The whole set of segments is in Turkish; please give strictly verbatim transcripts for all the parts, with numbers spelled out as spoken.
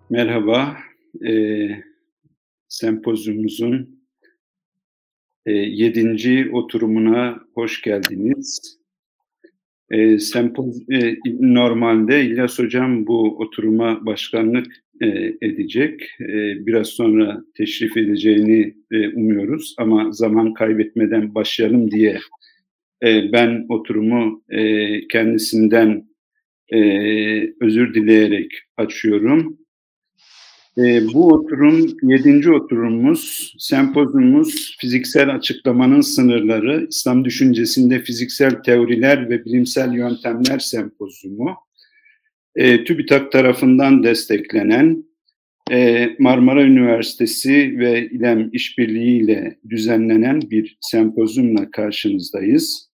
Merhaba, eee, sempozyumumuzun eee, yedinci oturumuna hoş geldiniz. Eee, sempoz eee, normalde İlyas Hocam bu oturuma başkanlık eee, edecek. Eee, biraz sonra teşrif edeceğini eee, umuyoruz ama zaman kaybetmeden başlayalım diye eee, ben oturumu eee, kendisinden eee, özür dileyerek açıyorum. Eee, bu oturum yedinci oturumumuz, sempozyumumuz "Fiziksel Açıklamanın Sınırları, İslam Düşüncesinde Fiziksel Teoriler ve Bilimsel Yöntemler" sempozyumu. Eee, TÜBİTAK tarafından desteklenen, eee, Marmara Üniversitesi ve İLEM İşbirliği ile düzenlenen bir sempozyumla karşınızdayız.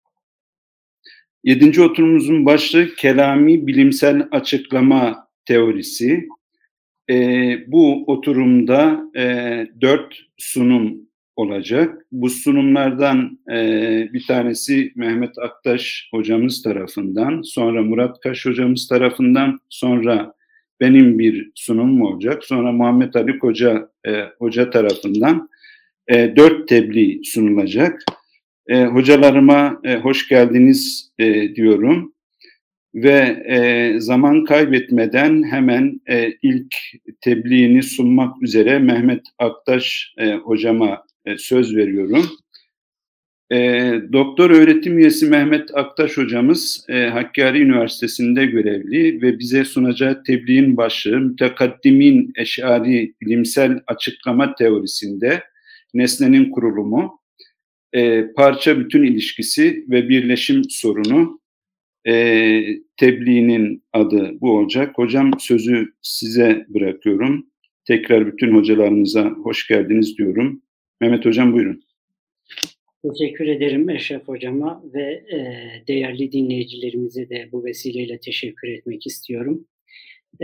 Yedinci oturumumuzun başlığı "Kelami Bilimsel Açıklama Teorisi". Eee, bu oturumda eee, dört sunum olacak. Bu sunumlardan eee, bir tanesi Mehmet Aktaş hocamız tarafından, sonra Murat Kaş hocamız tarafından, sonra benim bir sunumum olacak, sonra Muhammed Ali Koca eee, hoca tarafından eee, dört tebliğ sunulacak. Eee, hocalarıma eee, hoş geldiniz eee, diyorum. Ve e, zaman kaybetmeden hemen e, ilk tebliğini sunmak üzere Mehmet Aktaş e, hocama e, söz veriyorum. E, Doktor öğretim üyesi Mehmet Aktaş hocamız e, Hakkari Üniversitesi'nde görevli ve bize sunacağı tebliğin başlığı "Mütekaddimin Eş'ari Bilimsel Açıklama Teorisinde Nesnenin Kurulumu, e, Parça Bütün İlişkisi ve Birleşim Sorunu." E, tebliğinin adı bu olacak. Hocam sözü size bırakıyorum. Tekrar bütün hocalarımıza hoş geldiniz diyorum. Mehmet Hocam buyurun. Teşekkür ederim Eşref Hocama ve e, değerli dinleyicilerimize de bu vesileyle teşekkür etmek istiyorum. E,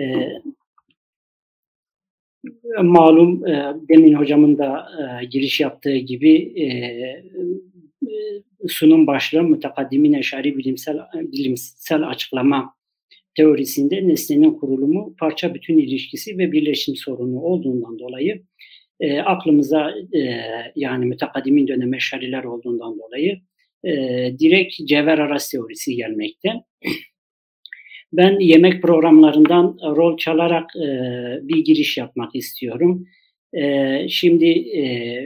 malum e, demin hocamın da e, giriş yaptığı gibi e, e, sunum başlığı "Mütekaddimin Eş'ari Bilimsel, Bilimsel Açıklama Teorisinde Nesnenin Kurulumu, Parça Bütün İlişkisi ve Birleşim Sorunu" olduğundan dolayı E, aklımıza e, yani mütekaddimin dönem eşariler olduğundan dolayı e, direkt cevher aras teorisi gelmekte. Ben yemek programlarından rol çalarak e, bir giriş yapmak istiyorum. E, şimdi e,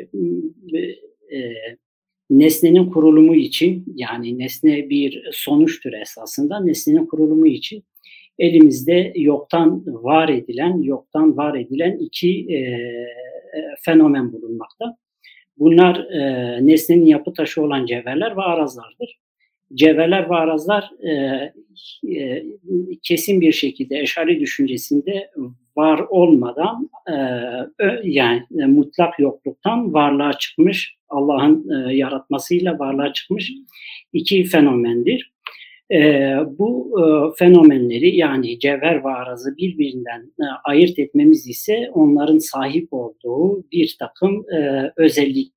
e, nesnenin kurulumu için, yani nesne bir sonuçtur esasında, nesnenin kurulumu için elimizde yoktan var edilen, yoktan var edilen iki e, fenomen bulunmakta. Bunlar e, nesnenin yapı taşı olan cevherler ve arazlardır. Cevherler ve arazlar e, e, kesin bir şekilde Eş'ari düşüncesinde var olmadan e, yani e, mutlak yokluktan varlığa çıkmış, Allah'ın e, yaratmasıyla varlığa çıkmış iki fenomendir. E, bu e, fenomenleri, yani cevher ve arazı birbirinden e, ayırt etmemiz ise onların sahip olduğu bir takım e, özellikler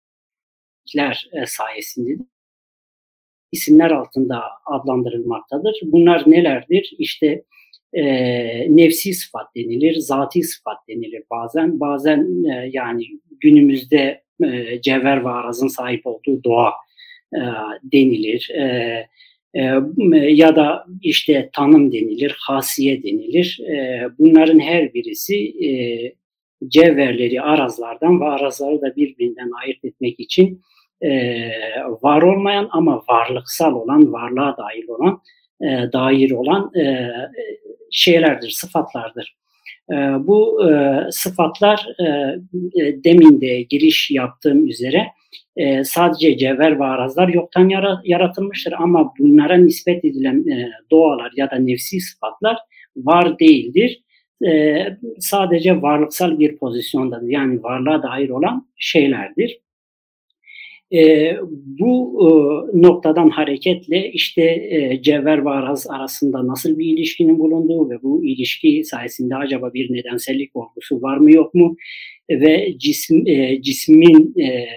e, sayesindedir. İsimler altında adlandırılmaktadır. Bunlar nelerdir? İşte e, nefsi sıfat denilir, zati sıfat denilir bazen. Bazen e, yani günümüzde e, cevher ve arazın sahip olduğu doğa e, denilir. E, e, ya da işte tanım denilir, hasiye denilir. E, bunların her birisi e, cevherleri arazlardan ve arazları da birbirinden ayırt etmek için e, var olmayan ama varlıksal olan, varlığa dair olan, e, dair olan e, şeylerdir, sıfatlardır. E, bu e, sıfatlar e, demin de giriş yaptığım üzere e, sadece cevher ve arazlar yoktan yara, yaratılmıştır ama bunlara nispet edilen e, doğalar ya da nefsi sıfatlar var değildir. E, sadece varlıksal bir pozisyondadır. Yani varlığa dair olan şeylerdir. E, bu e, noktadan hareketle işte e, cevher ve araz arasında nasıl bir ilişkinin bulunduğu ve bu ilişki sayesinde acaba bir nedensellik olgusu var mı yok mu ve cisim e, cismin e, e,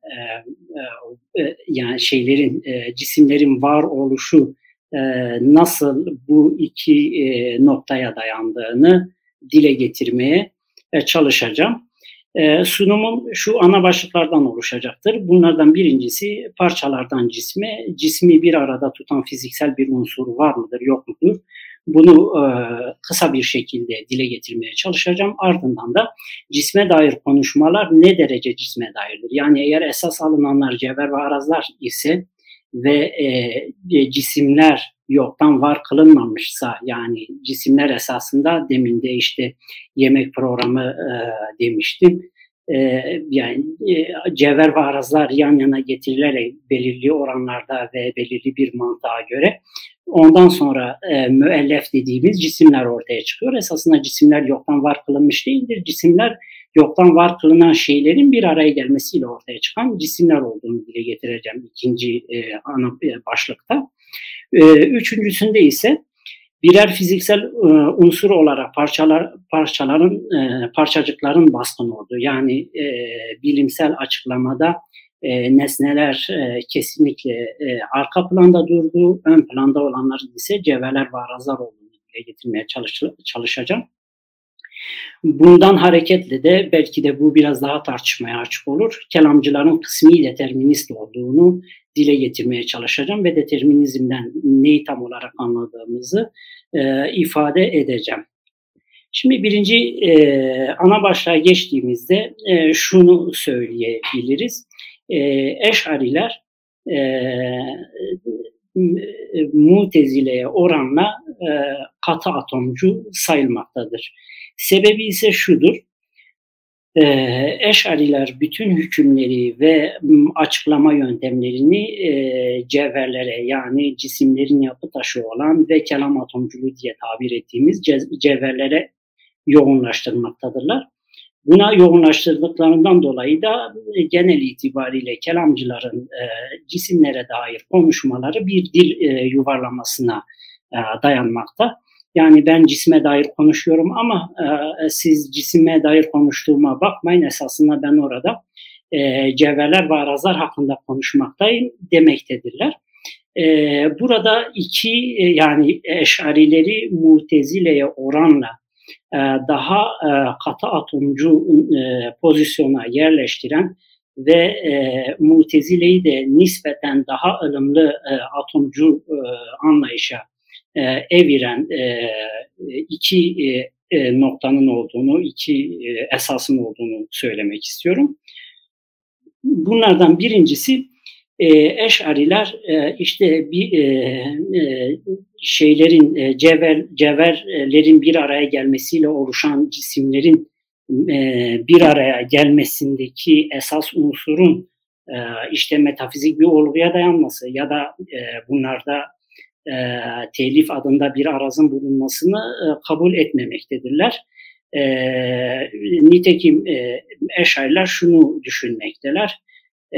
e, yani şeylerin e, cisimlerin var oluşu e, nasıl bu iki e, noktaya dayandığını dile getirmeye e, çalışacağım. E, sunumum şu ana başlıklardan oluşacaktır. Bunlardan birincisi parçalardan cisme, cismi bir arada tutan fiziksel bir unsur var mıdır, yok mudur? Bunu e, kısa bir şekilde dile getirmeye çalışacağım. Ardından da cisme dair konuşmalar ne derece cisme dairdir? Yani eğer esas alınanlar cevher ve arazlar ise ve e, cisimler yoktan var kılınmamışsa, yani cisimler esasında demin de işte yemek programı e, demiştim. E, yani e, cevher ve arazlar yan yana getirilerek belirli oranlarda ve belirli bir mantığa göre ondan sonra e, müellef dediğimiz cisimler ortaya çıkıyor. Esasında cisimler yoktan var kılınmış değildir. Cisimler yoktan var kılınan şeylerin bir araya gelmesiyle ortaya çıkan cisimler olduğunu dile getireceğim ikinci e, ana başlıkta. E, üçüncüsünde ise birer fiziksel e, unsur olarak parçalar parçaların e, parçacıkların baskın olduğu, yani e, bilimsel açıklamada e, nesneler e, kesinlikle e, arka planda durduğu, ön planda olanların ise cevherler ve arazlar olduğunu dile getirmeye çalış, çalışacağım. Bundan hareketle de belki de bu biraz daha tartışmaya açık olur. Kelamcıların kısmi determinist olduğunu dile getirmeye çalışacağım ve determinizmden neyi tam olarak anladığımızı e, ifade edeceğim. Şimdi birinci e, ana başlığa geçtiğimizde e, şunu söyleyebiliriz. E, Eş'ariler e, Mutezile'ye oranla e, katı atomcu sayılmaktadır. Sebebi ise şudur. Ee, Eş'ariler bütün hükümleri ve açıklama yöntemlerini e, cevherlere, yani cisimlerin yapı taşı olan ve kelam atomculuğu diye tabir ettiğimiz cevherlere yoğunlaştırmaktadırlar. Buna yoğunlaştırdıklarından dolayı da e, genel itibariyle kelamcıların e, cisimlere dair konuşmaları bir dil e, yuvarlamasına e, dayanmakta. Yani ben cisme dair konuşuyorum ama e, siz cisime dair konuştuğuma bakmayın. Esasında ben orada e, cevherler ve arazlar hakkında konuşmaktayım demektedirler. E, burada iki e, yani Eş'arileri Mutezile'ye oranla e, daha e, katı atomcu e, pozisyona yerleştiren ve e, Mutezile'yi de nispeten daha ılımlı e, atomcu e, anlayışa E, eviren e, iki e, e, noktanın olduğunu, iki e, esasın olduğunu söylemek istiyorum. Bunlardan birincisi e, Eş'ariler e, işte bir e, e, şeylerin e, cevher, cevherlerin bir araya gelmesiyle oluşan cisimlerin e, bir araya gelmesindeki esas unsurun e, işte metafizik bir olguya dayanması ya da e, bunlarda E, telif adında bir arazın bulunmasını e, kabul etmemektedirler. E, nitekim e, Eş'ariler şunu düşünmekteler. E,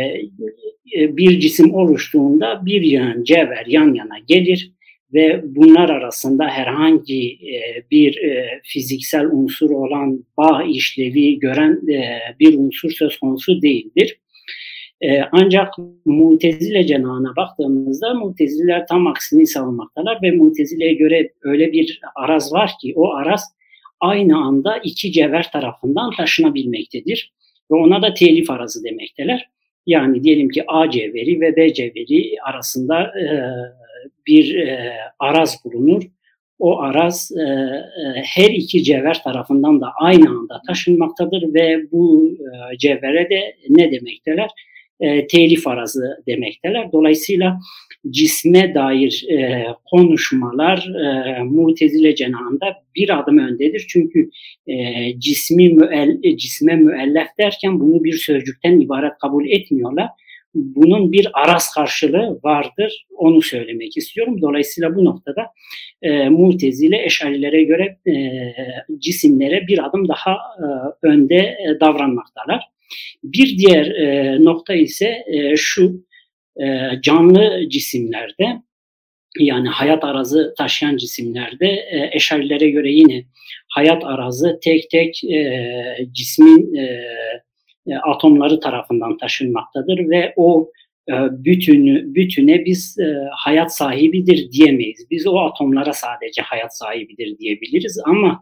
bir cisim oluştuğunda bir yığın cevher yan yana gelir ve bunlar arasında herhangi e, bir e, fiziksel unsur olan bağ işlevi gören e, bir unsur söz konusu değildir. Ee, ancak Mutezile cenahına baktığımızda Mutezileler tam aksini savunmaktalar ve Mutezile'ye göre öyle bir araz var ki o araz aynı anda iki cevher tarafından taşınabilmektedir ve ona da telif arazı demekteler. Yani diyelim ki A cevheri ve B cevheri arasında e, bir e, araz bulunur. O araz e, e, her iki cevher tarafından da aynı anda taşınmaktadır ve bu e, cevhere de ne demekteler? E, telif arazı demekteler. Dolayısıyla cisme dair e, konuşmalar e, Mutezile cenahında bir adım öndedir. Çünkü e, cismi müel, cisme müellef derken bunu bir sözcükten ibaret kabul etmiyorlar. Bunun bir araz karşılığı vardır. Onu söylemek istiyorum. Dolayısıyla bu noktada e, Mutezile Eş'arilere göre e, cisimlere bir adım daha e, önde e, davranmaktalar. Bir diğer e, nokta ise e, şu, e, canlı cisimlerde, yani hayat arazı taşıyan cisimlerde e, Eş'arilere göre yine hayat arazı tek tek e, cismin e, e, atomları tarafından taşınmaktadır ve o e, bütünü, bütüne biz e, hayat sahibidir diyemeyiz. Biz o atomlara sadece hayat sahibidir diyebiliriz ama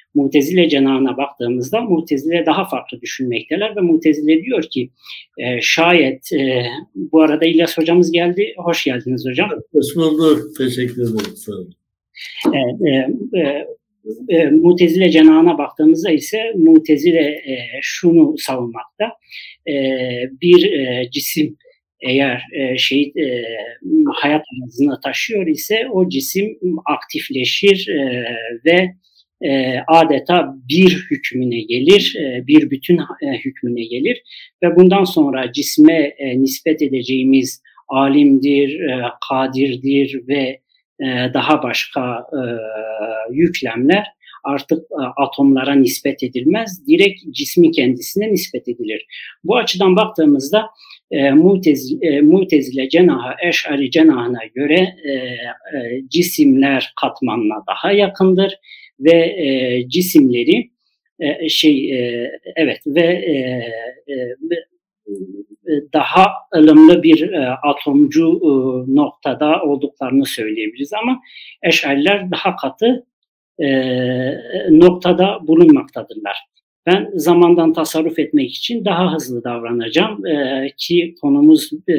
Mutezile cenahına baktığımızda Mutezile daha farklı düşünmekteler ve Mutezile diyor ki e, şayet e, bu arada İlyas hocamız geldi. Hoş geldiniz hocam. Hoş bulduk. Teşekkür ederim. Sağ olun. E, e, e, e, Mutezile cenahına baktığımızda ise Mutezile e, şunu savunmakta. E, bir e, cisim eğer e, şey e, hayat arzını taşıyor ise o cisim aktifleşir e, ve e, adeta bir hükmüne gelir, e, bir bütün e, hükmüne gelir ve bundan sonra cisme e, nispet edeceğimiz alimdir, e, kadirdir ve e, daha başka e, yüklemler artık e, atomlara nispet edilmez, direkt cismin kendisine nispet edilir. Bu açıdan baktığımızda e, Mutezile, e, Mutezile cenahı Eş'ari cenahına göre e, e, cisimler katmanına daha yakındır ve e, cisimleri e, şey e, evet ve e, e, daha ılımlı bir e, atomcu e, noktada olduklarını söyleyebiliriz ama Eş'ariler daha katı e, noktada bulunmaktadırlar. Ben zamandan tasarruf etmek için daha hızlı davranacağım e, ki konumuz e,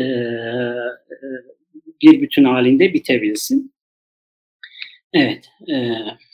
bir bütün halinde bitebilsin. Evet. E,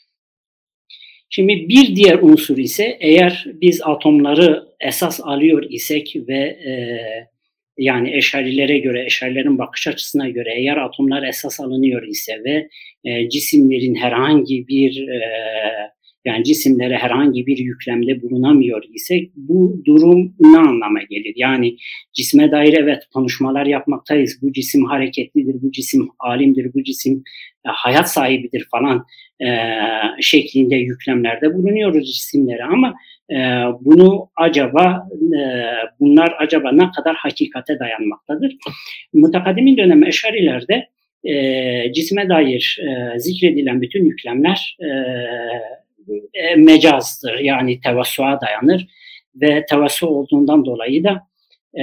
şimdi bir diğer unsur ise eğer biz atomları esas alıyor isek ve e, yani Eş'arilere göre, Eş'arilerin bakış açısına göre eğer atomlar esas alınıyor ise ve e, cisimlerin herhangi bir e, yani cisimlere herhangi bir yüklemde bulunamıyor isek bu durum ne anlama gelir? Yani cisme dair evet konuşmalar yapmaktayız. Bu cisim hareketlidir, bu cisim alimdir, bu cisim e, hayat sahibidir falan e, şeklinde yüklemlerde bulunuyoruz cisimlere ama e, bunu acaba e, bunlar acaba ne kadar hakikate dayanmaktadır? Mutakaddimin dönemi Eş'arilerde e, cisme dair e, zikredilen bütün yüklemler e, E, mecazdır yani tevassuğa dayanır ve tevassu olduğundan dolayı da e,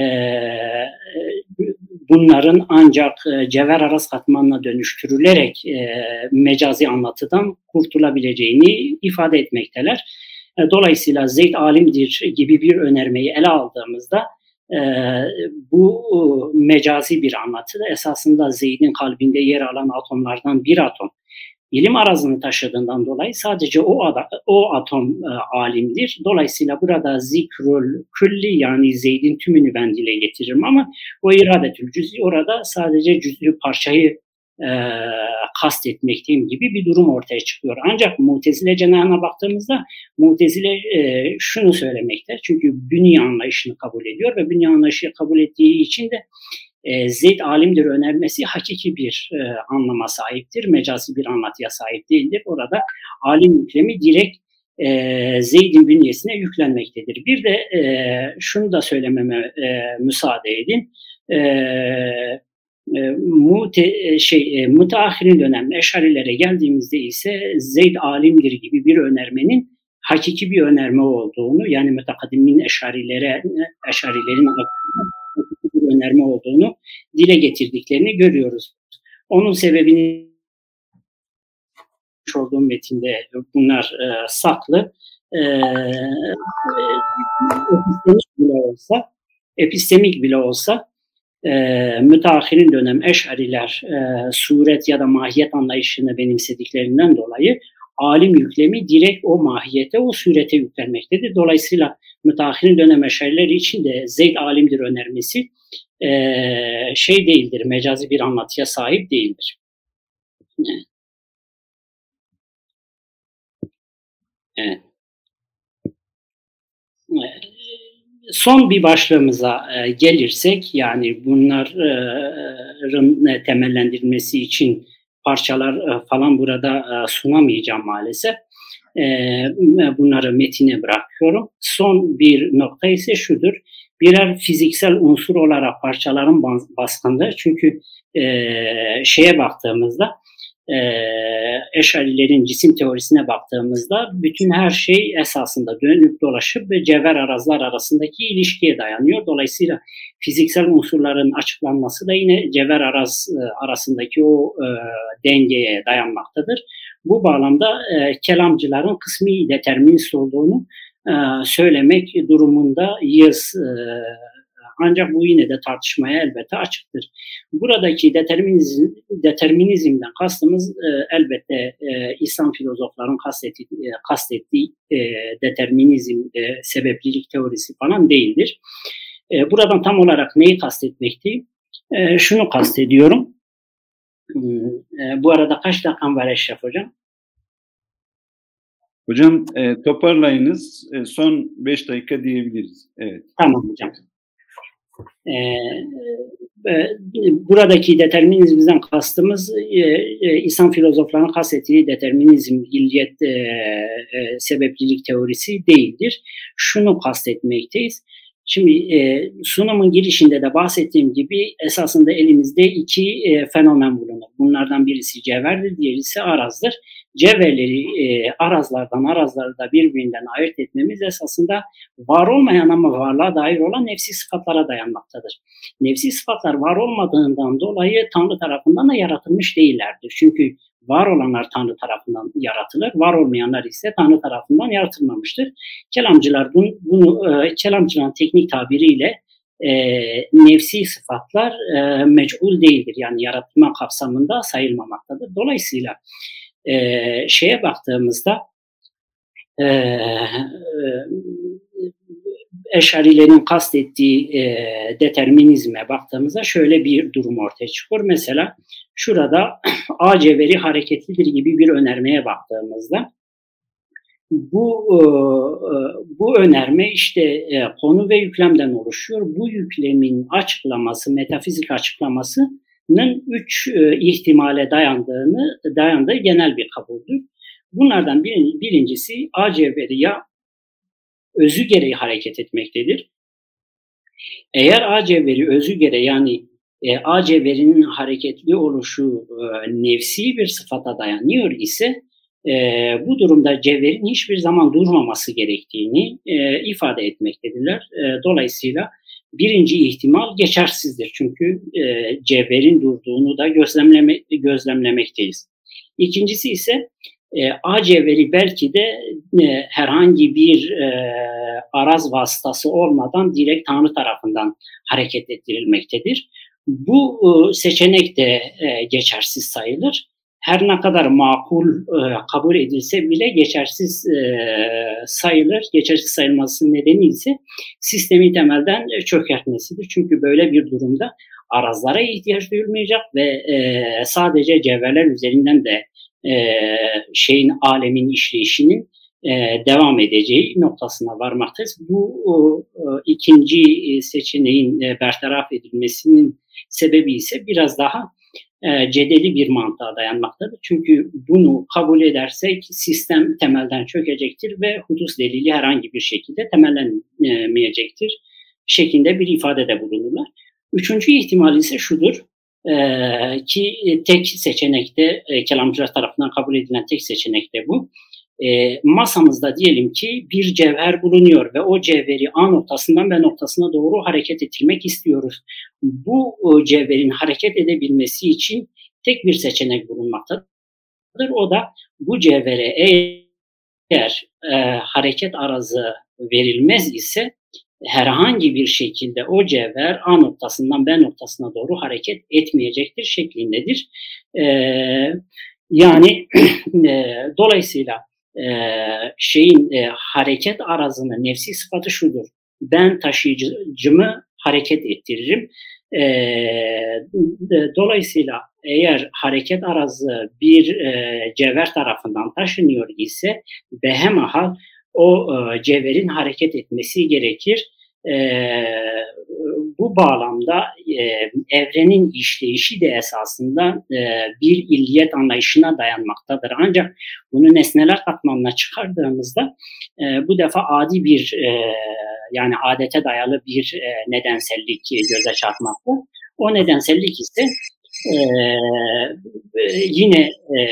bunların ancak e, cevher araz katmanına dönüştürülerek e, mecazi anlatıdan kurtulabileceğini ifade etmekteler. E, dolayısıyla Zeyd alimdir gibi bir önermeyi ele aldığımızda e, bu e, mecazi bir anlatı esasında Zeyd'in kalbinde yer alan atomlardan bir atom. İlim arazını taşıdığından dolayı sadece o, ada, o atom e, alimdir. Dolayısıyla burada zikrül külli yani Zeyd'in tümünü ben dile getiririm ama o iradetül cüz'i orada sadece cüz'ü parçayı e, kastetmekteyim gibi bir durum ortaya çıkıyor. Ancak Mutezile cenahına baktığımızda Mutezile e, şunu söylemekte çünkü bünye anlayışını kabul ediyor ve bünye anlayışı kabul ettiği için de E, Zeyd alimdir önermesi hakiki bir e, anlama sahiptir. Mecazi bir anlatıya sahip değildir. Orada alim yüklemi direkt e, Zeyd'in bünyesine yüklenmektedir. Bir de e, şunu da söylememe e, müsaade edin. E, e, mute, şey, e, müteahhirin dönemde Eş'arilere geldiğimizde ise Zeyd alimdir gibi bir önermenin hakiki bir önerme olduğunu yani mütekaddimin Eş'arilere Eş'arilerin bir önerme olduğunu dile getirdiklerini görüyoruz. Onun sebebini olduğum metinde bunlar e, saklı. E, epistemik bile olsa, epistemik bile olsa e, müteahhirin dönem Eş'ariler e, suret ya da mahiyet anlayışını benimsediklerinden dolayı alim yüklemi direkt o mahiyete, o surete yüklenmektedir. Dolayısıyla müteahhirin dönem Eş'ariler için de Zeyd alimdir önermesi e, şey değildir, mecazi bir anlatıya sahip değildir. Evet. Evet. Son bir başlığımıza e, gelirsek, yani bunların e, temellendirilmesi için parçalar e, falan burada e, sunamayacağım maalesef. E, bunları metine bırakıyorum. Son bir nokta ise şudur. Birer fiziksel unsur olarak parçaların baskındır. Çünkü e, şeye baktığımızda e, Eş'arilerin cisim teorisine baktığımızda bütün her şey esasında dönüp dolaşıp ve cevher arazlar arasındaki ilişkiye dayanıyor. Dolayısıyla fiziksel unsurların açıklanması da yine cevher araz e, arasındaki o e, dengeye dayanmaktadır. Bu bağlamda e, kelamcıların kısmi determinist olduğunu e, söylemek durumundayız. E, ancak bu yine de tartışmaya elbette açıktır. Buradaki determinizm, determinizmden kastımız e, elbette e, İslam filozofların kastettiği, e, kastettiği e, determinizm, e, sebeplilik teorisi falan değildir. E, buradan tam olarak neyi kastetmekti? E, şunu kastediyorum. E, bu arada kaç dakikam var Eşref Hocam? Hocam e, toparlayınız. E, son beş dakika diyebiliriz. Evet. Tamam hocam. Ee, e, buradaki determinizmden kastımız e, e, İslam filozoflarının kastettiği determinizm, illiyet, e, e, sebeplilik teorisi değildir. Şunu kastetmekteyiz. Şimdi e, sunumun girişinde de bahsettiğim gibi esasında elimizde iki e, fenomen bulunur. Bunlardan birisi cevherdir, diğerisi arazdır. Cevherleri e, arazlardan, arazları da birbirinden ayırt etmemiz esasında var olmayan ama varlığa dair olan nefsi sıfatlara dayanmaktadır. Nefsi sıfatlar var olmadığından dolayı Tanrı tarafından da yaratılmış değillerdir. Çünkü var olanlar Tanrı tarafından yaratılır, var olmayanlar ise Tanrı tarafından yaratılmamıştır. Kelamcılar bunu, bunu e, kelamcıların teknik tabiriyle e, nefsi sıfatlar e, mec'ul değildir. Yani yaratılma kapsamında sayılmamaktadır. Dolayısıyla e, şeye baktığımızda e, e, Eşarilerin kastettiği e, determinizme baktığımızda şöyle bir durum ortaya çıkıyor. Mesela şurada A cevheri hareketlidir gibi bir önermeye baktığımızda bu e, bu önerme işte e, konu ve yüklemden oluşuyor. Bu yüklemin açıklaması, metafizik açıklamasının üç e, ihtimale dayandığını dayandığı genel bir kabuldür. Bunlardan bir, birincisi A cevheri ya özü gereği hareket etmektedir. Eğer A cevheri özü gereği yani e, A cevherinin hareketli oluşu e, nefsi bir sıfata dayanıyor ise e, bu durumda cevherin hiçbir zaman durmaması gerektiğini e, ifade etmektedirler. E, dolayısıyla birinci ihtimal geçersizdir. Çünkü e, cevherin durduğunu da gözlemleme, gözlemlemekteyiz. İkincisi ise E, A cevheri belki de e, herhangi bir e, araz vasıtası olmadan direkt Tanrı tarafından hareket ettirilmektedir. Bu e, seçenek de e, geçersiz sayılır. Her ne kadar makul e, kabul edilse bile geçersiz e, sayılır. Geçersiz sayılması nedeni ise sistemi temelden çökertmesidir. Çünkü böyle bir durumda arazlara ihtiyaç duyulmayacak ve e, sadece cevherler üzerinden de Ee, şeyin alemin işleyişinin e, devam edeceği noktasına varmaktayız. Bu o, o, ikinci seçeneğin e, bertaraf edilmesinin sebebi ise biraz daha e, cedeli bir mantığa dayanmaktadır. Çünkü bunu kabul edersek sistem temelden çökecektir ve hudus delili herhangi bir şekilde temellenmeyecektir şeklinde bir ifadede bulunurlar. Üçüncü ihtimal ise şudur. Ee, ki tek seçenekte e, kelamcılar tarafından kabul edilen tek seçenekte bu. E, masamızda diyelim ki bir cevher bulunuyor ve o cevheri A noktasından B noktasına doğru hareket ettirmek istiyoruz. Bu o cevherin hareket edebilmesi için tek bir seçenek bulunmaktadır. O da bu cevhere eğer e, hareket arazı verilmez ise herhangi bir şekilde o cevher A noktasından B noktasına doğru hareket etmeyecektir şeklindedir. Ee, yani e, dolayısıyla e, şeyin e, hareket arazının nefsi sıfatı şudur. Ben taşıyıcımı hareket ettiririm. E, dolayısıyla eğer hareket arazı bir e, cevher tarafından taşınıyor ise behemahal o e, cevherin hareket etmesi gerekir. E, bu bağlamda e, evrenin işleyişi de esasında e, bir illiyet anlayışına dayanmaktadır. Ancak bunu nesneler katmanına çıkardığımızda e, bu defa adi bir e, yani adete dayalı bir e, nedensellik göze çarpmakta. O nedensellik ise e, yine e,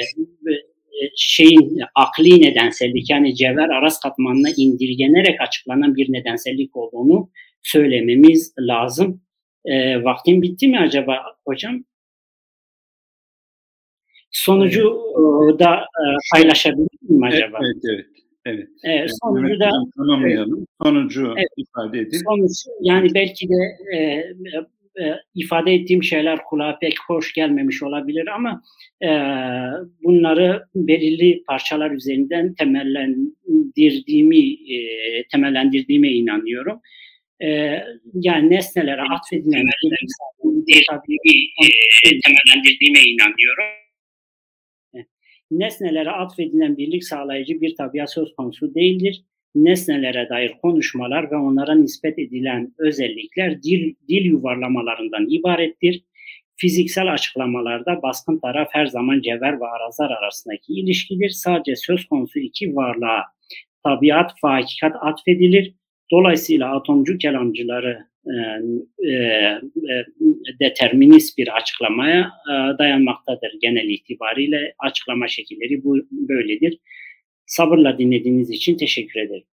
şeyin akli nedensellik yani cevher araz katmanına indirgenerek açıklanan bir nedensellik olduğunu söylememiz lazım. E, vaktim bitti mi acaba hocam? sonucu e, da e, paylaşabilir miyim acaba? Evet, evet, evet. E, evet. sonucu da tanımlayalım. Sonucu evet, ifade edin. sonuç, yani belki de e, e, ifade ettiğim şeyler kulağa pek hoş gelmemiş olabilir ama e, bunları belirli parçalar üzerinden temellendirdiğimi e, temellendirdiğime inanıyorum. E, yani nesnelere atfedilen tabii temellendirdiğime inanıyorum. Nesnelere atfedilen birlik sağlayıcı bir tabiat söz konusu değildir. Nesnelere dair konuşmalar ve onlara nispet edilen özellikler dil, dil yuvarlamalarından ibarettir. Fiziksel açıklamalarda baskın taraf her zaman cevher ve arazlar arasındaki ilişkidir. Sadece söz konusu iki varlığa tabiat ve hakikat atfedilir. Dolayısıyla atomcu kelamcıları e, e, e, determinist bir açıklamaya e, dayanmaktadır genel itibariyle. Açıklama şekilleri bu böyledir. Sabırla dinlediğiniz için teşekkür ederim.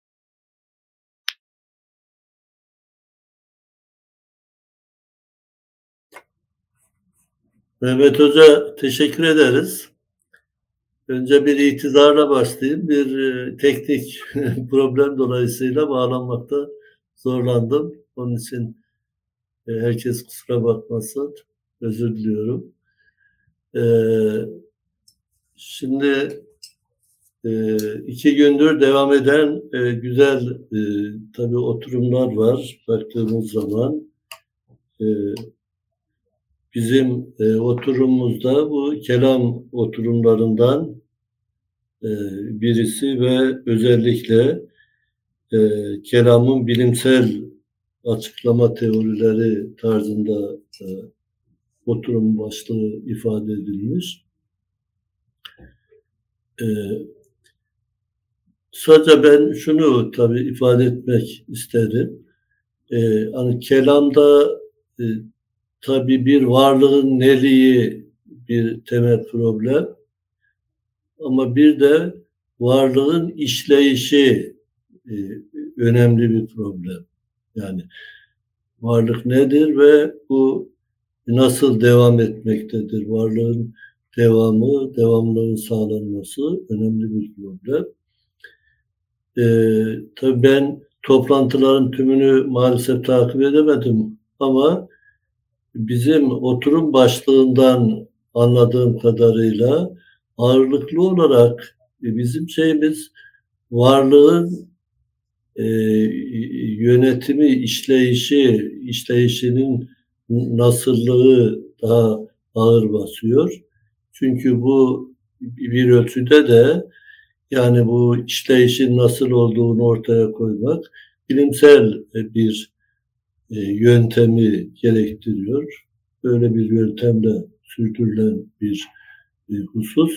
Mehmet Hoca teşekkür ederiz. Önce bir itizarla başlayayım. Bir e, teknik problem dolayısıyla bağlanmakta zorlandım. Onun için e, herkes kusura bakmasın. Özür diliyorum. E, şimdi e, iki gündür devam eden e, güzel e, tabii oturumlar var. Baktığımız zaman e, bizim e, oturumumuzda bu kelam oturumlarından e, birisi ve özellikle e, kelamın bilimsel açıklama teorileri tarzında e, oturum başlığı ifade edilmiş. E, sadece ben şunu tabii ifade etmek isterim. E, hani kelamda e, tabii bir varlığın neliği bir temel problem. Ama bir de varlığın işleyişi e, önemli bir problem. Yani varlık nedir ve bu nasıl devam etmektedir? Varlığın devamı, devamlılığın sağlanması önemli bir problem. E, tabii ben toplantıların tümünü maalesef takip edemedim ama bizim oturum başlığından anladığım kadarıyla ağırlıklı olarak bizim şeyimiz varlığın e, yönetimi, işleyişi, işleyişinin nasıllığı daha ağır basıyor. Çünkü bu bir ölçüde de yani bu işleyişin nasıl olduğunu ortaya koymak bilimsel bir e, yöntemi gerektiriyor. Böyle bir yöntemle sürdürülen bir e, husus.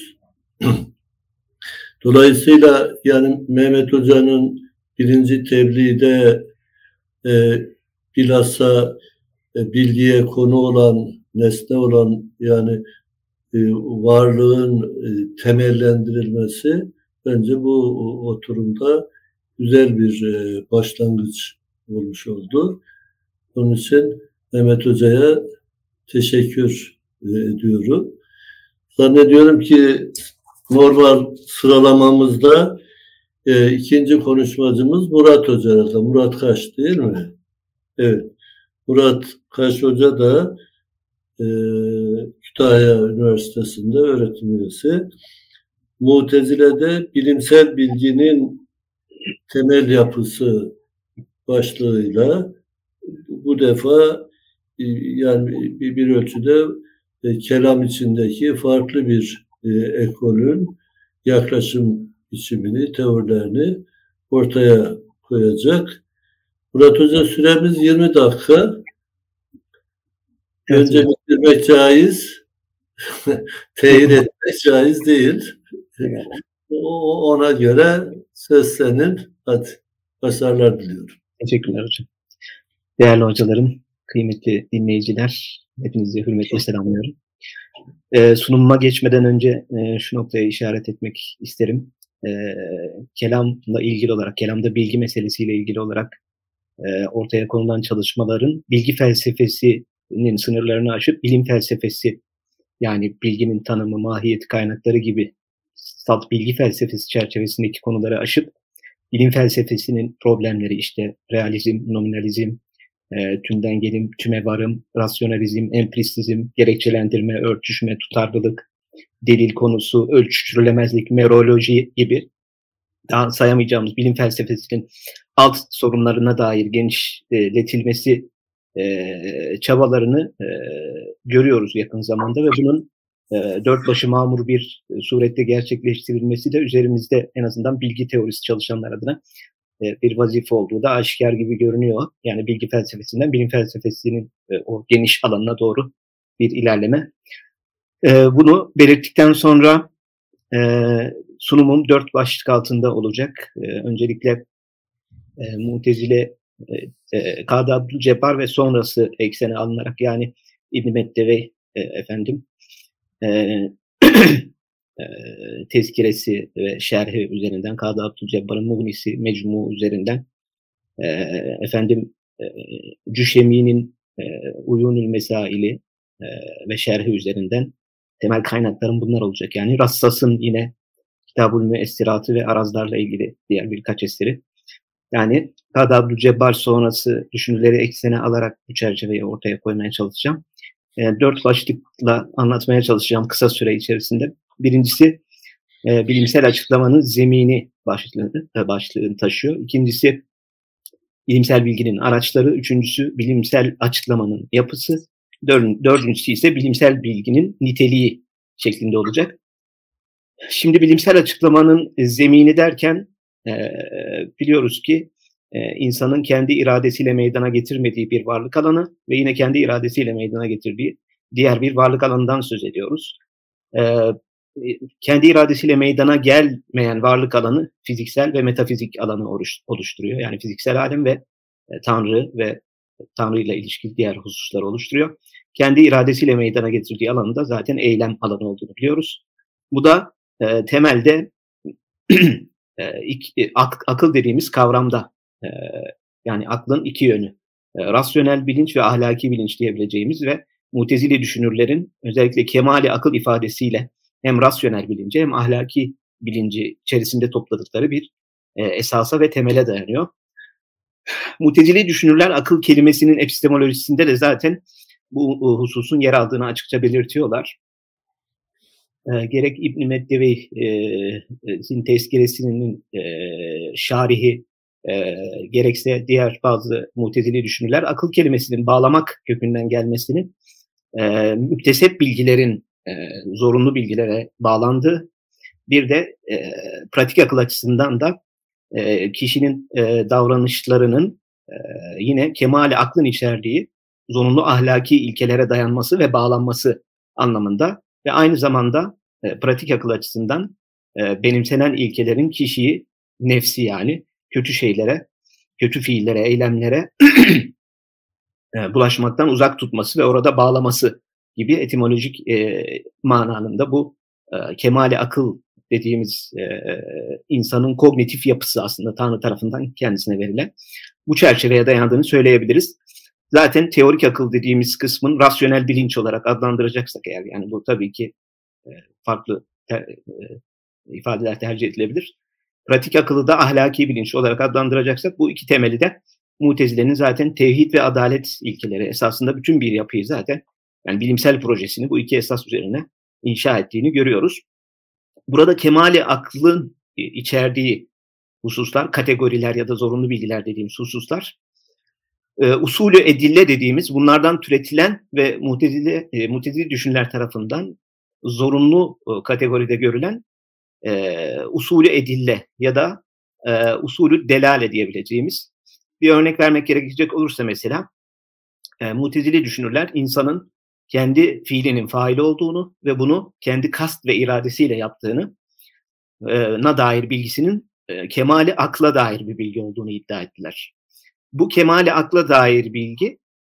Dolayısıyla yani Mehmet Hoca'nın birinci tebliğde e, bilhassa e, bilgiye konu olan, nesne olan yani e, varlığın e, temellendirilmesi bence bu oturumda güzel bir e, başlangıç olmuş oldu. Onun için Mehmet Hoca'ya teşekkür ediyorum. Zannediyorum ki normal sıralamamızda e, ikinci konuşmacımız Murat Hoca. Murat Kaş değil mi? Evet. Murat Kaş Hoca da e, Kütahya Üniversitesi'nde öğretim üyesi. Mutezile'de bilimsel bilginin temel yapısı başlığıyla bu defa yani bir, bir ölçüde e, kelam içindeki farklı bir e, ekolün yaklaşım biçimini, teorilerini ortaya koyacak. Murat Hoca süremiz yirmi dakika. Evet. Önce bitirmek caiz, teyit etmek caiz değil. Evet. O, ona göre söz senin. Hadi başarılar diliyorum. Teşekkürler hocam. Değerli hocalarım, kıymetli dinleyiciler, hepinizi hürmetle selamlıyorum. Ee, sunumuma geçmeden önce e, şu noktaya işaret etmek isterim. Ee, kelamla ilgili olarak, kelamda bilgi meselesiyle ilgili olarak e, ortaya konulan çalışmaların bilgi felsefesinin sınırlarını aşıp bilim felsefesi yani bilginin tanımı, mahiyeti, kaynakları gibi salt bilgi felsefesi çerçevesindeki konuları aşıp bilim felsefesinin problemleri, işte realizm, nominalizm, e, tümden gelim, tüme varım, rasyonalizm, empirisizm, gerekçelendirme, örtüşme, tutarlılık, delil konusu, ölçüştürülemezlik, meroloji gibi daha sayamayacağımız bilim felsefesinin alt sorunlarına dair genişletilmesi e, çabalarını e, görüyoruz yakın zamanda ve bunun e, dört başı mamur bir surette gerçekleştirilmesi de üzerimizde en azından bilgi teorisi çalışanlar adına e, bir vazife olduğu da aşikar gibi görünüyor. Yani bilgi felsefesinden bilim felsefesinin e, o geniş alanına doğru bir ilerleme. E, bunu belirttikten sonra e, sunumum dört başlık altında olacak. E, öncelikle e, Mutezile, e, e, Kadı Abdülcebbar ve sonrası eksene alınarak, yani İbn-i Meddevey e, efendim e, e, tezkiresi ve şerhi üzerinden, Kadı Abdülcebbar'ın Mugnisi, Mecmu üzerinden, e, efendim e, Cüşemi'nin e, Uyunül Mesaili e, ve şerhi üzerinden temel kaynakların bunlar olacak. Yani Rassas'ın yine Kitab-ül Müessiratı ve Arazlarla ilgili diğer birkaç eseri. Yani Kadı Abdülcebbar sonrası düşünürleri eksene alarak bu çerçeveyi ortaya koymaya çalışacağım. E, dört başlıkla anlatmaya çalışacağım kısa süre içerisinde. Birincisi e, bilimsel açıklamanın zemini başlığını, e, başlığını taşıyor. İkincisi bilimsel bilginin araçları. Üçüncüsü bilimsel açıklamanın yapısı. Dör, dördüncüsü ise bilimsel bilginin niteliği şeklinde olacak. Şimdi bilimsel açıklamanın zemini derken e, biliyoruz ki e, insanın kendi iradesiyle meydana getirmediği bir varlık alanı ve yine kendi iradesiyle meydana getirdiği diğer bir varlık alanından söz ediyoruz. E, kendi iradesiyle meydana gelmeyen varlık alanı fiziksel ve metafizik alanı oluşturuyor. Yani fiziksel alem ve e, Tanrı ve Tanrı ile ilişkili diğer hususları oluşturuyor. Kendi iradesiyle meydana getirdiği alanı da zaten eylem alanı olduğunu biliyoruz. Bu da e, temelde e, iki, ak, akıl dediğimiz kavramda e, yani aklın iki yönü. E, rasyonel bilinç ve ahlaki bilinç diyebileceğimiz ve Mutezili düşünürlerin özellikle kemali akıl ifadesiyle hem rasyonel bilinci hem ahlaki bilinci içerisinde topladıkları bir e, esasa ve temele dayanıyor. Mutezili düşünürler akıl kelimesinin epistemolojisinde de zaten bu hususun yer aldığını açıkça belirtiyorlar. E, gerek İbn-i Meddevey'in tezkiresinin e, şarihi, e, gerekse diğer bazı Mutezili düşünürler akıl kelimesinin bağlamak kökünden gelmesini e, müktesep bilgilerin e, zorunlu bilgilere bağlandığı, bir de e, pratik akıl açısından da e, kişinin e, davranışlarının e, yine kemali aklın içerdiği zorunlu ahlaki ilkelere dayanması ve bağlanması anlamında ve aynı zamanda e, pratik akıl açısından e, benimsenen ilkelerin kişiyi, nefsi yani kötü şeylere, kötü fiillere, eylemlere e, bulaşmaktan uzak tutması ve orada bağlaması gibi etimolojik e, mananında bu e, kemali akıl dediğimiz e, insanın kognitif yapısı aslında Tanrı tarafından kendisine verilen bu çerçeveye dayandığını söyleyebiliriz. Zaten teorik akıl dediğimiz kısmın rasyonel bilinç olarak adlandıracaksak eğer, yani bu tabii ki e, farklı ter, e, ifadeler tercih edilebilir. Pratik akıllı da ahlaki bilinç olarak adlandıracaksak bu iki temeli de Mutezile'nin zaten tevhid ve adalet ilkeleri esasında bütün bir yapıyı zaten, yani bilimsel projesini bu iki esas üzerine inşa ettiğini görüyoruz. Burada kemali aklın içerdiği hususlar, kategoriler ya da zorunlu bilgiler dediğimiz hususlar, e, usulü edille dediğimiz bunlardan türetilen ve mutezili, e, mutezili düşünürler tarafından zorunlu e, kategoride görülen e, usulü edille ya da e, usulü delale diyebileceğimiz bir örnek vermek gerekecek olursa mesela e, mutezili düşünürler insanın kendi fiilinin faili olduğunu ve bunu kendi kast ve iradesiyle yaptığını na dair bilgisinin e, kemali akla dair bir bilgi olduğunu iddia ettiler. Bu kemali akla dair bilgi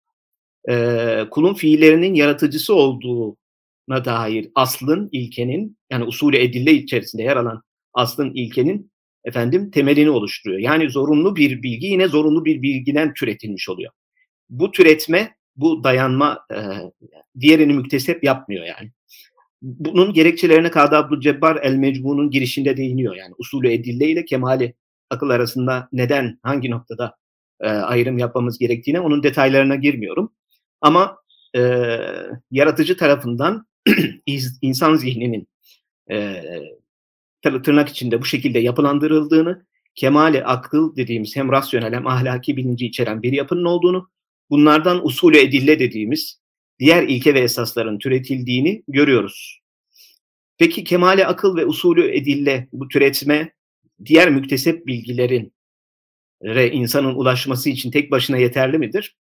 e, kulun fiillerinin yaratıcısı olduğuna dair aslın, ilkenin, yani usulü edille içerisinde yer alan aslın, ilkenin efendim temelini oluşturuyor. Yani zorunlu bir bilgi yine zorunlu bir bilgiden türetilmiş oluyor. Bu türetme bu dayanma e, diğerini müktesep yapmıyor yani. Bunun gerekçelerine Kadı Abdülcebbar El-Mecmu'nun girişinde değiniyor. Yani usulü edille ile kemali akıl arasında neden, hangi noktada e, ayrım yapmamız gerektiğine, onun detaylarına girmiyorum. Ama e, yaratıcı tarafından insan zihninin e, tırnak içinde bu şekilde yapılandırıldığını, kemali akıl dediğimiz hem rasyonel hem ahlaki bilinci içeren bir yapının olduğunu, bunlardan usulü edille dediğimiz diğer ilke ve esasların türetildiğini görüyoruz. Peki kemale akıl ve usulü edille bu türetme diğer müktesep bilgilerin re insanın ulaşması için tek başına yeterli midir?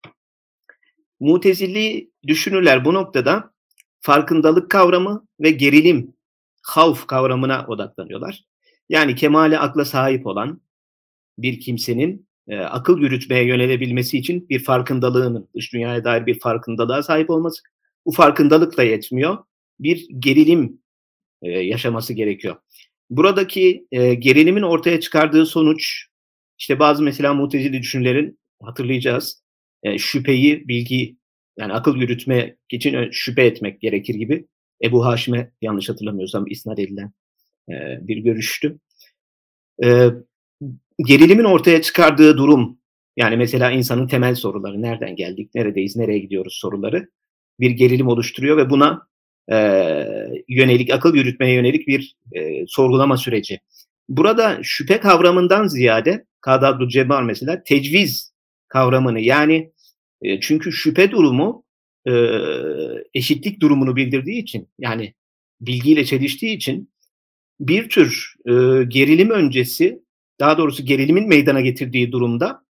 Mutezili düşünürler bu noktada farkındalık kavramı ve gerilim, havf kavramına odaklanıyorlar. Yani kemale akla sahip olan bir kimsenin e, akıl yürütmeye yönelebilmesi için bir farkındalığının, dış dünyaya dair bir farkındalığa sahip olması, bu farkındalıkla yetmiyor, bir gerilim e, yaşaması gerekiyor. Buradaki e, gerilimin ortaya çıkardığı sonuç, işte bazı mesela mutezili düşünürlerin, hatırlayacağız, e, şüpheyi bilgi, yani akıl yürütme için şüphe etmek gerekir gibi, Ebu Haşim'e yanlış hatırlamıyorsam isnat edilen e, bir görüştü. E, gerilimin ortaya çıkardığı durum, yani mesela insanın temel soruları, nereden geldik, neredeyiz, nereye gidiyoruz soruları bir gerilim oluşturuyor ve buna e, yönelik, akıl yürütmeye yönelik bir e, sorgulama süreci. Burada şüphe kavramından ziyade Kadı Abdülcebbar mesela tecviz kavramını, yani e, çünkü şüphe durumu e, eşitlik durumunu bildirdiği için, yani bilgiyle çeliştiği için bir tür e, gerilim öncesi, daha doğrusu gerilimin meydana getirdiği durumda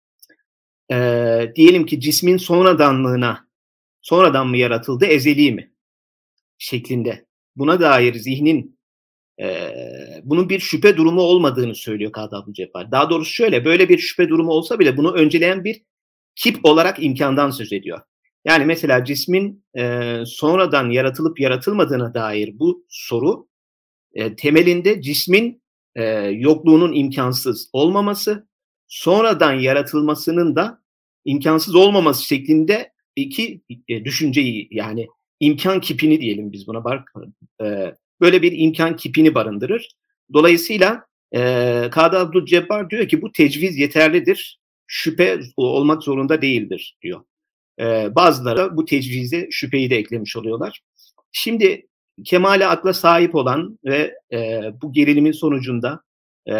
e, diyelim ki cismin sonradanlığına, sonradan mı yaratıldı, ezeli mi şeklinde buna dair zihnin e, bunun bir şüphe durumu olmadığını söylüyor Kadı Abdülcebbar. Daha doğrusu şöyle, böyle bir şüphe durumu olsa bile bunu önceleyen bir kip olarak imkandan söz ediyor. Yani mesela cismin e, sonradan yaratılıp yaratılmadığına dair bu soru e, temelinde cismin e, yokluğunun imkansız olmaması, sonradan yaratılmasının da imkansız olmaması şeklinde iki e, düşünceyi, yani imkan kipini diyelim biz buna, bak, e, böyle bir imkan kipini barındırır. Dolayısıyla e, Kadı Abdülcebbar diyor ki bu tecviz yeterlidir, şüphe olmak zorunda değildir diyor. E, bazıları da bu tecvize şüpheyi de eklemiş oluyorlar. Şimdi kemale akla sahip olan ve e, bu gerilimin sonucunda e,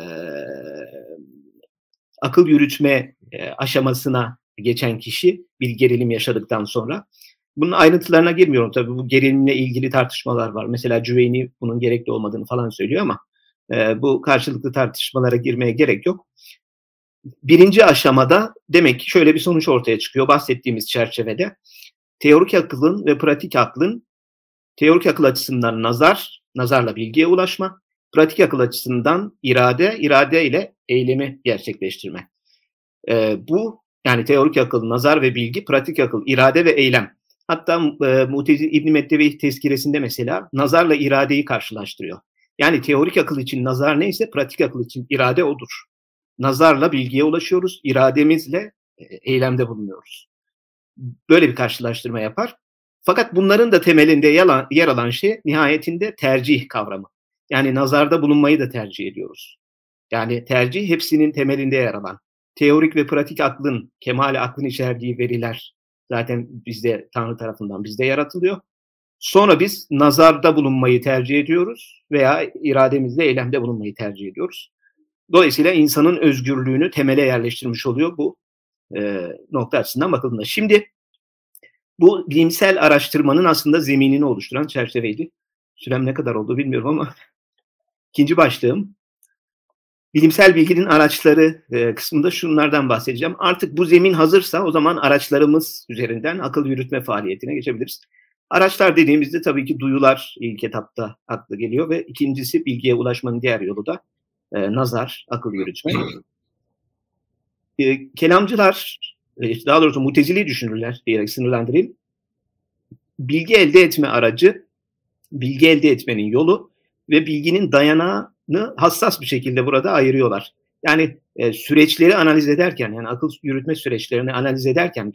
akıl yürütme e, aşamasına geçen kişi bir gerilim yaşadıktan sonra, bunun ayrıntılarına girmiyorum tabii, bu gerilimle ilgili tartışmalar var. Mesela Cüveyni bunun gerekli olmadığını falan söylüyor ama e, bu karşılıklı tartışmalara girmeye gerek yok. Birinci aşamada demek ki şöyle bir sonuç ortaya çıkıyor bahsettiğimiz çerçevede. Teorik akılın ve pratik aklın, teorik akıl açısından nazar, nazarla bilgiye ulaşma, pratik akıl açısından irade, irade ile eylemi gerçekleştirme. Ee, bu yani teorik akıl, nazar ve bilgi, pratik akıl, irade ve eylem. Hatta e, Mutezili İbn-i Meddevi tezkiresinde mesela nazarla iradeyi karşılaştırıyor. Yani teorik akıl için nazar neyse pratik akıl için irade odur. Nazarla bilgiye ulaşıyoruz, irademizle e, eylemde bulunuyoruz. Böyle bir karşılaştırma yapar. Fakat bunların da temelinde yalan, yer alan şey nihayetinde tercih kavramı. Yani nazarda bulunmayı da tercih ediyoruz. Yani tercih hepsinin temelinde yer alan. Teorik ve pratik aklın, kemal aklın içerdiği veriler zaten bizde, Tanrı tarafından bizde yaratılıyor. Sonra biz nazarda bulunmayı tercih ediyoruz veya irademizle eylemde bulunmayı tercih ediyoruz. Dolayısıyla insanın özgürlüğünü temele yerleştirmiş oluyor bu e, nokta açısından bakıldığında. Şimdi bu bilimsel araştırmanın aslında zeminini oluşturan çerçeveydi. Sürem ne kadar oldu bilmiyorum ama ikinci başlığım, bilimsel bilginin araçları e, kısmında şunlardan bahsedeceğim. Artık bu zemin hazırsa o zaman araçlarımız üzerinden akıl yürütme faaliyetine geçebiliriz. Araçlar dediğimizde tabii ki duyular ilk etapta akla geliyor ve ikincisi bilgiye ulaşmanın diğer yolu da e, nazar, akıl yürütme. E, kelamcılar, e, daha doğrusu mutezili düşünürler diyerek sınırlandırayım. Bilgi elde etme aracı, bilgi elde etmenin yolu ve bilginin dayanağını hassas bir şekilde burada ayırıyorlar. Yani e, süreçleri analiz ederken, yani akıl yürütme süreçlerini analiz ederken bile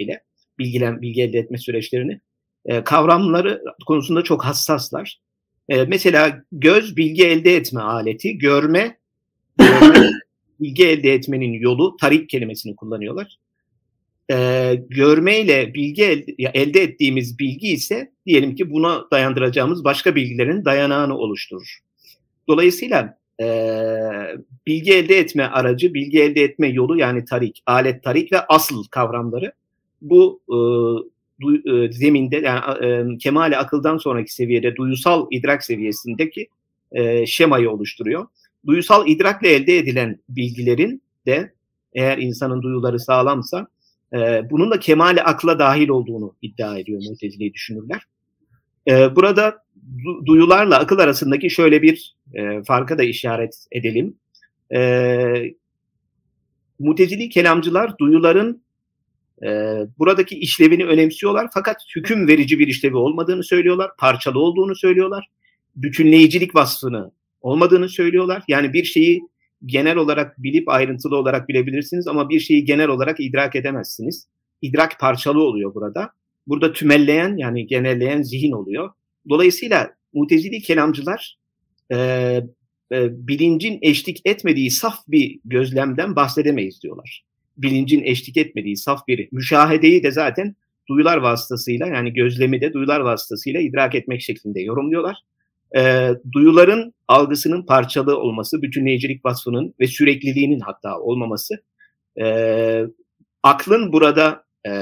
bilgilen, bilgi elde etme süreçlerini. E, kavramları konusunda çok hassaslar. E, mesela göz bilgi elde etme aleti, görme, görme bilgi elde etmenin yolu, tarik kelimesini kullanıyorlar. E, görmeyle bilgi elde, elde ettiğimiz bilgi ise diyelim ki buna dayandıracağımız başka bilgilerin dayanağını oluşturur. Dolayısıyla e, bilgi elde etme aracı, bilgi elde etme yolu yani tarik, alet tarik ve asıl kavramları bu e, du, e, zeminde yani e, kemale akıldan sonraki seviyede duyusal idrak seviyesindeki e, şemayı oluşturuyor. Duyusal idrakle elde edilen bilgilerin de eğer insanın duyuları sağlamsa e, bunun da kemale akla dahil olduğunu iddia ediyor Mu'tezili düşünürler. E, burada du, duyularla akıl arasındaki şöyle bir e, farka da işaret edelim. E, Mu'tezili kelamcılar duyuların e, buradaki işlevini önemsiyorlar fakat hüküm verici bir işlevi olmadığını söylüyorlar, parçalı olduğunu söylüyorlar, bütünleyicilik vasfını olmadığını söylüyorlar. Yani bir şeyi genel olarak bilip ayrıntılı olarak bilebilirsiniz ama bir şeyi genel olarak idrak edemezsiniz. İdrak parçalı oluyor burada. Burada tümelleyen yani genelleyen zihin oluyor. Dolayısıyla Mu'tezili kelamcılar e, e, bilincin eşlik etmediği saf bir gözlemden bahsedemeyiz diyorlar. Bilincin eşlik etmediği saf bir müşahedeyi de zaten duyular vasıtasıyla yani gözlemi de duyular vasıtasıyla idrak etmek şeklinde yorumluyorlar. E, duyuların algısının parçalı olması, bütünleyicilik vasfının ve sürekliliğinin hatta olmaması, e, aklın burada e,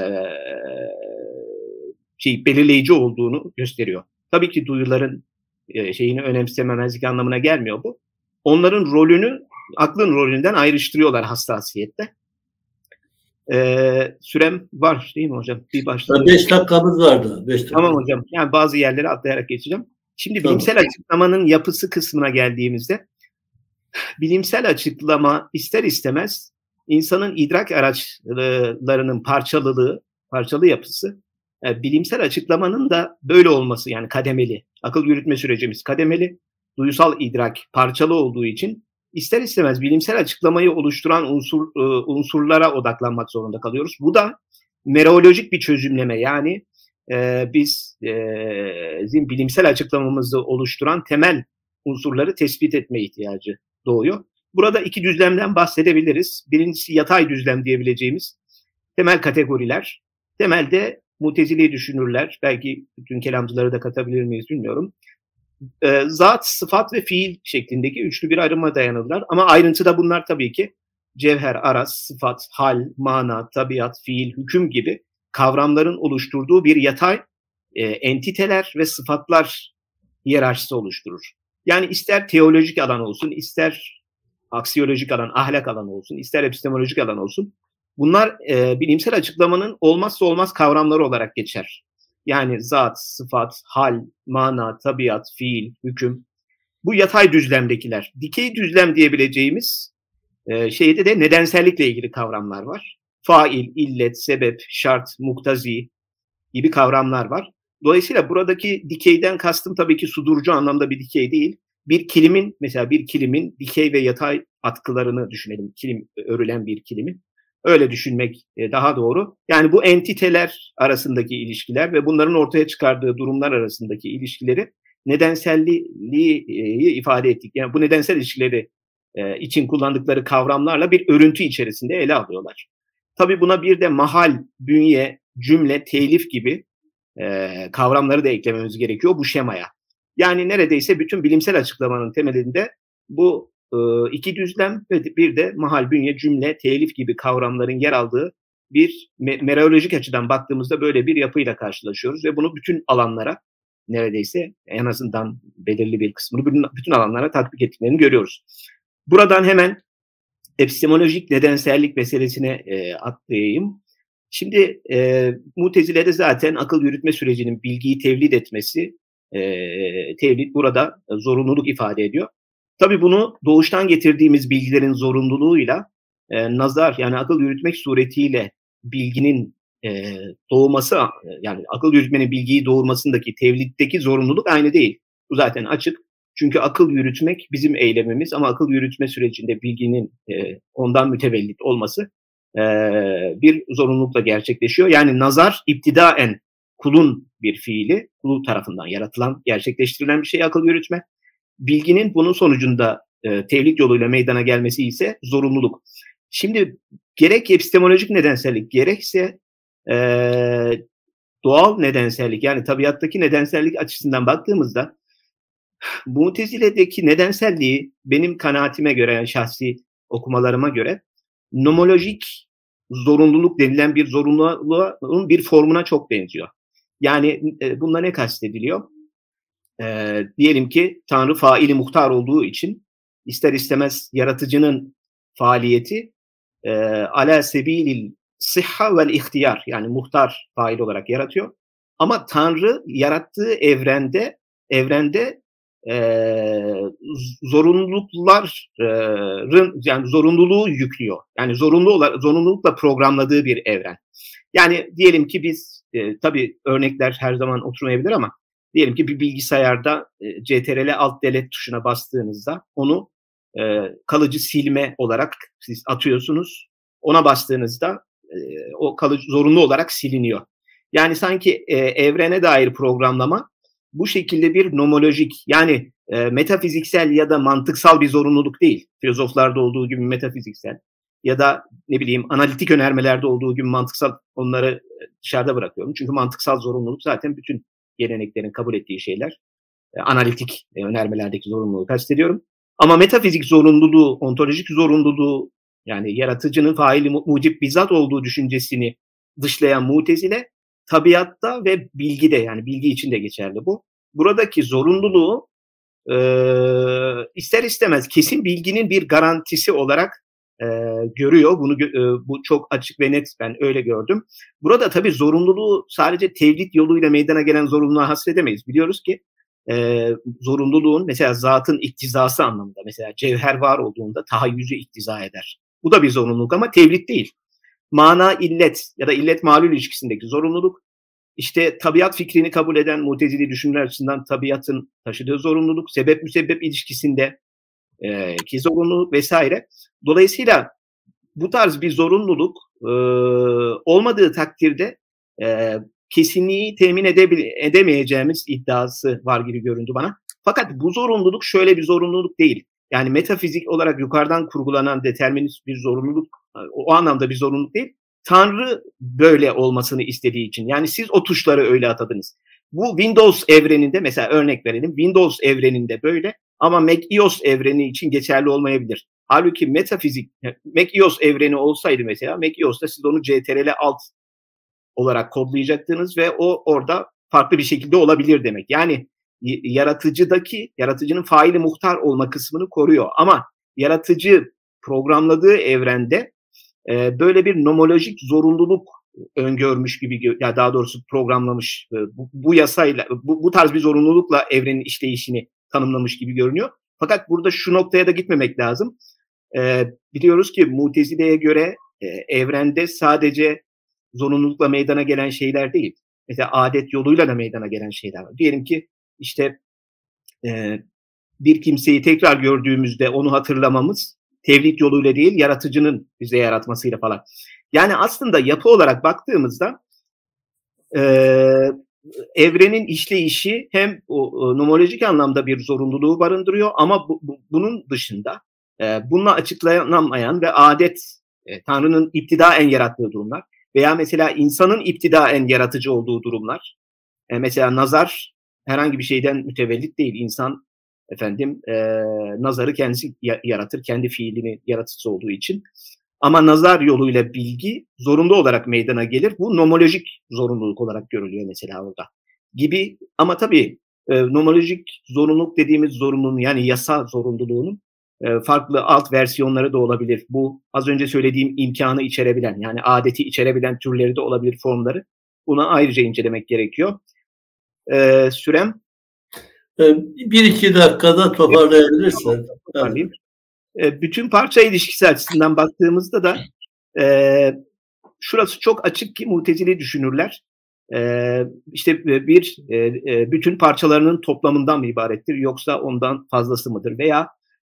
şey belirleyici olduğunu gösteriyor. Tabii ki duyuların e, şeyini önemsememezlik anlamına gelmiyor bu. Onların rolünü aklın rolünden ayrıştırıyorlar hassasiyette. E, sürem var değil mi hocam? Bir başlayalım. Beş dakikamız vardı. Beş dakika. Tamam hocam. Yani bazı yerleri atlayarak geçeceğim. Şimdi bilimsel tamam. açıklamanın yapısı kısmına geldiğimizde bilimsel açıklama ister istemez insanın idrak araçlarının parçalılığı, parçalı yapısı, yani bilimsel açıklamanın da böyle olması yani kademeli. Akıl yürütme sürecimiz kademeli, duyusal idrak parçalı olduğu için ister istemez bilimsel açıklamayı oluşturan unsur, unsurlara odaklanmak zorunda kalıyoruz. Bu da mereolojik bir çözümleme yani Ee, biz e, bilimsel açıklamamızı oluşturan temel unsurları tespit etme ihtiyacı doğuyor. Burada iki düzlemden bahsedebiliriz. Birincisi yatay düzlem diyebileceğimiz temel kategoriler. Temelde Mu'tezili düşünürler, belki bütün kelamcıları da katabilir miyiz bilmiyorum. Ee, zat, sıfat ve fiil şeklindeki üçlü bir ayrıma dayanırlar. Ama ayrıntıda bunlar tabii ki cevher, araz, sıfat, hal, mana, tabiat, fiil, hüküm gibi kavramların oluşturduğu bir yatay e, entiteler ve sıfatlar hiyerarşisi oluşturur. Yani ister teolojik alan olsun, ister aksiyolojik alan, ahlak alanı olsun, ister epistemolojik alan olsun. Bunlar e, bilimsel açıklamanın olmazsa olmaz kavramları olarak geçer. Yani zat, sıfat, hal, mana, tabiat, fiil, hüküm. Bu yatay düzlemdekiler. Dikey düzlem diyebileceğimiz e, şeyde de nedensellikle ilgili kavramlar var. Fail, illet, sebep, şart, muktazi gibi kavramlar var. Dolayısıyla buradaki dikeyden kastım tabii ki sudurcu anlamda bir dikey değil. Bir kilimin, mesela bir kilimin dikey ve yatay atkılarını düşünelim. Kilim, örülen bir kilimin. Öyle düşünmek daha doğru. Yani bu entiteler arasındaki ilişkiler ve bunların ortaya çıkardığı durumlar arasındaki ilişkileri nedenselliği ifade ettik. Yani bu nedensel ilişkileri için kullandıkları kavramlarla bir örüntü içerisinde ele alıyorlar. Tabii buna bir de mahal, bünye, cümle, telif gibi e, kavramları da eklememiz gerekiyor bu şemaya. Yani neredeyse bütün bilimsel açıklamanın temelinde bu e, iki düzlem ve bir de mahal, bünye, cümle, telif gibi kavramların yer aldığı bir me- mereolojik açıdan baktığımızda böyle bir yapıyla karşılaşıyoruz ve bunu bütün alanlara neredeyse en azından belirli bir kısmını bütün, bütün alanlara tatbik ettiklerini görüyoruz. Buradan hemen epistemolojik nedensellik meselesine e, atlayayım. Şimdi e, Mu'tezile'de zaten akıl yürütme sürecinin bilgiyi tevlid etmesi, e, tevlid burada zorunluluk ifade ediyor. Tabii bunu doğuştan getirdiğimiz bilgilerin zorunluluğuyla e, nazar yani akıl yürütmek suretiyle bilginin e, doğması yani akıl yürütmenin bilgiyi doğurmasındaki tevliddeki zorunluluk aynı değil. Bu zaten açık. Çünkü akıl yürütmek bizim eylemimiz ama akıl yürütme sürecinde bilginin e, ondan mütevellit olması e, bir zorunlulukla gerçekleşiyor. Yani nazar iptidaen kulun bir fiili, kulu tarafından yaratılan, gerçekleştirilen bir şey akıl yürütme. Bilginin bunun sonucunda e, tevhid yoluyla meydana gelmesi ise zorunluluk. Şimdi gerek epistemolojik nedensellik, gerekse e, doğal nedensellik, yani tabiattaki nedensellik açısından baktığımızda Mutezile'deki nedenselliği benim kanaatime göre, yani şahsi okumalarıma göre nomolojik zorunluluk denilen bir zorunluluğun bir formuna çok benziyor. Yani e, bunda ne kastediliyor? E, diyelim ki Tanrı faili muhtar olduğu için ister istemez yaratıcının faaliyeti e, ala sebilil sıhha vel ihtiyar, yani muhtar fail olarak yaratıyor. Ama Tanrı yarattığı evrende evrende e, zorunlulukların yani zorunluluğu yüklüyor. Yani zorunlu olarak zorunlulukla programladığı bir evren. Yani diyelim ki biz e, tabii örnekler her zaman oturmayabilir ama diyelim ki bir bilgisayarda e, C T R L Alt Delete tuşuna bastığınızda onu e, kalıcı silme olarak siz atıyorsunuz. Ona bastığınızda e, o kalıcı zorunlu olarak siliniyor. Yani sanki e, evrene dair programlama bu şekilde bir nomolojik, yani e, metafiziksel ya da mantıksal bir zorunluluk değil. Filozoflarda olduğu gibi metafiziksel ya da ne bileyim analitik önermelerde olduğu gibi mantıksal, onları dışarıda bırakıyorum. Çünkü mantıksal zorunluluk zaten bütün geleneklerin kabul ettiği şeyler. E, analitik e, önermelerdeki zorunluluğu kastediyorum. Ama metafizik zorunluluğu, ontolojik zorunluluğu, yani yaratıcının faili mucib bizzat olduğu düşüncesini dışlayan Mutezile, tabiatta ve bilgide, yani bilgi için de geçerli bu. Buradaki zorunluluğu e, ister istemez kesin bilginin bir garantisi olarak e, görüyor. Bunu e, bu çok açık ve net, ben öyle gördüm. Burada tabii zorunluluğu sadece tevhid yoluyla meydana gelen zorunluluğa hasredemeyiz. Biliyoruz ki e, zorunluluğun mesela zatın iktizası anlamında, mesela cevher var olduğunda tahayyüzü iktiza eder. Bu da bir zorunluluk ama tevhid değil. Mana illet ya da illet malul ilişkisindeki zorunluluk, işte tabiat fikrini kabul eden Mutezili düşünürler açısından tabiatın taşıdığı zorunluluk, sebep müsebbep ilişkisinde e, ki zorunluluk vesaire. Dolayısıyla bu tarz bir zorunluluk e, olmadığı takdirde e, kesinliği temin edebil- edemeyeceğimiz iddiası var gibi göründü bana. Fakat bu zorunluluk şöyle bir zorunluluk değil. Yani metafizik olarak yukarıdan kurgulanan determinist bir zorunluluk, o anlamda bir zorunluluk değil. Tanrı böyle olmasını istediği için. Yani siz o tuşları öyle atadınız. Bu Windows evreninde, mesela örnek verelim, Windows evreninde böyle ama macOS evreni için geçerli olmayabilir. Halbuki metafizik, macOS evreni olsaydı mesela, macOS'ta siz onu C T R L Alt olarak kodlayacaktınız ve o orada farklı bir şekilde olabilir demek. Yani yaratıcıdaki, yaratıcının faili muhtar olma kısmını koruyor. Ama yaratıcı programladığı evrende e, böyle bir nomolojik zorunluluk öngörmüş gibi, ya yani daha doğrusu programlamış, e, bu, bu yasayla, bu, bu tarz bir zorunlulukla evrenin işleyişini tanımlamış gibi görünüyor. Fakat burada şu noktaya da gitmemek lazım. E, biliyoruz ki Mutezile'ye göre e, evrende sadece zorunlulukla meydana gelen şeyler değil. Mesela adet yoluyla da meydana gelen şeyler var. Diyelim ki işte e, bir kimseyi tekrar gördüğümüzde onu hatırlamamız tevhid yoluyla değil, yaratıcının bize yaratmasıyla falan. Yani aslında yapı olarak baktığımızda e, evrenin işleyişi hem o, o, nomolojik anlamda bir zorunluluğu barındırıyor ama bu, bu, bunun dışında e, bununla açıklanamayan ve adet, e, Tanrı'nın iptidaen yarattığı durumlar veya mesela insanın iptidaen yaratıcı olduğu durumlar. E, mesela nazar herhangi bir şeyden mütevellit değil. İnsan efendim e, nazarı kendisi yaratır, kendi fiilini yaratıcısı olduğu için. Ama nazar yoluyla bilgi zorunlu olarak meydana gelir. Bu nomolojik zorunluluk olarak görülüyor mesela orada gibi. Ama tabii e, nomolojik zorunluluk dediğimiz zorunluluğun, yani yasa zorunluluğunun e, farklı alt versiyonları da olabilir. Bu az önce söylediğim imkanı içerebilen, yani adeti içerebilen türleri de olabilir, formları. Buna ayrıca incelemek gerekiyor. E, sürem? Bir iki dakikada toparlayabilirsen. Toparlayayım. E, bütün parça ilişkisi açısından baktığımızda da e, şurası çok açık ki Mutezili düşünürler e, işte bir e, bütün parçalarının toplamından mı ibarettir yoksa ondan fazlası mıdır? Veya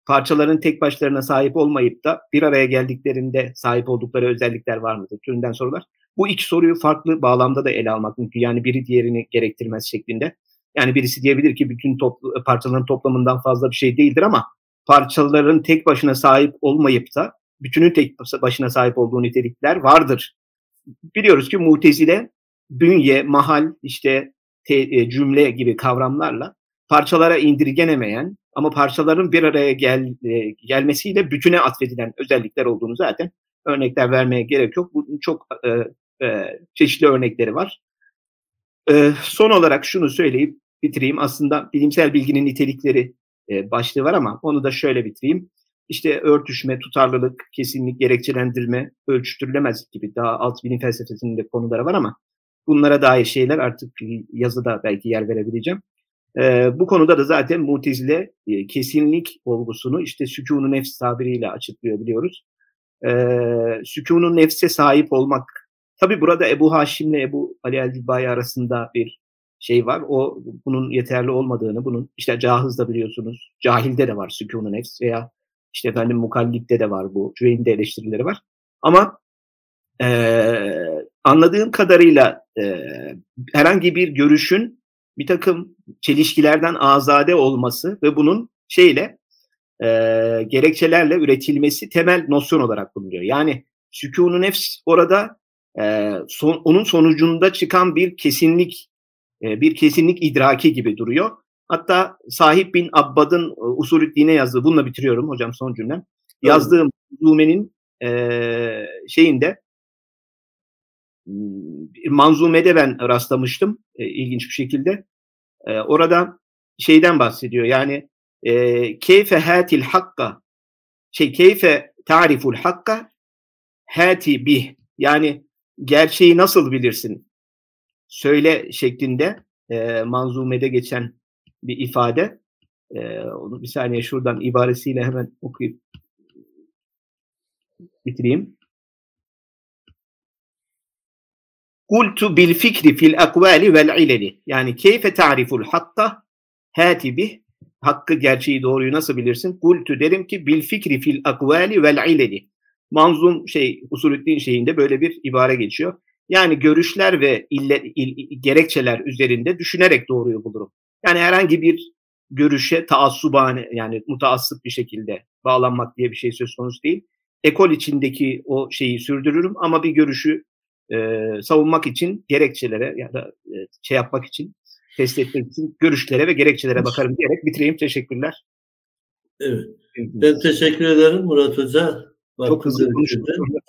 parçaların tek başlarına sahip olmayıp da bir araya geldiklerinde sahip oldukları özellikler var mıdır türünden sorular. Bu iki soruyu farklı bağlamda da ele almak mümkün. Yani biri diğerini gerektirmez şeklinde. Yani birisi diyebilir ki bütün toplu, parçaların toplamından fazla bir şey değildir ama parçaların tek başına sahip olmayıp da bütünün tek başına sahip olduğu nitelikler vardır. Biliyoruz ki Mutezile bünye, mahal, işte te, cümle gibi kavramlarla parçalara indirgenemeyen ama parçaların bir araya gel, gelmesiyle bütüne atfedilen özellikler olduğunu zaten örnekler vermeye gerek yok. Bunun çok e, e, çeşitli örnekleri var. E, son olarak şunu söyleyip bitireyim. Aslında bilimsel bilginin nitelikleri e, başlığı var ama onu da şöyle bitireyim. İşte örtüşme, tutarlılık, kesinlik, gerekçelendirme, ölçütürülemezlik gibi daha alt bilim felsefesinin de konuları var ama bunlara dair şeyler artık yazıda belki yer verebileceğim. Ee, bu konuda da zaten Mutezile e, kesinlik olgusunu işte sükûn-u nefs tabiriyle açıklıyor biliyoruz. Ee, sükûn-u nefse sahip olmak. Tabi burada Ebu Haşim'le Ebu Ali el-Dibbai arasında bir şey var. O bunun yeterli olmadığını, bunun işte Cahız'da biliyorsunuz, Cahil'de de var sükûn-u nefs veya işte efendim Mukallid'de de var bu. Cüveyn'de eleştirileri var. Ama e, anladığım kadarıyla e, herhangi bir görüşün bir takım çelişkilerden azade olması ve bunun şeyle e, gerekçelerle üretilmesi temel nosyon olarak bulunuyor. Yani sükûn-u nefs orada e, son, onun sonucunda çıkan bir kesinlik e, bir kesinlik idraki gibi duruyor. Hatta Sahip bin Abbad'ın e, Usulü'd-Din'e yazdığı, bununla bitiriyorum hocam son cümlem. Yazdığım manzumenin e, şeyinde manzumede ben rastlamıştım e, ilginç bir şekilde. E, orada şeyden bahsediyor. Yani e, keyfe hatil hakka şey keyfe ta'riful hakka hati bih. Yani gerçeği nasıl bilirsin? Söyle şeklinde e, manzumede geçen bir ifade. E, onu bir saniye şuradan ibaresiyle hemen okuyup bitireyim. Kultu bil fikri fil akvali vel ileli. Yani keyfe ta'riful hakka hati bih. Hakkı, gerçeği, doğruyu nasıl bilirsin? Kultu derim ki bil fikri fil akvali vel ileli. Manzum şey Usulü'd-Din şeyinde böyle bir ibare geçiyor. Yani görüşler ve ille, il, gerekçeler üzerinde düşünerek doğruyu bulurum. Yani herhangi bir görüşe taassubane yani mutaassıp bir şekilde bağlanmak diye bir şey söz konusu değil. Ekol içindeki o şeyi sürdürürüm ama bir görüşü e, savunmak için gerekçelere ya da e, şey yapmak için, test etmek için görüşlere ve gerekçelere bakarım diyerek bitireyim. Teşekkürler. Evet. Ben teşekkür ederim Murat Hoca. Çok hızlı konuştum.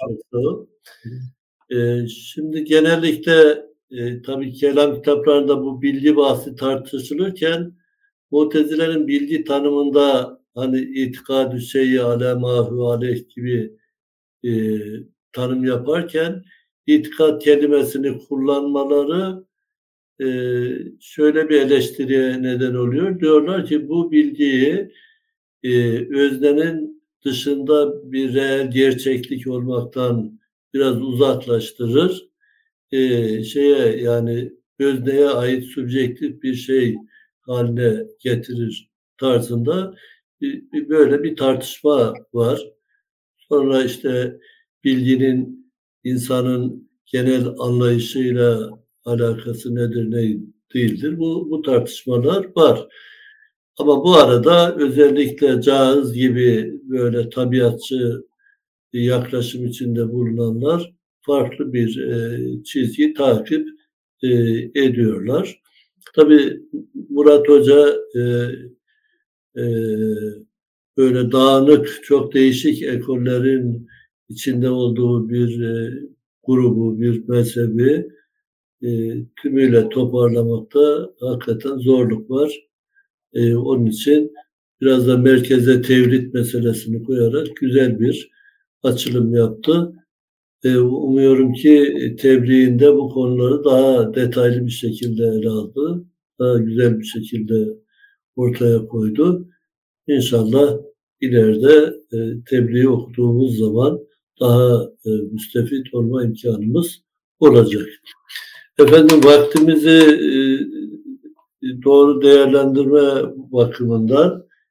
Ee, şimdi genellikle e, tabii kelam kitaplarında bu bilgi bahsi tartışılırken Mutezilerin bilgi tanımında hani itikad-ü şey'i alemahu aleyh gibi e, tanım yaparken itikad kelimesini kullanmaları e, şöyle bir eleştiriye neden oluyor. Diyorlar ki bu bilgiyi e, öznenin dışında bir reel gerçeklik olmaktan biraz uzaklaştırır. E, şeye yani özneye ait subjektif bir şey haline getirir tarzında bir, bir, böyle bir tartışma var. Sonra işte bilginin insanın genel anlayışıyla alakası nedir ne değildir bu, bu tartışmalar var. Ama bu arada özellikle Cahız gibi böyle tabiatçı yaklaşım içinde bulunanlar farklı bir e, çizgi takip e, ediyorlar. Tabii Murat Hoca e, e, böyle dağınık, çok değişik ekollerin içinde olduğu bir e, grubu, bir mezhebi e, tümüyle toparlamakta hakikaten zorluk var. E, onun için biraz da merkeze tevhid meselesini koyarak güzel bir açılım yaptı. E, umuyorum ki tebliğinde bu konuları daha detaylı bir şekilde ele aldı. Daha güzel bir şekilde ortaya koydu. İnşallah ileride e, tebliği okuduğumuz zaman daha e, müstefit olma imkanımız olacak. Efendim vaktimizi e, doğru değerlendirme bakımından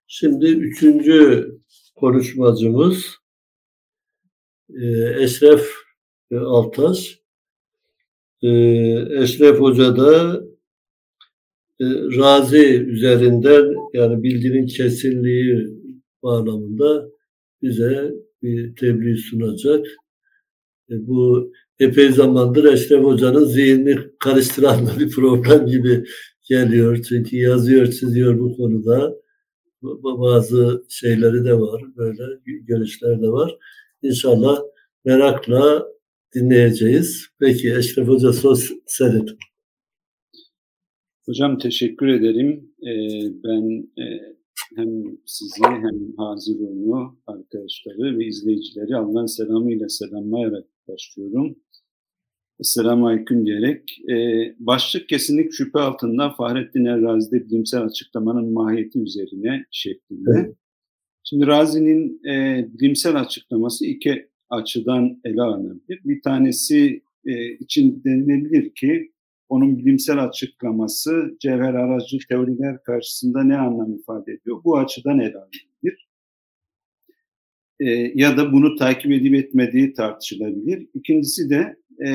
Şimdi üçüncü konuşmacımız e, Eşref Altaş. E, Eşref Hoca da e, Razi üzerinden, yani bilginin kesinliği bağlamında bize bir tebliğ sunacak. E, bu epey zamandır Eşref Hoca'nın zihnini karıştıran bir problem gibi geliyor. Çünkü yazıyor, çiziyor bu konuda. Bazı şeyleri de var, böyle görüşler de var. İnşallah merakla dinleyeceğiz. Peki Eşref Hoca, söz senin. Hocam teşekkür ederim. Ee, ben e, hem sizi hem Hazirun'u, arkadaşları ve izleyicileri Allah'ın selamıyla selamlayarak başlıyorum. Esselamu Aleyküm diyerek. Ee, başlık kesinlik şüphe altında Fahrettin Er-Razi'de bilimsel açıklamanın mahiyeti üzerine şeklinde. Evet. Şimdi Razi'nin e, bilimsel açıklaması iki açıdan ele alınabilir. Bir tanesi e, için denilebilir ki onun bilimsel açıklaması cevher aracı teoriler karşısında ne anlam ifade ediyor? Bu açıdan ele alınabilir. E, ya da bunu takip edip etmediği tartışılabilir. İkincisi de e,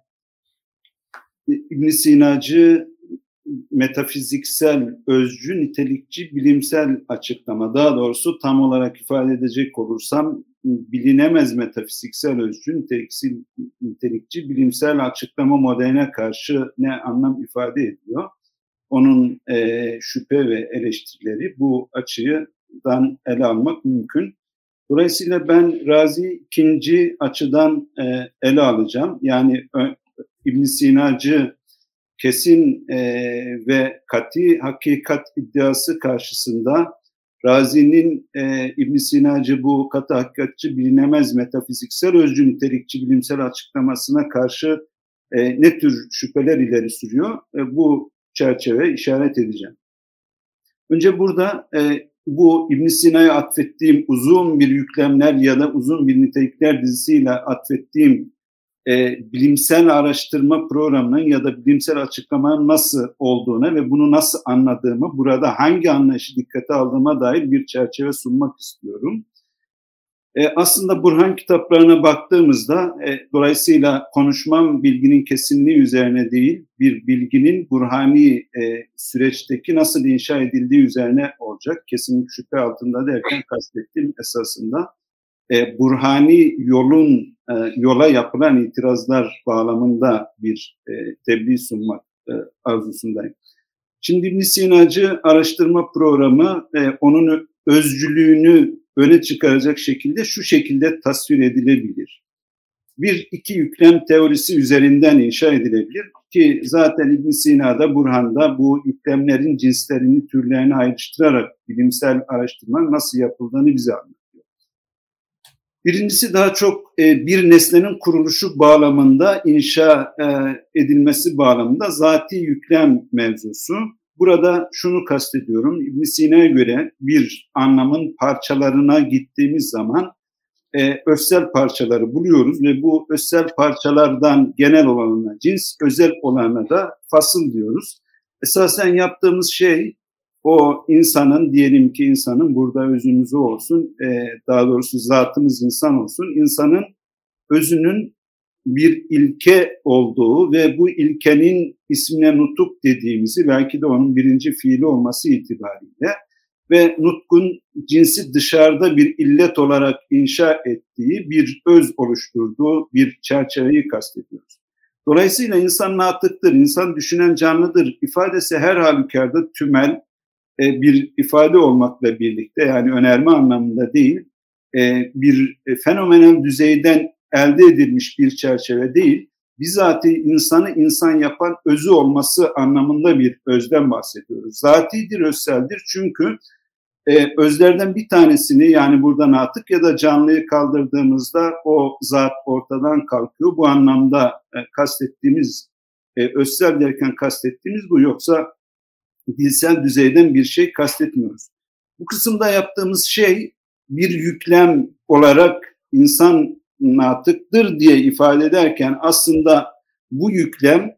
İbn Sinacı metafiziksel, özcü, nitelikçi, bilimsel açıklama. Daha doğrusu tam olarak ifade edecek olursam bilinemez metafiziksel, özcü, niteliksel, nitelikçi, bilimsel açıklama modeline karşı ne anlam ifade ediyor? Onun e, şüphe ve eleştirileri bu açıdan ele almak mümkün. Dolayısıyla ben Razi ikinci açıdan e, ele alacağım. Yani İbn Sinacı kesin e, ve kati hakikat iddiası karşısında Razi'nin e, İbn Sinacı bu katı hakikatçı, bilinemez metafiziksel, özcü, nitelikçi, bilimsel açıklamasına karşı e, ne tür şüpheler ileri sürüyor? E, bu çerçeve işaret edeceğim. Önce burada e, bu İbn Sina'ya atfettiğim uzun bir yüklemler ya da uzun bir nitelikler dizisiyle atfettiğim E, bilimsel araştırma programının ya da bilimsel açıklamanın nasıl olduğuna ve bunu nasıl anladığımı, burada hangi anlayışı dikkate aldığıma dair bir çerçeve sunmak istiyorum. E, aslında Burhan kitaplarına baktığımızda e, dolayısıyla konuşmam bilginin kesinliği üzerine değil, bir bilginin burhani e, süreçteki nasıl inşa edildiği üzerine olacak. Kesinlik şüphe altında derken kastettiğim esasında E, burhani yolun e, yola yapılan itirazlar bağlamında bir e, tebliğ sunmak e, arzusundayım. Şimdi İbn Sinacı araştırma programı e, onun özcülüğünü öne çıkaracak şekilde şu şekilde tasvir edilebilir. Bir iki yüklem teorisi üzerinden inşa edilebilir ki zaten İbn Sina'da, Burhan'da bu yüklemlerin cinslerini, türlerini ayrıştırarak bilimsel araştırma nasıl yapıldığını bize anlatıyor. Birincisi daha çok e, bir nesnenin kuruluşu bağlamında, inşa e, edilmesi bağlamında zati yüklem mevzusu. Burada şunu kastediyorum, İbn Sina'ya göre bir anlamın parçalarına gittiğimiz zaman e, özsel parçaları buluyoruz ve bu özsel parçalardan genel olanına cins, özel olana da fasıl diyoruz. Esasen yaptığımız şey, o insanın, diyelim ki insanın, burada özümüz o olsun, e, daha doğrusu zatımız insan olsun, insanın özünün bir ilke olduğu ve bu ilkenin ismine nutuk dediğimizi, belki de onun birinci fiili olması itibariyle ve nutkun cinsi dışarıda bir illet olarak inşa ettiği, bir öz oluşturduğu bir çerçeveyi kastediyoruz. Dolayısıyla insan natıktır, insan düşünen canlıdır ifadesi her halükarda tümel bir ifade olmakla birlikte, yani önerme anlamında değil, bir fenomenal düzeyden elde edilmiş bir çerçeve değil, bizatihi insanı insan yapan özü olması anlamında bir özden bahsediyoruz. Zatidir, özseldir çünkü özlerden bir tanesini, yani burada natık ya da canlıyı kaldırdığımızda o zat ortadan kalkıyor. Bu anlamda kastettiğimiz, özsel derken kastettiğimiz bu, yoksa dilsel düzeyden bir şey kastetmiyoruz. Bu kısımda yaptığımız şey bir yüklem olarak insan natıktır diye ifade ederken aslında bu yüklem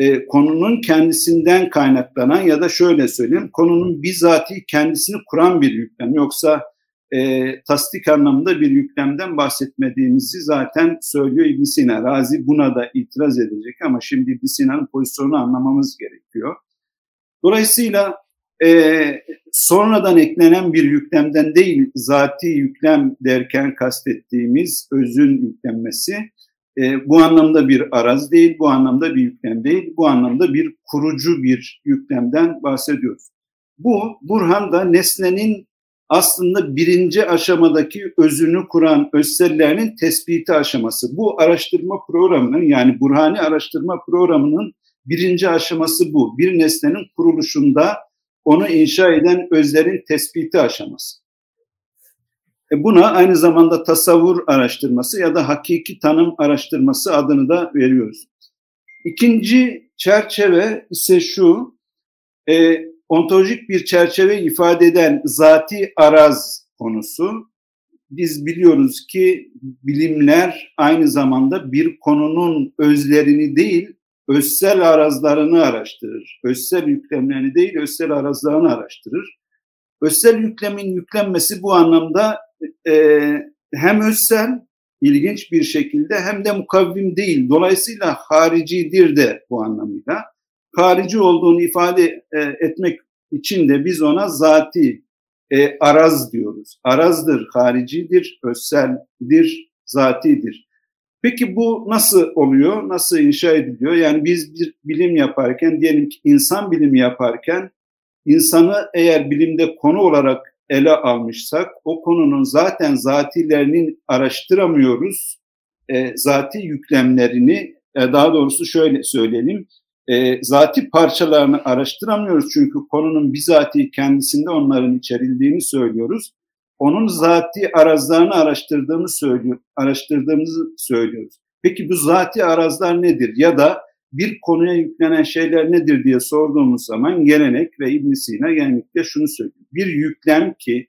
e, konunun kendisinden kaynaklanan ya da şöyle söyleyeyim, konunun bizatihi kendisini kuran bir yüklem. Yoksa e, tasdik anlamında bir yüklemden bahsetmediğimizi zaten söylüyor İbn Sina. Razi buna da itiraz edecek ama şimdi İbn Sina'nın pozisyonunu anlamamız gerekiyor. Dolayısıyla e, sonradan eklenen bir yüklemden değil, zati yüklem derken kastettiğimiz özün yüklenmesi, e, bu anlamda bir araz değil, bu anlamda bir yüklem değil, bu anlamda bir kurucu bir yüklemden bahsediyoruz. Bu, Burhan'da nesnenin aslında birinci aşamadaki özünü kuran özsellerinin tespiti aşaması. Bu araştırma programının, yani Burhani araştırma programının birinci aşaması bu. Bir nesnenin kuruluşunda onu inşa eden özlerin tespiti aşaması. E buna aynı zamanda tasavvur araştırması ya da hakiki tanım araştırması adını da veriyoruz. İkinci çerçeve ise şu, e, ontolojik bir çerçeve ifade eden zati araz konusu. Biz biliyoruz ki bilimler aynı zamanda bir konunun özlerini değil, özsel arazlarını araştırır. Özsel yüklemlerini değil, özsel arazlarını araştırır. Özsel yüklemin yüklenmesi bu anlamda e, hem özsel, ilginç bir şekilde, hem de mukavvim değil. Dolayısıyla haricidir de bu anlamıyla. Harici olduğunu ifade e, etmek için de biz ona zati, e, araz diyoruz. Arazdır, haricidir, özseldir, zatidir. Peki bu nasıl oluyor, nasıl inşa ediliyor? Yani biz bir bilim yaparken, diyelim ki insan bilimi yaparken, insanı eğer bilimde konu olarak ele almışsak, o konunun zaten zatilerini araştıramıyoruz. E, zati yüklemlerini, e, daha doğrusu şöyle söyleyelim, e, zati parçalarını araştıramıyoruz. Çünkü konunun bizatihi kendisinde onların içerildiğini söylüyoruz. Onun zati arazlarını araştırdığımızı söylüyor, araştırdığımızı söylüyoruz. Peki bu zati arazlar nedir? Ya da bir konuya yüklenen şeyler nedir diye sorduğumuz zaman gelenek ve İbn Sina genellikle şunu söylüyor. Bir yüklem ki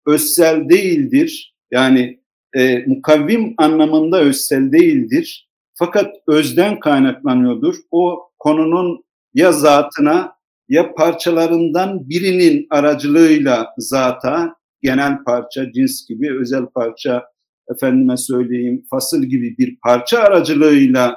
özsel değildir, yani e, mukavvim anlamında özsel değildir, fakat özden kaynaklanıyordur. O konunun ya zatına ya parçalarından birinin aracılığıyla zata, genel parça, cins gibi, özel parça, efendime söyleyeyim fasıl gibi bir parça aracılığıyla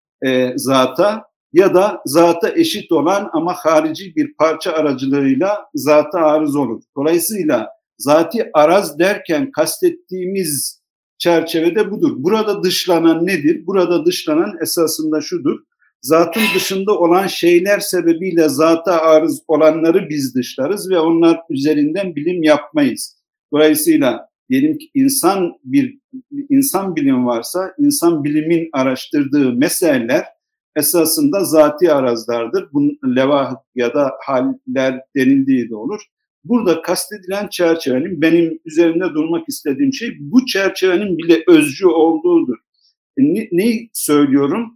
e, zata ya da zata eşit olan ama harici bir parça aracılığıyla zata arız olur. Dolayısıyla zati araz derken kastettiğimiz çerçevede budur. Burada dışlanan nedir? Burada dışlanan esasında şudur. Zatın dışında olan şeyler sebebiyle zata arız olanları biz dışlarız ve onlar üzerinden bilim yapmayız. Dolayısıyla diyelim ki insan bir insan bilim varsa, insan bilimin araştırdığı meseleler esasında zati arazlardır. Bunun levah ya da haller denildiği de olur. Burada kastedilen çerçevenin, benim üzerinde durmak istediğim şey, bu çerçevenin bile özcü olduğudur. Ne, neyi söylüyorum?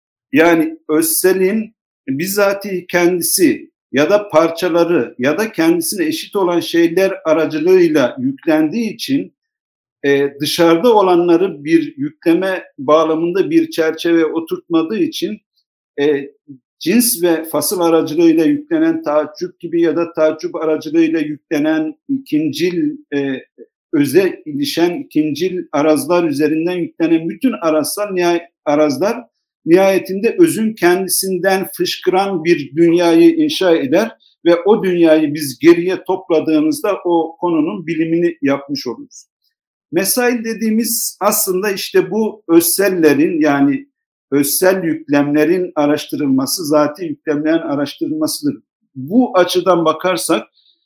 Yani özselin bizatihi kendisi ya da parçaları ya da kendisine eşit olan şeyler aracılığıyla yüklendiği için e, dışarıda olanları bir yükleme bağlamında bir çerçeveye oturtmadığı için e, cins ve fasıl aracılığıyla yüklenen taaccüp gibi ya da taaccüp aracılığıyla yüklenen ikincil e, öze ilişen ikincil arazlar üzerinden yüklenen bütün arazlar, nihayet, arazlar nihayetinde özün kendisinden fışkıran bir dünyayı inşa eder ve o dünyayı biz geriye topladığımızda o konunun bilimini yapmış oluruz. Mesail dediğimiz aslında işte bu özsellerin, yani özsel yüklemlerin araştırılması, zati yüklemlerin araştırılmasıdır. Bu açıdan bakarsak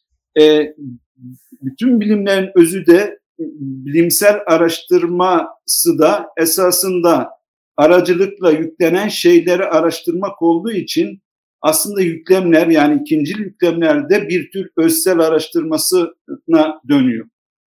e, bütün bilimlerin özü de, bilimsel araştırması da esasında aracılıkla yüklenen şeyleri araştırmak olduğu için aslında yüklemler, yani ikincil yüklemler de bir tür özsel araştırmasına dönüyor.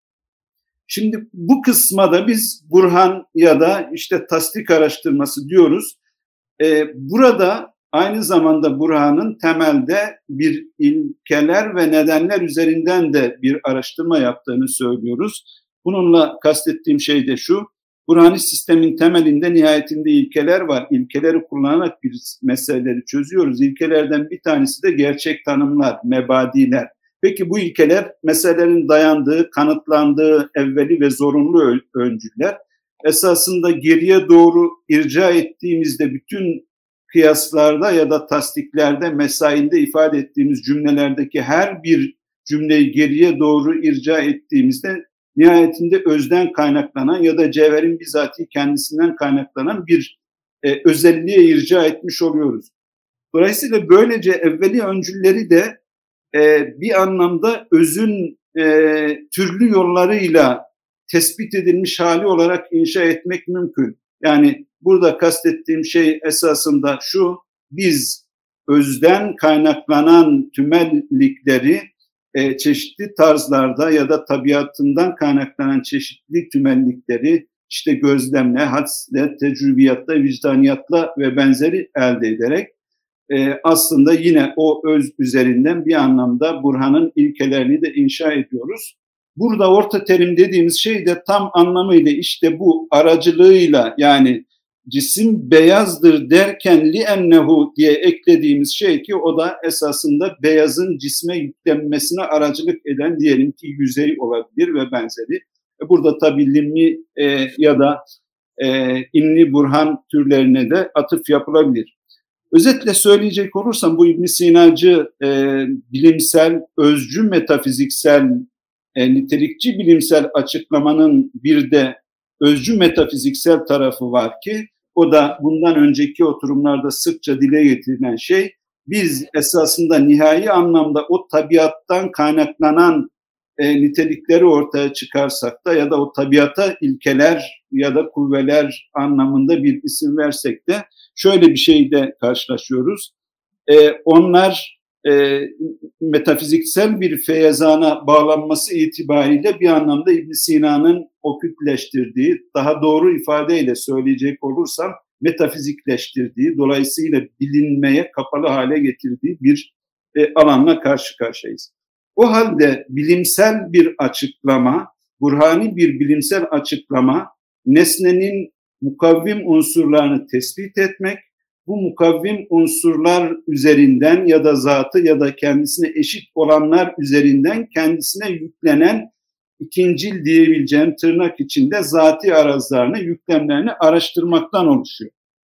Şimdi bu kısma da biz Burhan ya da işte tasdik araştırması diyoruz. Ee, burada aynı zamanda Burhan'ın temelde bir ilkeler ve nedenler üzerinden de bir araştırma yaptığını söylüyoruz. Bununla kastettiğim şey de şu: Burhani sistemin temelinde nihayetinde ilkeler var. İlkeleri kullanarak bir meseleleri çözüyoruz. İlkelerden bir tanesi de gerçek tanımlar, mebadiler. Peki bu ilkeler meselelerin dayandığı, kanıtlandığı evveli ve zorunlu öncüller. Esasında geriye doğru irca ettiğimizde bütün kıyaslarda ya da tasdiklerde, mesainde ifade ettiğimiz cümlelerdeki her bir cümleyi geriye doğru irca ettiğimizde nihayetinde özden kaynaklanan ya da cevherin bizatihi kendisinden kaynaklanan bir e, özelliğe irca etmiş oluyoruz. Dolayısıyla böylece evveli öncülleri de e, bir anlamda özün e, türlü yollarıyla tespit edilmiş hali olarak inşa etmek mümkün. Yani burada kastettiğim şey esasında şu: biz özden kaynaklanan tümellikleri e, çeşitli tarzlarda ya da tabiatından kaynaklanan çeşitli tümellikleri işte gözlemle, hadsle, tecrübiyatla, vicdaniyatla ve benzeri elde ederek e, aslında yine o öz üzerinden bir anlamda Burhan'ın ilkelerini de inşa ediyoruz. Burada orta terim dediğimiz şey de tam anlamıyla işte bu aracılığıyla, yani cisim beyazdır derken li ennehu diye eklediğimiz şey ki o da esasında beyazın cisme yüklenmesine aracılık eden diyelim ki yüzey olabilir ve benzeri. Burada tabii limni e, ya da e, inni burhan türlerine de atıf yapılabilir. Özetle söyleyecek olursam bu İbn Sinacı e, bilimsel, özcü metafiziksel, e, nitelikçi bilimsel açıklamanın bir de özcü metafiziksel tarafı var ki o da bundan önceki oturumlarda sıkça dile getirilen şey, biz esasında nihai anlamda o tabiattan kaynaklanan e, nitelikleri ortaya çıkarsak da ya da o tabiata ilkeler ya da kuvveler anlamında bir isim versek de şöyle bir şeyle karşılaşıyoruz. E, onlar e, metafiziksel bir feyezana bağlanması itibariyle bir anlamda İbn Sina'nın okültleştirdiği, daha doğru ifadeyle söyleyecek olursam metafizikleştirdiği, dolayısıyla bilinmeye kapalı hale getirdiği bir e, alanla karşı karşıyayız. O halde bilimsel bir açıklama, burhani bir bilimsel açıklama, nesnenin mukavvim unsurlarını tespit etmek, bu mukavvim unsurlar üzerinden ya da zatı ya da kendisine eşit olanlar üzerinden kendisine yüklenen ikincil diyebileceğim tırnak içinde zati arazlarını, yüklemlerini araştırmaktan oluşuyor.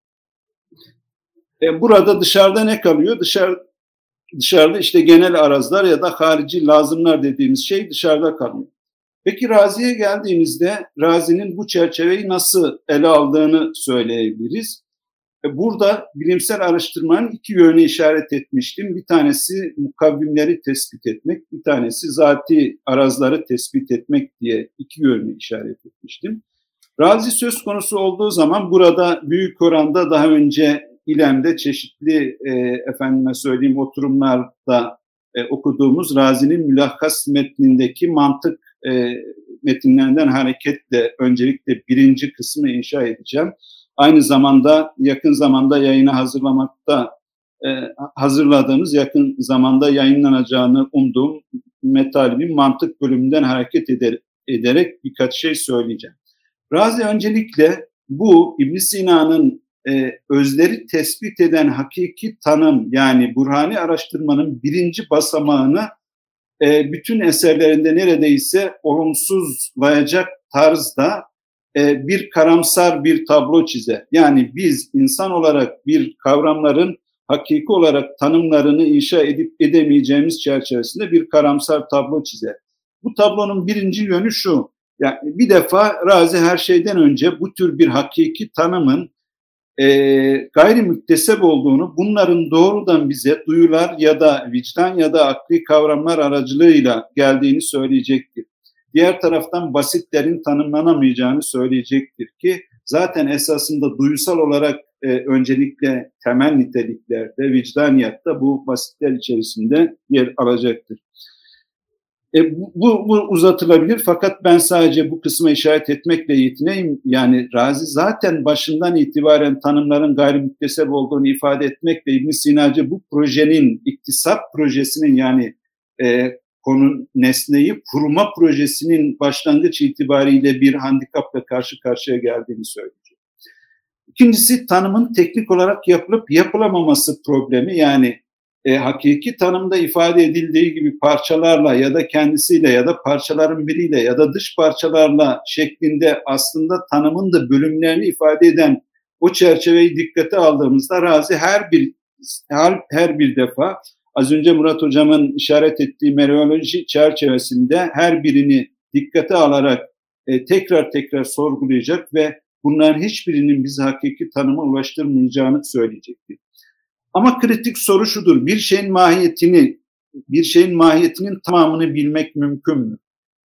E burada dışarıda ne kalıyor? Dışarı, dışarıda işte genel arazlar ya da harici lazımlar dediğimiz şey dışarıda kalıyor. Peki Razi'ye geldiğimizde Razi'nin bu çerçeveyi nasıl ele aldığını söyleyebiliriz. Burada bilimsel araştırmanın iki yönüne işaret etmiştim. Bir tanesi mukavvimleri tespit etmek, bir tanesi zati arazları tespit etmek diye iki yönüne işaret etmiştim. Razi söz konusu olduğu zaman burada büyük oranda daha önce İLEM'de çeşitli e, efendime söyleyeyim oturumlarda e, okuduğumuz Razi'nin mülakkas metnindeki mantık e, metinlerinden hareketle öncelikle birinci kısmı inşa edeceğim. Aynı zamanda yakın zamanda yayına hazırlamakta e, hazırladığımız, yakın zamanda yayınlanacağını umduğum metalibin mantık bölümünden hareket eder, ederek birkaç şey söyleyeceğim. Razi öncelikle bu İbn Sina'nın e, özleri tespit eden hakiki tanım, yani burhani araştırmanın birinci basamağını e, bütün eserlerinde neredeyse olumsuzlayacak tarzda e, bir karamsar bir tablo çizer. Yani biz insan olarak bir kavramların hakiki olarak tanımlarını inşa edip edemeyeceğimiz çerçevesinde bir karamsar tablo çizer. Bu tablonun birinci yönü şu: yani bir defa Razi her şeyden önce bu tür bir hakiki tanımın e, gayri mükteseb olduğunu, bunların doğrudan bize duyular ya da vicdan ya da akli kavramlar aracılığıyla geldiğini söyleyecektir. Diğer taraftan basitlerin tanımlanamayacağını söyleyecektir ki zaten esasında duysal olarak e, öncelikle temel niteliklerde, vicdaniyatta bu basitler içerisinde yer alacaktır. E, bu, bu uzatılabilir fakat ben sadece bu kısma işaret etmekle yetineyim. Yani Razi zaten başından itibaren tanımların gayrimükteseb olduğunu ifade etmekle İbn Sinacı bu projenin, iktisap projesinin yani e, konu nesneyi kurma projesinin başlangıç itibariyle bir handikapla karşı karşıya geldiğini söyleyecek. İkincisi tanımın teknik olarak yapılıp yapılamaması problemi, yani e, hakiki tanımda ifade edildiği gibi parçalarla ya da kendisiyle ya da parçaların biriyle ya da dış parçalarla şeklinde aslında tanımın da bölümlerini ifade eden o çerçeveyi dikkate aldığımızda Razi her bir her, her bir defa az önce Murat Hocam'ın işaret ettiği mereoloji çerçevesinde her birini dikkate alarak e, tekrar tekrar sorgulayacak ve bunların hiçbirinin bizi hakiki tanıma ulaştırmayacağını söyleyecektir. Ama kritik soru şudur: bir şeyin mahiyetini, bir şeyin mahiyetinin tamamını bilmek mümkün mü?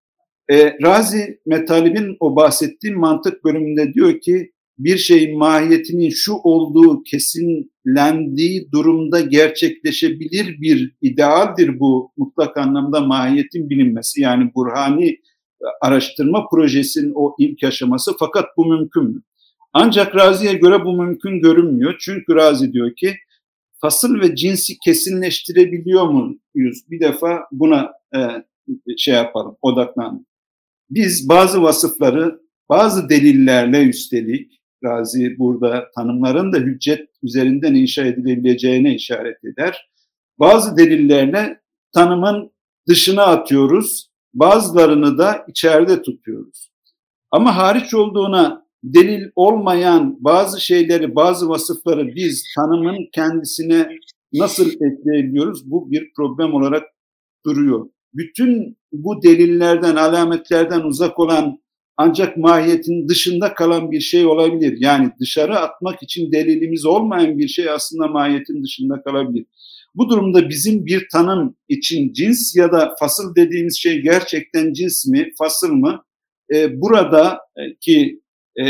E, Razi Metalib'in o bahsettiğim mantık bölümünde diyor ki bir şeyin mahiyetinin şu olduğu kesinlendiği durumda gerçekleşebilir bir idealdir bu mutlak anlamda mahiyetin bilinmesi. Yani Burhani araştırma projesinin o ilk aşaması, fakat bu mümkün mü? Ancak Razi'ye göre bu mümkün görünmüyor. Çünkü Razi diyor ki fasıl ve cinsi kesinleştirebiliyor muyuz? Bir defa buna e, şey yapalım, odaklanalım. Biz bazı vasıfları bazı delillerle, üstelik Razi burada tanımların da hüccet üzerinden inşa edilebileceğine işaret eder. Bazı delillerle tanımın dışına atıyoruz, bazılarını da içeride tutuyoruz. Ama hariç olduğuna delil olmayan bazı şeyleri, bazı vasıfları biz tanımın kendisine nasıl ekleyebiliyoruz? Bu bir problem olarak duruyor. Bütün bu delillerden, alametlerden uzak olan ancak mahiyetin dışında kalan bir şey olabilir. Yani dışarı atmak için delilimiz olmayan bir şey aslında mahiyetin dışında kalabilir. Bu durumda bizim bir tanım için cins ya da fasıl dediğimiz şey gerçekten cins mi, fasıl mı? Ee, buradaki e,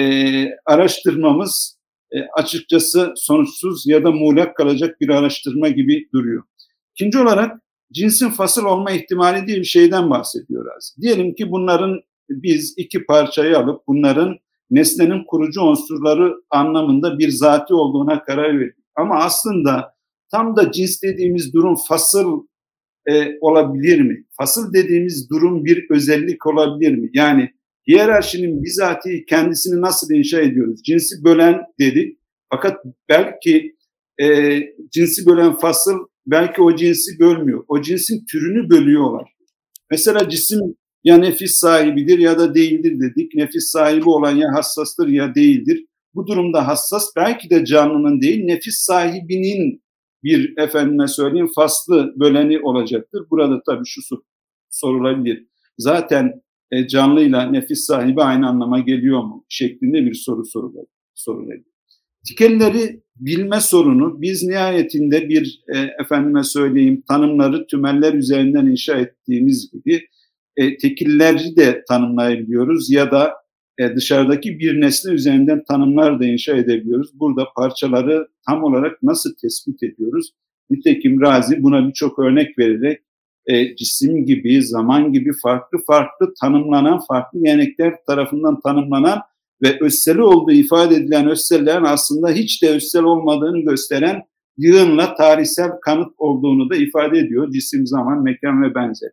araştırmamız e, açıkçası sonuçsuz ya da muğlak kalacak bir araştırma gibi duruyor. İkinci olarak cinsin fasıl olma ihtimali diye bir şeyden bahsediyor Razi. Diyelim ki bunların biz iki parçayı alıp bunların nesnenin kurucu unsurları anlamında bir zati olduğuna karar verdik. Ama aslında tam da cins dediğimiz durum fasıl e, olabilir mi? Fasıl dediğimiz durum bir özellik olabilir mi? Yani hiyerarşinin bizatihi kendisini nasıl inşa ediyoruz? Cinsi bölen dedik. Fakat belki e, cinsi bölen fasıl belki o cinsi bölmüyor. O cinsin türünü bölüyorlar. Mesela cisim ya nefis sahibidir ya da değildir dedik. Nefis sahibi olan ya hassastır ya değildir. Bu durumda hassas belki de canlının değil, nefis sahibinin bir efendime söyleyeyim faslı böleni olacaktır. Burada tabii şu sorulabilir. Zaten e, canlıyla nefis sahibi aynı anlama geliyor mu? Şeklinde bir soru sorulabilir. Tikelleri bilme sorunu, biz nihayetinde bir e, efendime söyleyeyim tanımları tümeller üzerinden inşa ettiğimiz gibi e, tekilleri de tanımlayabiliyoruz ya da e, dışarıdaki bir nesne üzerinden tanımlar da inşa edebiliyoruz. Burada parçaları tam olarak nasıl tespit ediyoruz? Nitekim Razi buna birçok örnek vererek e, cisim gibi, zaman gibi farklı farklı tanımlanan, farklı gelenekler tarafından tanımlanan ve özseli olduğu ifade edilen özsellerin aslında hiç de özsel olmadığını gösteren yığınla tarihsel kanıt olduğunu da ifade ediyor. Cisim, zaman, mekan ve benzeri.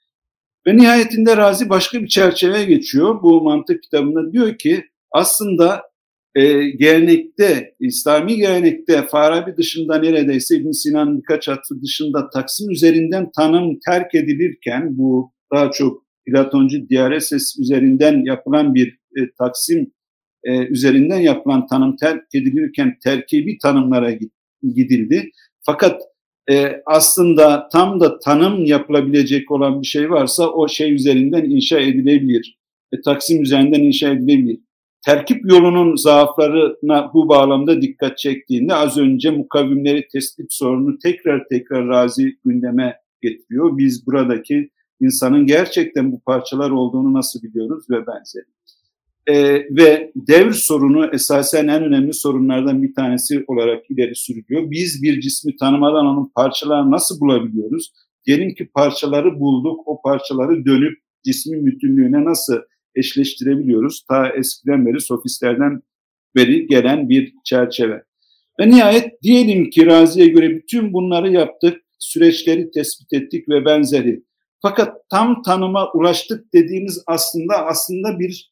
Ve nihayetinde Razi başka bir çerçeveye geçiyor. Bu mantık kitabında diyor ki aslında e, gelenekte, İslami gelenekte Farabi dışında neredeyse İbn Sina'nın birkaç atfı dışında Taksim üzerinden tanım terk edilirken, bu daha çok Platoncu Diareses üzerinden yapılan bir e, Taksim e, üzerinden yapılan tanım terk edilirken terkibi tanımlara gidildi. Fakat e, aslında tam da tanım yapılabilecek olan bir şey varsa o şey üzerinden inşa edilebilir. E, Taksim üzerinden inşa edilebilir. Terkip yolunun zaaflarına bu bağlamda dikkat çektiğinde az önce mukavvimleri tespit sorunu tekrar tekrar Razi gündeme getiriyor. Biz buradaki insanın gerçekten bu parçalar olduğunu nasıl biliyoruz ve benzeri. Ee, ve devr sorunu esasen en önemli sorunlardan bir tanesi olarak ileri sürülüyor. Biz bir cismi tanımadan onun parçalarını nasıl bulabiliyoruz? Diyelim ki parçaları bulduk, o parçaları dönüp cismin bütünlüğüne nasıl eşleştirebiliyoruz? Ta eskiden beri, sofistlerden beri gelen bir çerçeve. Ve nihayet diyelim ki Razi'ye göre bütün bunları yaptık, süreçleri tespit ettik ve benzeri. Fakat tam tanıma ulaştık dediğimiz aslında aslında bir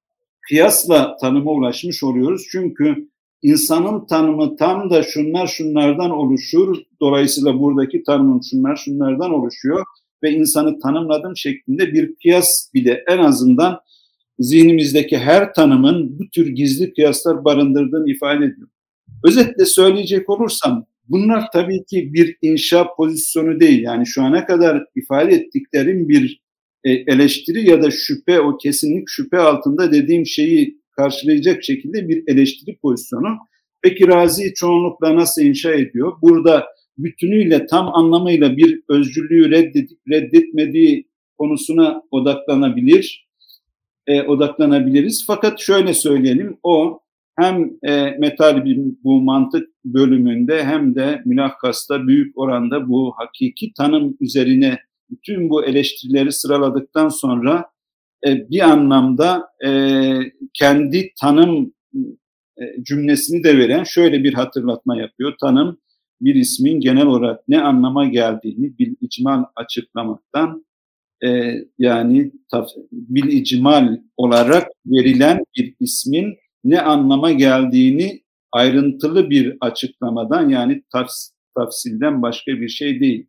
kıyasla tanıma ulaşmış oluyoruz. Çünkü insanın tanımı tam da şunlar şunlardan oluşur. Dolayısıyla buradaki tanımım şunlar şunlardan oluşuyor ve insanı tanımladım şeklinde bir kıyas bile en azından zihnimizdeki her tanımın bu tür gizli kıyaslar barındırdığını ifade ediyor. Özetle söyleyecek olursam bunlar tabii ki bir inşa pozisyonu değil. Yani şu ana kadar ifade ettiklerim bir eleştiri ya da şüphe, o kesinlik şüphe altında dediğim şeyi karşılayacak şekilde bir eleştiri pozisyonu. Peki Razi çoğunlukla nasıl inşa ediyor? Burada bütünüyle tam anlamıyla bir özgürlüğü reddedip reddetmediği konusuna odaklanabilir, e, odaklanabiliriz. Fakat şöyle söyleyelim, o hem e, Metalib'in bu mantık bölümünde hem de Mülakkas'ta büyük oranda bu hakiki tanım üzerine bütün bu eleştirileri sıraladıktan sonra e, bir anlamda e, kendi tanım e, cümlesini de veren şöyle bir hatırlatma yapıyor. Tanım bir ismin genel olarak ne anlama geldiğini bil icmal açıklamaktan e, yani taf- bil icmal olarak verilen bir ismin ne anlama geldiğini ayrıntılı bir açıklamadan yani tafs- tafsilden başka bir şey değil.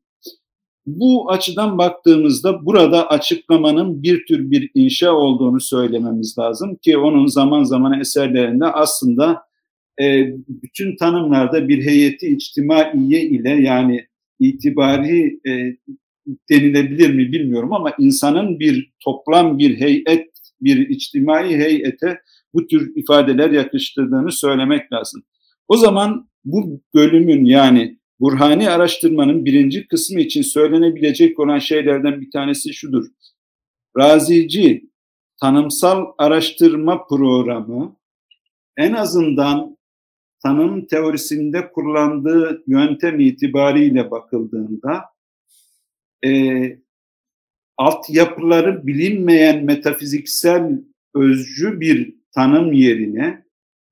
Bu açıdan baktığımızda burada açıklamanın bir tür bir inşa olduğunu söylememiz lazım ki onun zaman zaman eserlerinde aslında e, bütün tanımlarda bir heyeti içtimaiye ile yani itibari e, denilebilir mi bilmiyorum ama insanın bir toplam bir heyet, bir içtimai heyete bu tür ifadeler yakıştırdığını söylemek lazım. O zaman bu bölümün yani Burhani araştırmanın birinci kısmı için söylenebilecek olan şeylerden bir tanesi şudur. Razici tanımsal araştırma programı en azından tanım teorisinde kullandığı yöntem itibariyle bakıldığında e, altyapıları bilinmeyen metafiziksel özcü bir tanım yerine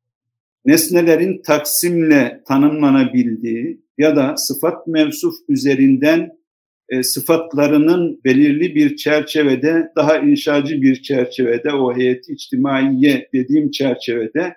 nesnelerin taksimle tanımlanabildiği ya da sıfat mevsuf üzerinden e, sıfatlarının belirli bir çerçevede, daha inşacı bir çerçevede, o heyeti içtimaiye dediğim çerçevede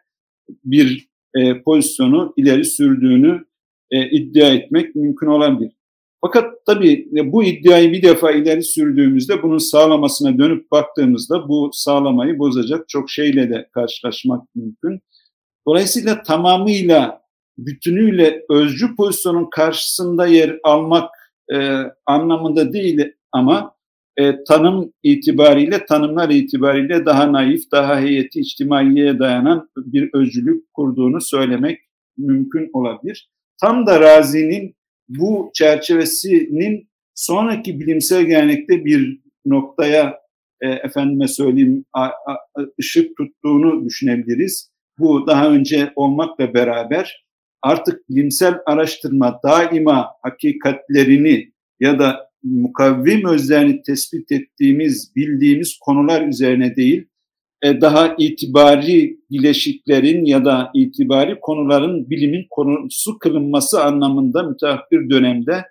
bir e, pozisyonu ileri sürdüğünü e, iddia etmek mümkün olabilir. Fakat tabii bu iddiayı bir defa ileri sürdüğümüzde bunun sağlamasına dönüp baktığımızda bu sağlamayı bozacak çok şeyle de karşılaşmak mümkün. Dolayısıyla tamamıyla, bütünüyle özcü pozisyonun karşısında yer almak e, anlamında değil ama e, tanım itibariyle, tanımlar itibariyle daha naif, daha heyeti içtimaiyeye dayanan bir özcülük kurduğunu söylemek mümkün olabilir. Tam da Razi'nin bu çerçevesinin sonraki bilimsel gelenekte bir noktaya e, efendime söyleyeyim a, a, ışık tuttuğunu düşünebiliriz. Bu daha önce olmakla beraber artık bilimsel araştırma daima hakikatlerini ya da mukavvim özlerini tespit ettiğimiz, bildiğimiz konular üzerine değil, daha itibari bileşiklerin ya da itibari konuların bilimin konusu kılınması anlamında müteahhir dönemde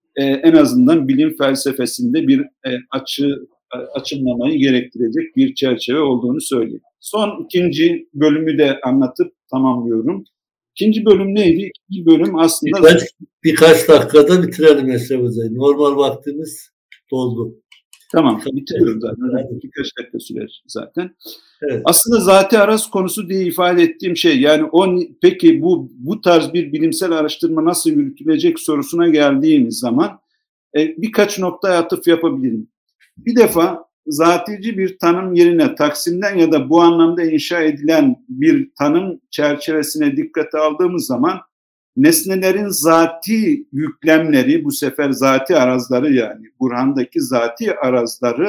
en azından bilim felsefesinde bir açı açımlamayı gerektirecek bir çerçeve olduğunu söyleyeyim. Son ikinci bölümü de anlatıp tamamlıyorum. İkinci bölüm neydi? İkinci bölüm aslında... Birkaç, birkaç dakikada bitirelim Eşref Hoca'yı. Normal vaktimiz doldu. Tamam, bitiriyorum zaten. Evet. Birkaç dakika sürer zaten. Evet. Aslında zati araz konusu diye ifade ettiğim şey, yani o peki bu bu tarz bir bilimsel araştırma nasıl yürütülecek sorusuna geldiğimiz zaman e, birkaç noktaya atıf yapabilirim. Bir defa zatici bir tanım yerine taksimden ya da bu anlamda inşa edilen bir tanım çerçevesine dikkate aldığımız zaman nesnelerin zati yüklemleri, bu sefer zati arazları yani Burhan'daki zati arazları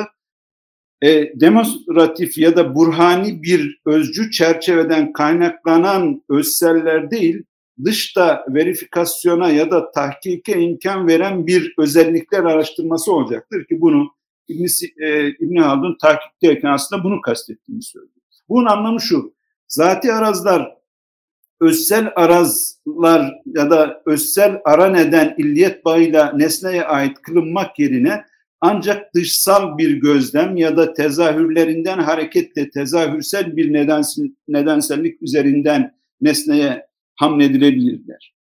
e, demonstratif ya da burhani bir özcü çerçeveden kaynaklanan özseller değil, dışta verifikasyona ya da tahkike imkan veren bir özellikler araştırması olacaktır ki bunu İbn, e, İbn Haldun tahkik derken aslında bunu kastettiğini söylüyor. Bunun anlamı şu, zati arazlar, özsel arazlar ya da özsel ara neden illiyet bağıyla nesneye ait kılınmak yerine ancak dışsal bir gözlem ya da tezahürlerinden hareketle tezahürsel bir nedensel, nedensellik üzerinden nesneye hamledilebilirler.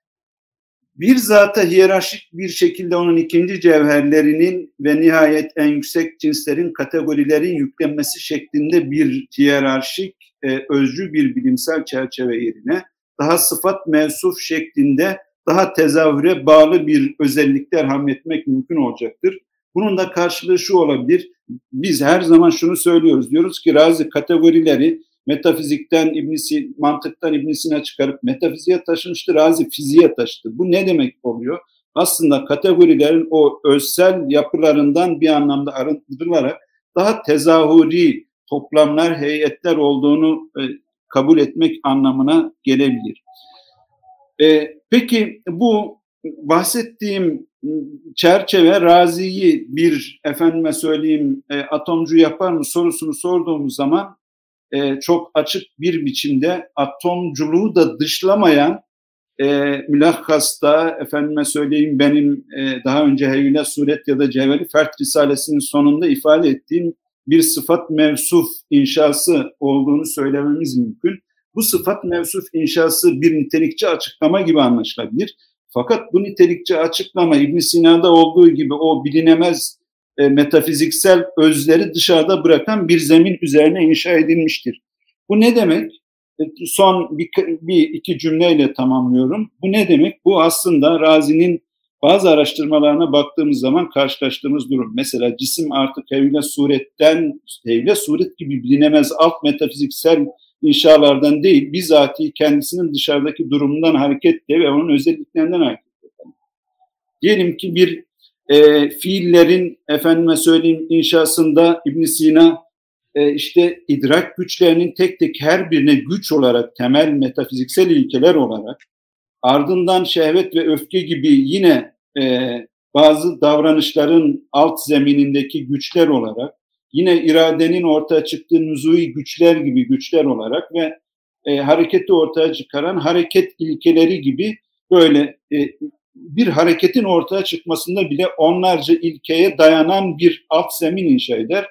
Bir zata hiyerarşik bir şekilde onun ikinci cevherlerinin ve nihayet en yüksek cinslerin, kategorilerin yüklenmesi şeklinde bir hiyerarşik, e, özcü bir bilimsel çerçeve yerine daha sıfat mevsuf şeklinde daha tezahüre bağlı bir özellikler hamletmek mümkün olacaktır. Bunun da karşılığı şu olabilir. Biz her zaman şunu söylüyoruz. Diyoruz ki Razi kategorileri metafizikten, İbn-i mantıktan İbn Sina çıkarıp metafiziğe taşımıştır, Razi fiziğe taşıdı. Bu ne demek oluyor? Aslında kategorilerin o özsel yapılarından bir anlamda arındırılarak daha tezahürî toplamlar, heyetler olduğunu e, kabul etmek anlamına gelebilir. E, peki bu bahsettiğim çerçeve Razi'yi bir efendime söyleyeyim e, atomcu yapar mı sorusunu sorduğumuz zaman e, çok açık bir biçimde atomculuğu da dışlamayan e, mülakhasta efendime söyleyeyim benim e, daha önce Heyyle Suret ya da Cevheri Fert Risalesi'nin sonunda ifade ettiğim bir sıfat mevsuf inşası olduğunu söylememiz mümkün. Bu sıfat mevsuf inşası bir nitelikçi açıklama gibi anlaşılabilir. Fakat bu nitelikçi açıklama İbn Sina'da olduğu gibi o bilinemez e, metafiziksel özleri dışarıda bırakan bir zemin üzerine inşa edilmiştir. Bu ne demek? E, son bir, bir iki cümleyle tamamlıyorum. Bu ne demek? Bu aslında Razi'nin bazı araştırmalarına baktığımız zaman karşılaştığımız durum. Mesela cisim artık hevle suretten, hevle suret gibi bilinemez alt metafiziksel inşalardan değil, bizatihi kendisinin dışarıdaki durumundan hareketle ve onun özelliklerinden hareketle. Diyelim ki bir e, fiillerin efendime söyleyeyim inşasında İbn Sina e, işte idrak güçlerinin tek tek her birine güç olarak temel metafiziksel ilkeler olarak ardından şehvet ve öfke gibi yine e, bazı davranışların alt zeminindeki güçler olarak yine iradenin ortaya çıktığı nüzui güçler gibi güçler olarak ve e, hareketi ortaya çıkaran hareket ilkeleri gibi böyle e, bir hareketin ortaya çıkmasında bile onlarca ilkeye dayanan bir alt zemin inşa eder.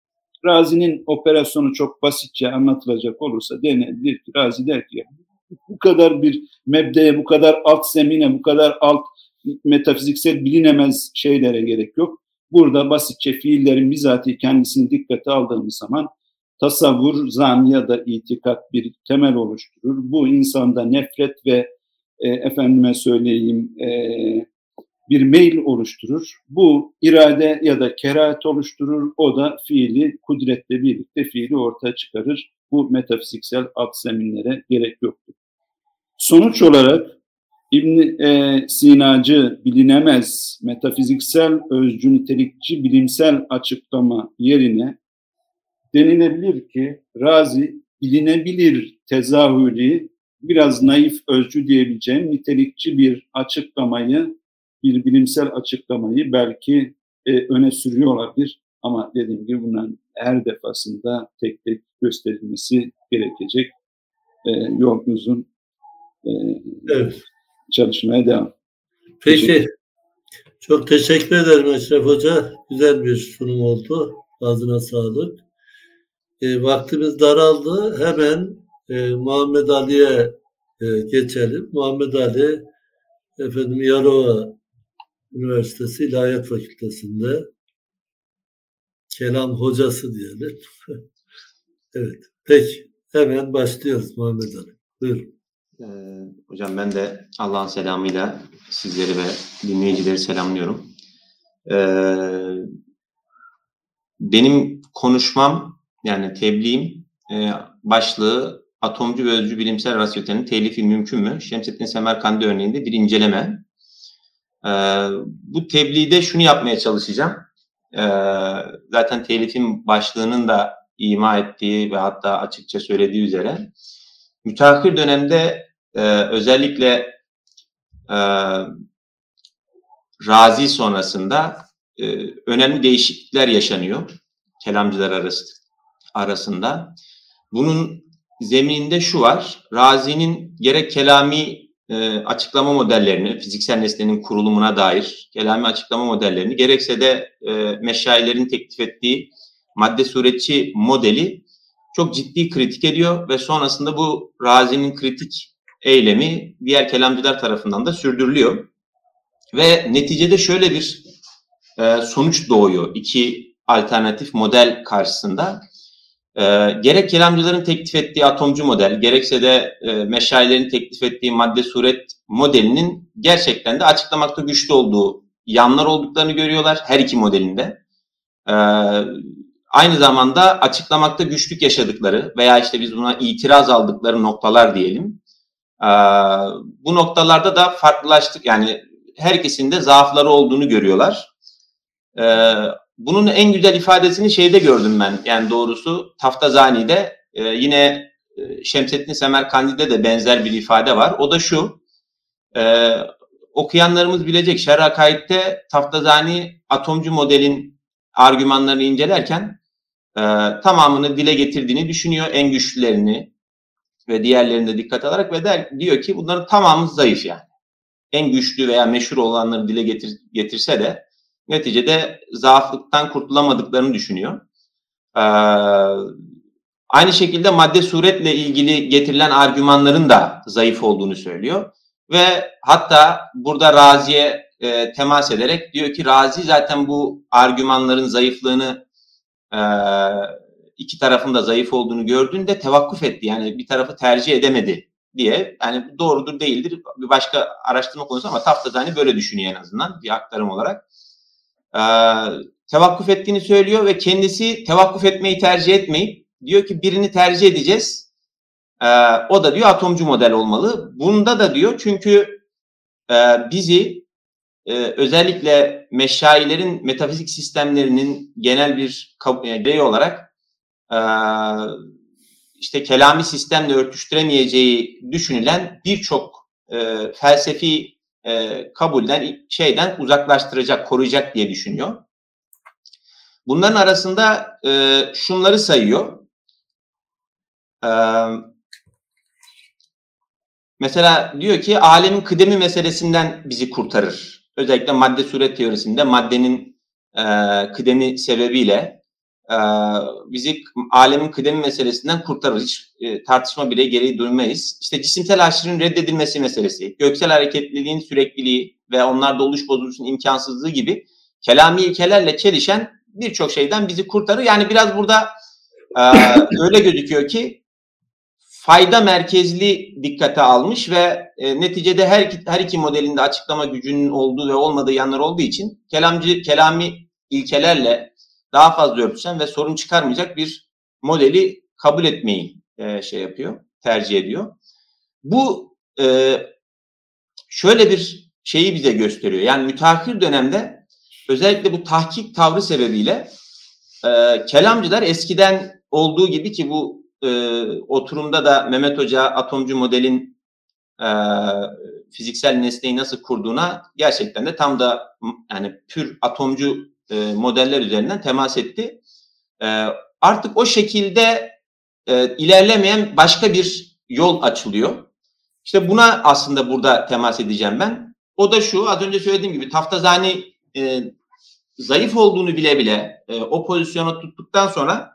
Razi'nin operasyonu çok basitçe anlatılacak olursa denilebilir ki Razi der ki bu kadar bir mebdeye, bu kadar alt zemine, bu kadar alt metafiziksel bilinemez şeylere gerek yok. Burada basitçe fiillerin bizatihi kendisini dikkate aldığımız zaman tasavvur, zan ya da itikat bir temel oluşturur. Bu insanda nefret ve e, efendime söyleyeyim e, bir meyil oluşturur. Bu irade ya da kerahat oluşturur. O da fiili kudretle birlikte fiili ortaya çıkarır. Bu metafiziksel alt zeminlere gerek yoktur. Sonuç olarak İbn e, Sinacı bilinemez metafiziksel özcü nitelikçi bilimsel açıklama yerine denilebilir ki Razi bilinebilir tezahürü biraz naif özcü diyebileceğim nitelikçi bir açıklamayı, bir bilimsel açıklamayı belki e, öne sürüyor olabilir. Ama dediğim gibi bunların her defasında tek tek gösterilmesi gerekecek. E, yol uzun. E, evet. Çalışmaya devam. Peki. Teşekkür. Çok teşekkür ederim Eşref Hoca. Güzel bir sunum oldu. Ağzına sağlık. E, vaktimiz daraldı. Hemen e, Muhammed Ali'ye e, geçelim. Muhammed Ali efendim Yarova Üniversitesi İlahiyat Fakültesi'nde kelam hocası diyelim. Evet. Peki. Hemen başlıyoruz Muhammed Ali. Buyurun. Ee, hocam ben de Allah'ın selamıyla sizleri ve dinleyicileri selamlıyorum. Ee, benim konuşmam yani tebliğim e, başlığı atomcu ve özcü bilimsel rasyotelinin telifi mümkün mü? Şemsettin Semerkandi örneğinde bir inceleme. Ee, bu tebliğde şunu yapmaya çalışacağım. Ee, zaten telifin başlığının da ima ettiği ve hatta açıkça söylediği üzere müteahhir dönemde e, özellikle e, Razi sonrasında e, önemli değişiklikler yaşanıyor kelamcılar arası, arasında. Bunun zemininde şu var, Razi'nin gerek kelami e, açıklama modellerini, fiziksel nesnenin kurulumuna dair kelami açıklama modellerini, gerekse de e, meşayilerin teklif ettiği madde suretçi modeli çok ciddi kritik ediyor ve sonrasında bu Razi'nin kritik eylemi diğer kelamcılar tarafından da sürdürülüyor. Ve neticede şöyle bir e, sonuç doğuyor iki alternatif model karşısında. E, gerek kelamcıların teklif ettiği atomcu model, gerekse de e, meşayilerin teklif ettiği madde suret modelinin gerçekten de açıklamakta güçlü olduğu yanlar olduklarını görüyorlar her iki modelinde. E, aynı zamanda açıklamakta güçlük yaşadıkları veya işte biz buna itiraz aldıkları noktalar diyelim. E, bu noktalarda da farklılaştık, yani her ikisinde zaafları olduğunu görüyorlar. E, bunun en güzel ifadesini şeyde gördüm ben, yani doğrusu Taftazani'de, e, yine e, Şemsettin Semerkandi'de de benzer bir ifade var. O da şu, e, okuyanlarımız bilecek, Şerh Akaid'de Taftazani atomcu modelin argümanlarını incelerken e, tamamını dile getirdiğini düşünüyor, en güçlülerini ve diğerlerini de dikkat alarak, ve der, diyor ki bunların tamamı zayıf yani. En güçlü veya meşhur olanları dile getir, getirse de neticede zaaflıktan kurtulamadıklarını düşünüyor. Ee, aynı şekilde madde suretle ilgili getirilen argümanların da zayıf olduğunu söylüyor. Ve hatta burada Razi'ye e, temas ederek diyor ki Razi zaten bu argümanların zayıflığını, e, iki tarafın da zayıf olduğunu gördüğünde tevakkuf etti. Yani bir tarafı tercih edemedi diye. Yani doğrudur değildir bir başka araştırma konusu ama Taftazani böyle düşünüyor en azından bir aktarım olarak. Ee, tevakkuf ettiğini söylüyor ve kendisi tevakkuf etmeyi tercih etmeyip diyor ki birini tercih edeceğiz. Ee, o da diyor atomcu model olmalı. Bunda da diyor çünkü e, bizi e, özellikle meşayilerin metafizik sistemlerinin genel bir birey olarak e, işte kelami sistemle örtüştüremeyeceği düşünülen birçok e, felsefi e, kabulden, şeyden uzaklaştıracak, koruyacak diye düşünüyor. Bunların arasında e, şunları sayıyor. E, mesela diyor ki alemin kıdemi meselesinden bizi kurtarır. Özellikle madde suret teorisinde maddenin e, kıdemi sebebiyle e, bizi alemin kıdemi meselesinden kurtarır. Hiç e, tartışma bile gereği duymayız. İşte cisimsel aşırının reddedilmesi meselesi, göksel hareketliliğin sürekliliği ve onlarda oluş bozuluşun imkansızlığı gibi kelami ilkelerle çelişen birçok şeyden bizi kurtarır. Yani biraz burada e, öyle gözüküyor ki fayda merkezli dikkate almış ve e, neticede her iki, her iki modelinde açıklama gücünün olduğu ve olmadığı yanlar olduğu için kelamcı kelami ilkelerle daha fazla örtüşen ve sorun çıkarmayacak bir modeli kabul etmeyi e, şey yapıyor, tercih ediyor. Bu e, şöyle bir şeyi bize gösteriyor. Yani müteahhir dönemde özellikle bu tahkik tavrı sebebiyle e, kelamcılar eskiden olduğu gibi, ki bu e, oturumda da Mehmet Hoca atomcu modelin e, fiziksel nesneyi nasıl kurduğuna gerçekten de tam da yani pür atomcu e, modeller üzerinden temas etti. E, artık o şekilde e, ilerlemeyen başka bir yol açılıyor. İşte buna aslında burada temas edeceğim ben. O da şu, az önce söylediğim gibi Taftazani e, zayıf olduğunu bile bile e, o pozisyonu tuttuktan sonra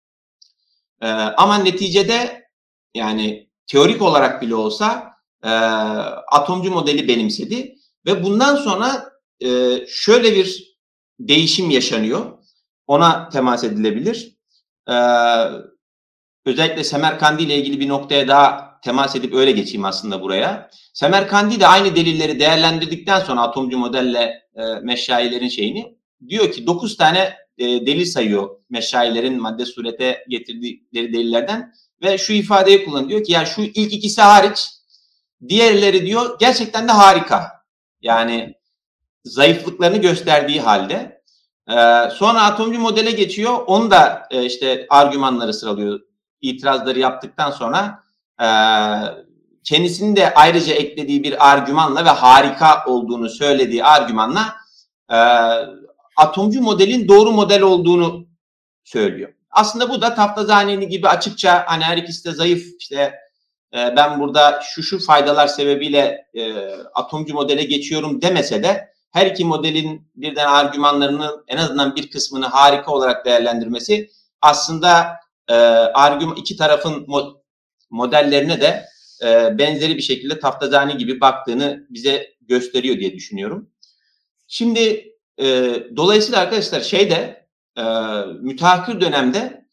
e, ama neticede yani teorik olarak bile olsa e, atomcu modeli benimsedi ve bundan sonra e, şöyle bir değişim yaşanıyor. Ona temas edilebilir. E, özellikle Semerkandi ile ilgili bir noktaya daha temas edip öyle geçeyim aslında buraya. Semerkandi de aynı delilleri değerlendirdikten sonra atomcu modelle e, meşayilerin şeyini diyor ki dokuz tane e, delil sayıyor meşayilerin madde surete getirdikleri delillerden ve şu ifadeyi kullanıyor. Diyor ki yani şu ilk ikisi hariç diğerleri diyor gerçekten de harika. Yani zayıflıklarını gösterdiği halde e, sonra atomcu modele geçiyor. Onu da e, işte argümanları sıralıyor. İtirazları yaptıktan sonra e, kendisinin de ayrıca eklediği bir argümanla ve harika olduğunu söylediği argümanla e, atomcu modelin doğru model olduğunu söylüyor. Aslında bu da Taftazani gibi açıkça hani her ikisi de zayıf işte e, ben burada şu şu faydalar sebebiyle e, atomcu modele geçiyorum demese de her iki modelin birden argümanlarının en azından bir kısmını harika olarak değerlendirmesi aslında e, argüman iki tarafın mo- modellerine de e, benzeri bir şekilde taftazani gibi baktığını bize gösteriyor diye düşünüyorum. Şimdi e, dolayısıyla arkadaşlar şeyde e, müteahhir dönemde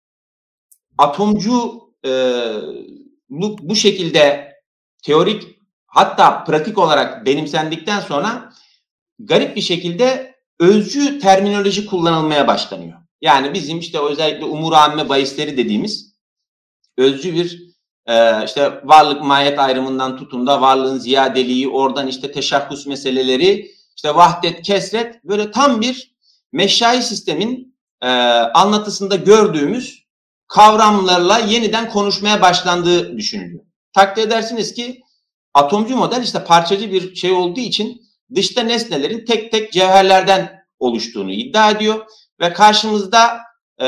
atomcu e, bu, bu şekilde teorik hatta pratik olarak benimsendikten sonra garip bir şekilde özcü terminoloji kullanılmaya başlanıyor. Yani bizim işte özellikle umur amme bahisleri dediğimiz özcü bir e, işte varlık mahiyet ayrımından tutun da varlığın ziyadeliği, oradan işte teşahhus meseleleri, işte vahdet, kesret, böyle tam bir meşayi sistemin e, anlatısında gördüğümüz kavramlarla yeniden konuşmaya başlandığı düşünülüyor. Takdir edersiniz ki atomcu model işte parçacı bir şey olduğu için dışta nesnelerin tek tek cevherlerden oluştuğunu iddia ediyor ve karşımızda e,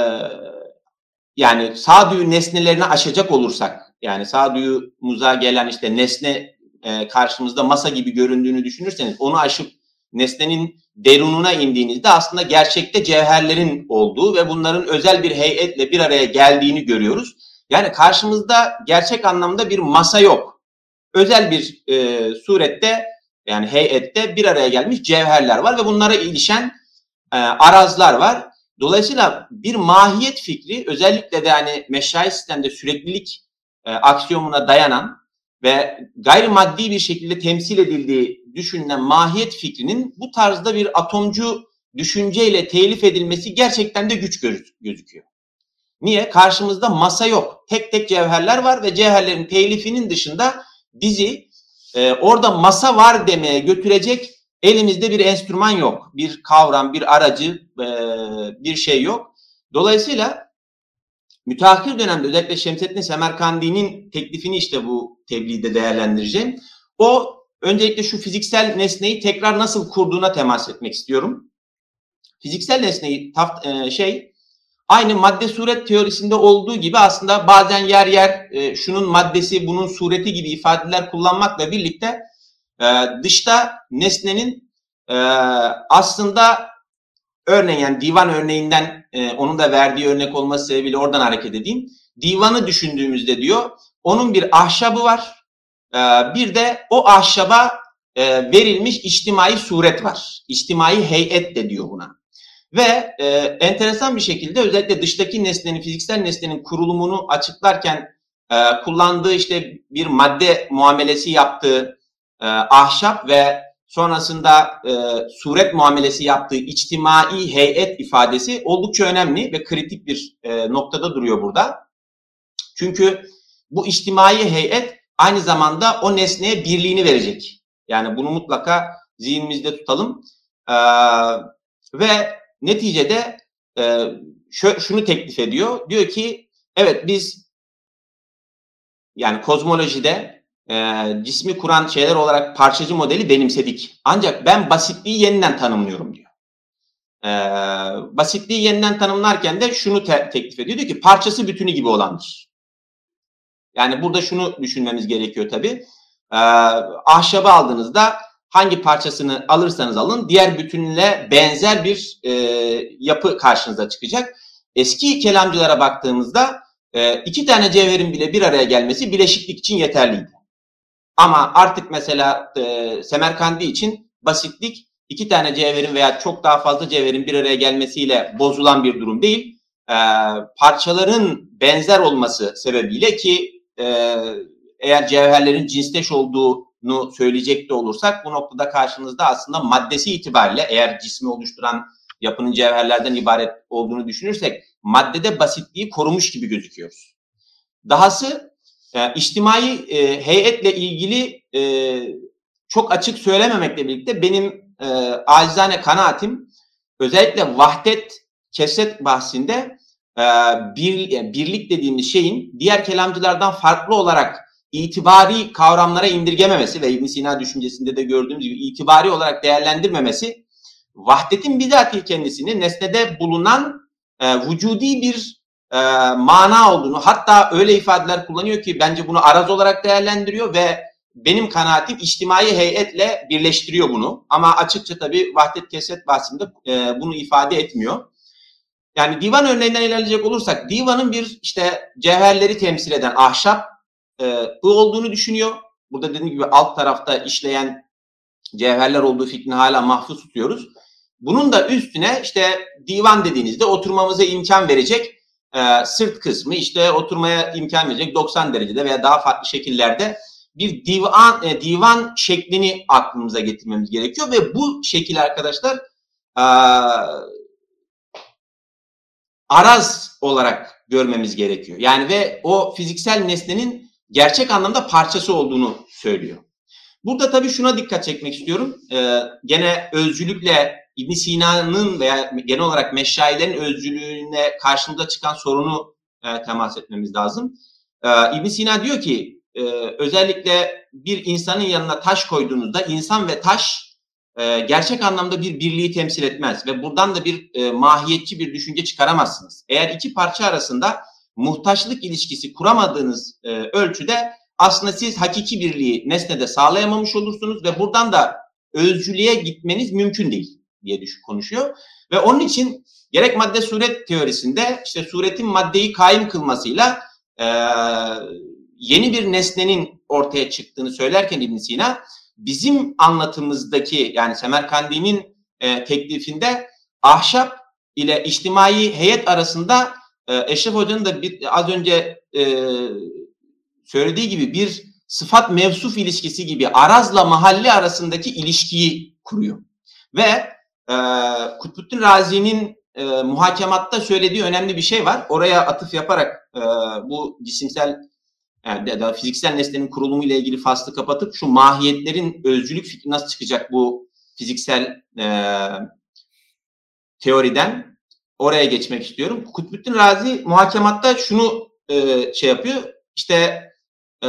yani sağduyu nesnelerini aşacak olursak, yani sağduyumuza gelen işte nesne e, karşımızda masa gibi göründüğünü düşünürseniz onu aşıp nesnenin derununa indiğinizde aslında gerçekte cevherlerin olduğu ve bunların özel bir heyetle bir araya geldiğini görüyoruz. Yani karşımızda gerçek anlamda bir masa yok. Özel bir e, surette yani heyette bir araya gelmiş cevherler var ve bunlara ilişen e, arazlar var. Dolayısıyla bir mahiyet fikri özellikle de yani meşayi sistemde süreklilik e, aksiyomuna dayanan ve gayrimaddi bir şekilde temsil edildiği düşünülen mahiyet fikrinin bu tarzda bir atomcu düşünceyle telif edilmesi gerçekten de güç göz- gözüküyor. Niye? Karşımızda masa yok. Tek tek cevherler var ve cevherlerin telifinin dışında bizi e, orada masa var demeye götürecek elimizde bir enstrüman yok. Bir kavram, bir aracı, e, bir şey yok. Dolayısıyla müteahhir dönemde özellikle Şemsettin Semerkandi'nin teklifini işte bu tebliğde değerlendireceğim. O öncelikle şu fiziksel nesneyi tekrar nasıl kurduğuna temas etmek istiyorum. Fiziksel nesneyi taft, e, şey aynı madde suret teorisinde olduğu gibi aslında bazen yer yer e, şunun maddesi, bunun sureti gibi ifadeler kullanmakla birlikte e, dışta nesnenin e, aslında örneğin yani divan örneğinden e, onun da verdiği örnek olması sebebiyle oradan hareket edeyim. Divanı düşündüğümüzde diyor onun bir ahşabı var. E, bir de o ahşaba e, verilmiş içtimai suret var. İçtimai heyet de diyor buna. Ve e, enteresan bir şekilde özellikle dıştaki nesnenin, fiziksel nesnenin kurulumunu açıklarken e, kullandığı işte bir madde muamelesi yaptığı e, ahşap ve sonrasında e, suret muamelesi yaptığı içtimai heyet ifadesi oldukça önemli ve kritik bir e, noktada duruyor burada. Çünkü bu içtimai heyet aynı zamanda o nesneye birliğini verecek. Yani bunu mutlaka zihnimizde tutalım. E, ve neticede e, şu, şunu teklif ediyor. Diyor ki evet biz yani kozmolojide e, cismi kuran şeyler olarak parçacı modeli benimsedik. Ancak ben basitliği yeniden tanımlıyorum diyor. E, basitliği yeniden tanımlarken de şunu te- teklif ediyor. Diyor ki parçası bütünü gibi olandır. Yani burada şunu düşünmemiz gerekiyor tabii. E, ahşabı aldığınızda hangi parçasını alırsanız alın diğer bütünle benzer bir e, yapı karşınıza çıkacak. Eski kelamcılara baktığımızda e, iki tane cevherin bile bir araya gelmesi bileşiklik için yeterliydi. Ama artık mesela e, Semerkandi için basitlik iki tane cevherin veya çok daha fazla cevherin bir araya gelmesiyle bozulan bir durum değil. E, parçaların benzer olması sebebiyle ki e, eğer cevherlerin cinsleş olduğunu söyleyecek de olursak bu noktada karşımızda aslında maddesi itibariyle eğer cismi oluşturan yapının cevherlerden ibaret olduğunu düşünürsek maddede basitliği korumuş gibi gözüküyoruz. Dahası e, içtimai e, heyetle ilgili e, çok açık söylememekle birlikte benim e, acizane kanaatim özellikle vahdet, kesret bahsinde e, bir, yani birlik dediğimiz şeyin diğer kelamcılardan farklı olarak itibari kavramlara indirgememesi ve İbn Sina düşüncesinde de gördüğümüz gibi itibari olarak değerlendirmemesi vahdetin bizatihi kendisini nesnede bulunan e, vücudi bir e, mana olduğunu, hatta öyle ifadeler kullanıyor ki bence bunu araz olarak değerlendiriyor ve benim kanaatim içtimai heyetle birleştiriyor bunu. Ama açıkça tabii vahdet kesret bahsinde e, bunu ifade etmiyor. Yani divan örneğinden ilerleyecek olursak, divanın bir işte cevherleri temsil eden ahşap e, bu olduğunu düşünüyor. Burada dediğim gibi alt tarafta işleyen cevherler olduğu fikrini hala mahfuz tutuyoruz. Bunun da üstüne işte divan dediğinizde oturmamıza imkan verecek e, sırt kısmı, işte oturmaya imkan verecek doksan derecede veya daha farklı şekillerde bir divan e, divan şeklini aklımıza getirmemiz gerekiyor ve bu şekil arkadaşlar e, araz olarak görmemiz gerekiyor. Yani ve o fiziksel nesnenin gerçek anlamda parçası olduğunu söylüyor. Burada tabii şuna dikkat çekmek istiyorum. Ee, gene özcülükle İbn Sina'nın veya genel olarak meşayilerin özcülüğüne karşımıza çıkan sorunu e, temas etmemiz lazım. Ee, İbn Sina diyor ki e, özellikle bir insanın yanına taş koyduğunuzda insan ve taş e, gerçek anlamda bir birliği temsil etmez ve buradan da bir e, mahiyetçi bir düşünce çıkaramazsınız. Eğer iki parça arasında muhtaçlık ilişkisi kuramadığınız e, ölçüde aslında siz hakiki birliği nesnede sağlayamamış olursunuz ve buradan da özcülüğe gitmeniz mümkün değil diye düşün, konuşuyor. Ve onun için gerek madde suret teorisinde işte suretin maddeyi kaim kılmasıyla e, yeni bir nesnenin ortaya çıktığını söylerken İbn Sina, bizim anlatımızdaki yani Semerkandi'nin e, teklifinde ahşap ile içtimai heyet arasında e, Eşref Hoca'nın da bir, az önce e, söylediği gibi bir sıfat mevsuf ilişkisi gibi arazla mahalle arasındaki ilişkiyi kuruyor. Ve e, Kutbuddin Razi'nin e, muhakematta söylediği önemli bir şey var. Oraya atıf yaparak e, bu cisimsel yani ya da fiziksel nesnenin kurulumu ile ilgili faslı kapatıp şu mahiyetlerin özcülük fikri nasıl çıkacak bu fiziksel e, teoriden oraya geçmek istiyorum. Kutbuddin Razi muhakematta şunu e, şey yapıyor. İşte e,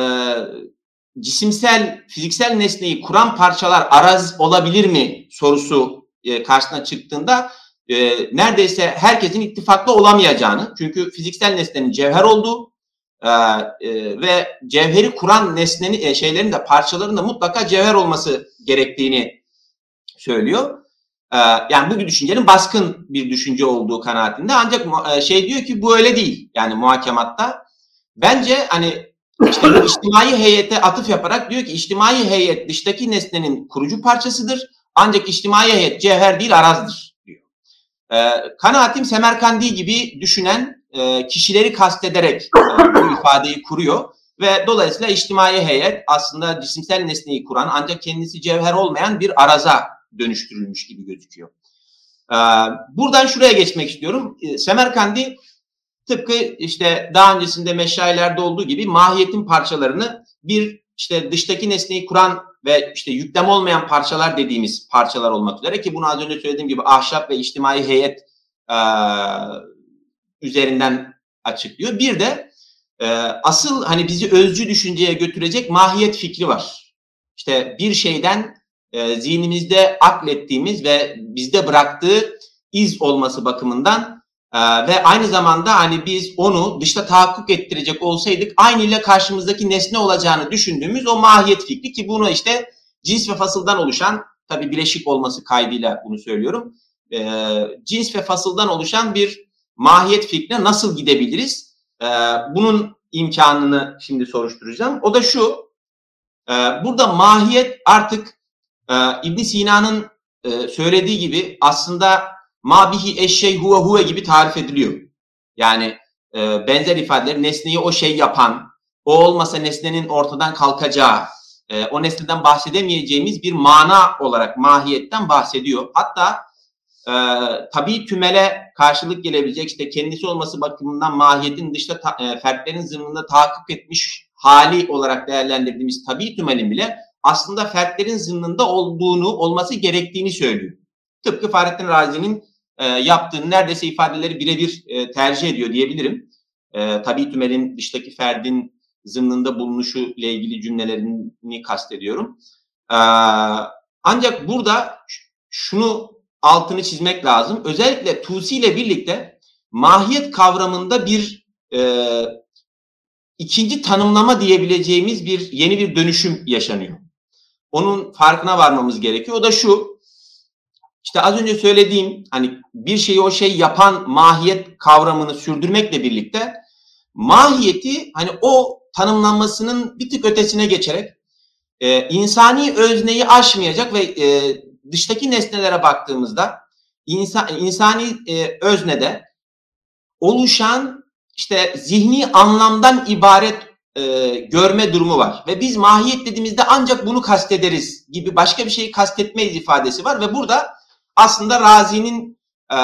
cisimsel, fiziksel nesneyi kuran parçalar araz olabilir mi sorusu e, karşısına çıktığında e, neredeyse herkesin ittifaklı olamayacağını, çünkü fiziksel nesnenin cevher olduğu e, e, ve cevheri kuran nesnenin e, şeylerin de parçaların da mutlaka cevher olması gerektiğini söylüyor. E, yani bu bir düşüncenin baskın bir düşünce olduğu kanaatinde, ancak e, şey diyor ki bu öyle değil. Yani muhakematta bence hani İşte bu içtimai heyete atıf yaparak diyor ki içtimai heyet dıştaki nesnenin kurucu parçasıdır. Ancak içtimai heyet cevher değil arazdır diyor. Ee, kanaatim Semerkandi gibi düşünen e, kişileri kastederek e, bu ifadeyi kuruyor. Ve dolayısıyla içtimai heyet aslında cisimsel nesneyi kuran ancak kendisi cevher olmayan bir araza dönüştürülmüş gibi gözüküyor. Ee, buradan şuraya geçmek istiyorum. Ee, Semerkandi tıpkı işte daha öncesinde meşayilerde olduğu gibi mahiyetin parçalarını bir işte dıştaki nesneyi kuran ve işte yüklem olmayan parçalar dediğimiz parçalar olmak üzere, ki bunu az önce söylediğim gibi ahşap ve içtimai heyet e, üzerinden açıklıyor. Bir de e, asıl hani bizi özcü düşünceye götürecek mahiyet fikri var. İşte bir şeyden e, zihnimizde aklettiğimiz ve bizde bıraktığı iz olması bakımından Ee, ve aynı zamanda hani biz onu dışta tahakkuk ettirecek olsaydık aynı ile karşımızdaki nesne olacağını düşündüğümüz o mahiyet fikri, ki bunu işte cins ve fasıldan oluşan, tabii bileşik olması kaydıyla bunu söylüyorum, ee, cins ve fasıldan oluşan bir mahiyet fikrine nasıl gidebiliriz? Ee, bunun imkanını şimdi soruşturacağım. O da şu, e, burada mahiyet artık e, İbn Sina'nın e, söylediği gibi aslında ma bihi eşşey huve huve gibi tarif ediliyor. Yani e, benzer ifadeler nesneyi o şey yapan, o olmasa nesnenin ortadan kalkacağı, e, o nesneden bahsedemeyeceğimiz bir mana olarak mahiyetten bahsediyor. Hatta e, tabii tümele karşılık gelebilecek işte kendisi olması bakımından mahiyetin dışta ta, e, fertlerin zımnında tahakkuk etmiş hali olarak değerlendirdiğimiz tabii tümelin bile aslında fertlerin zımnında olduğunu, olması gerektiğini söylüyor. Tıpkı Fahrettin Razi'nin e, yaptığı neredeyse ifadeleri birebir e, tercih ediyor diyebilirim. E, tabii tümelin dıştaki ferdin zımnında bulunuşu ile ilgili cümlelerini kastediyorum. E, ancak burada şunu altını çizmek lazım. Özellikle Tusi ile birlikte mahiyet kavramında bir e, ikinci tanımlama diyebileceğimiz bir yeni bir dönüşüm yaşanıyor. Onun farkına varmamız gerekiyor. O da şu, işte az önce söylediğim hani bir şeyi o şey yapan mahiyet kavramını sürdürmekle birlikte mahiyeti hani o tanımlanmasının bir tık ötesine geçerek e, insani özneyi aşmayacak ve e, dıştaki nesnelere baktığımızda insan, insani e, öznede oluşan işte zihni anlamdan ibaret e, görme durumu var. Ve biz mahiyet dediğimizde ancak bunu kastederiz gibi başka bir şeyi kastetmeyiz ifadesi var. Ve burada aslında Razi'nin e,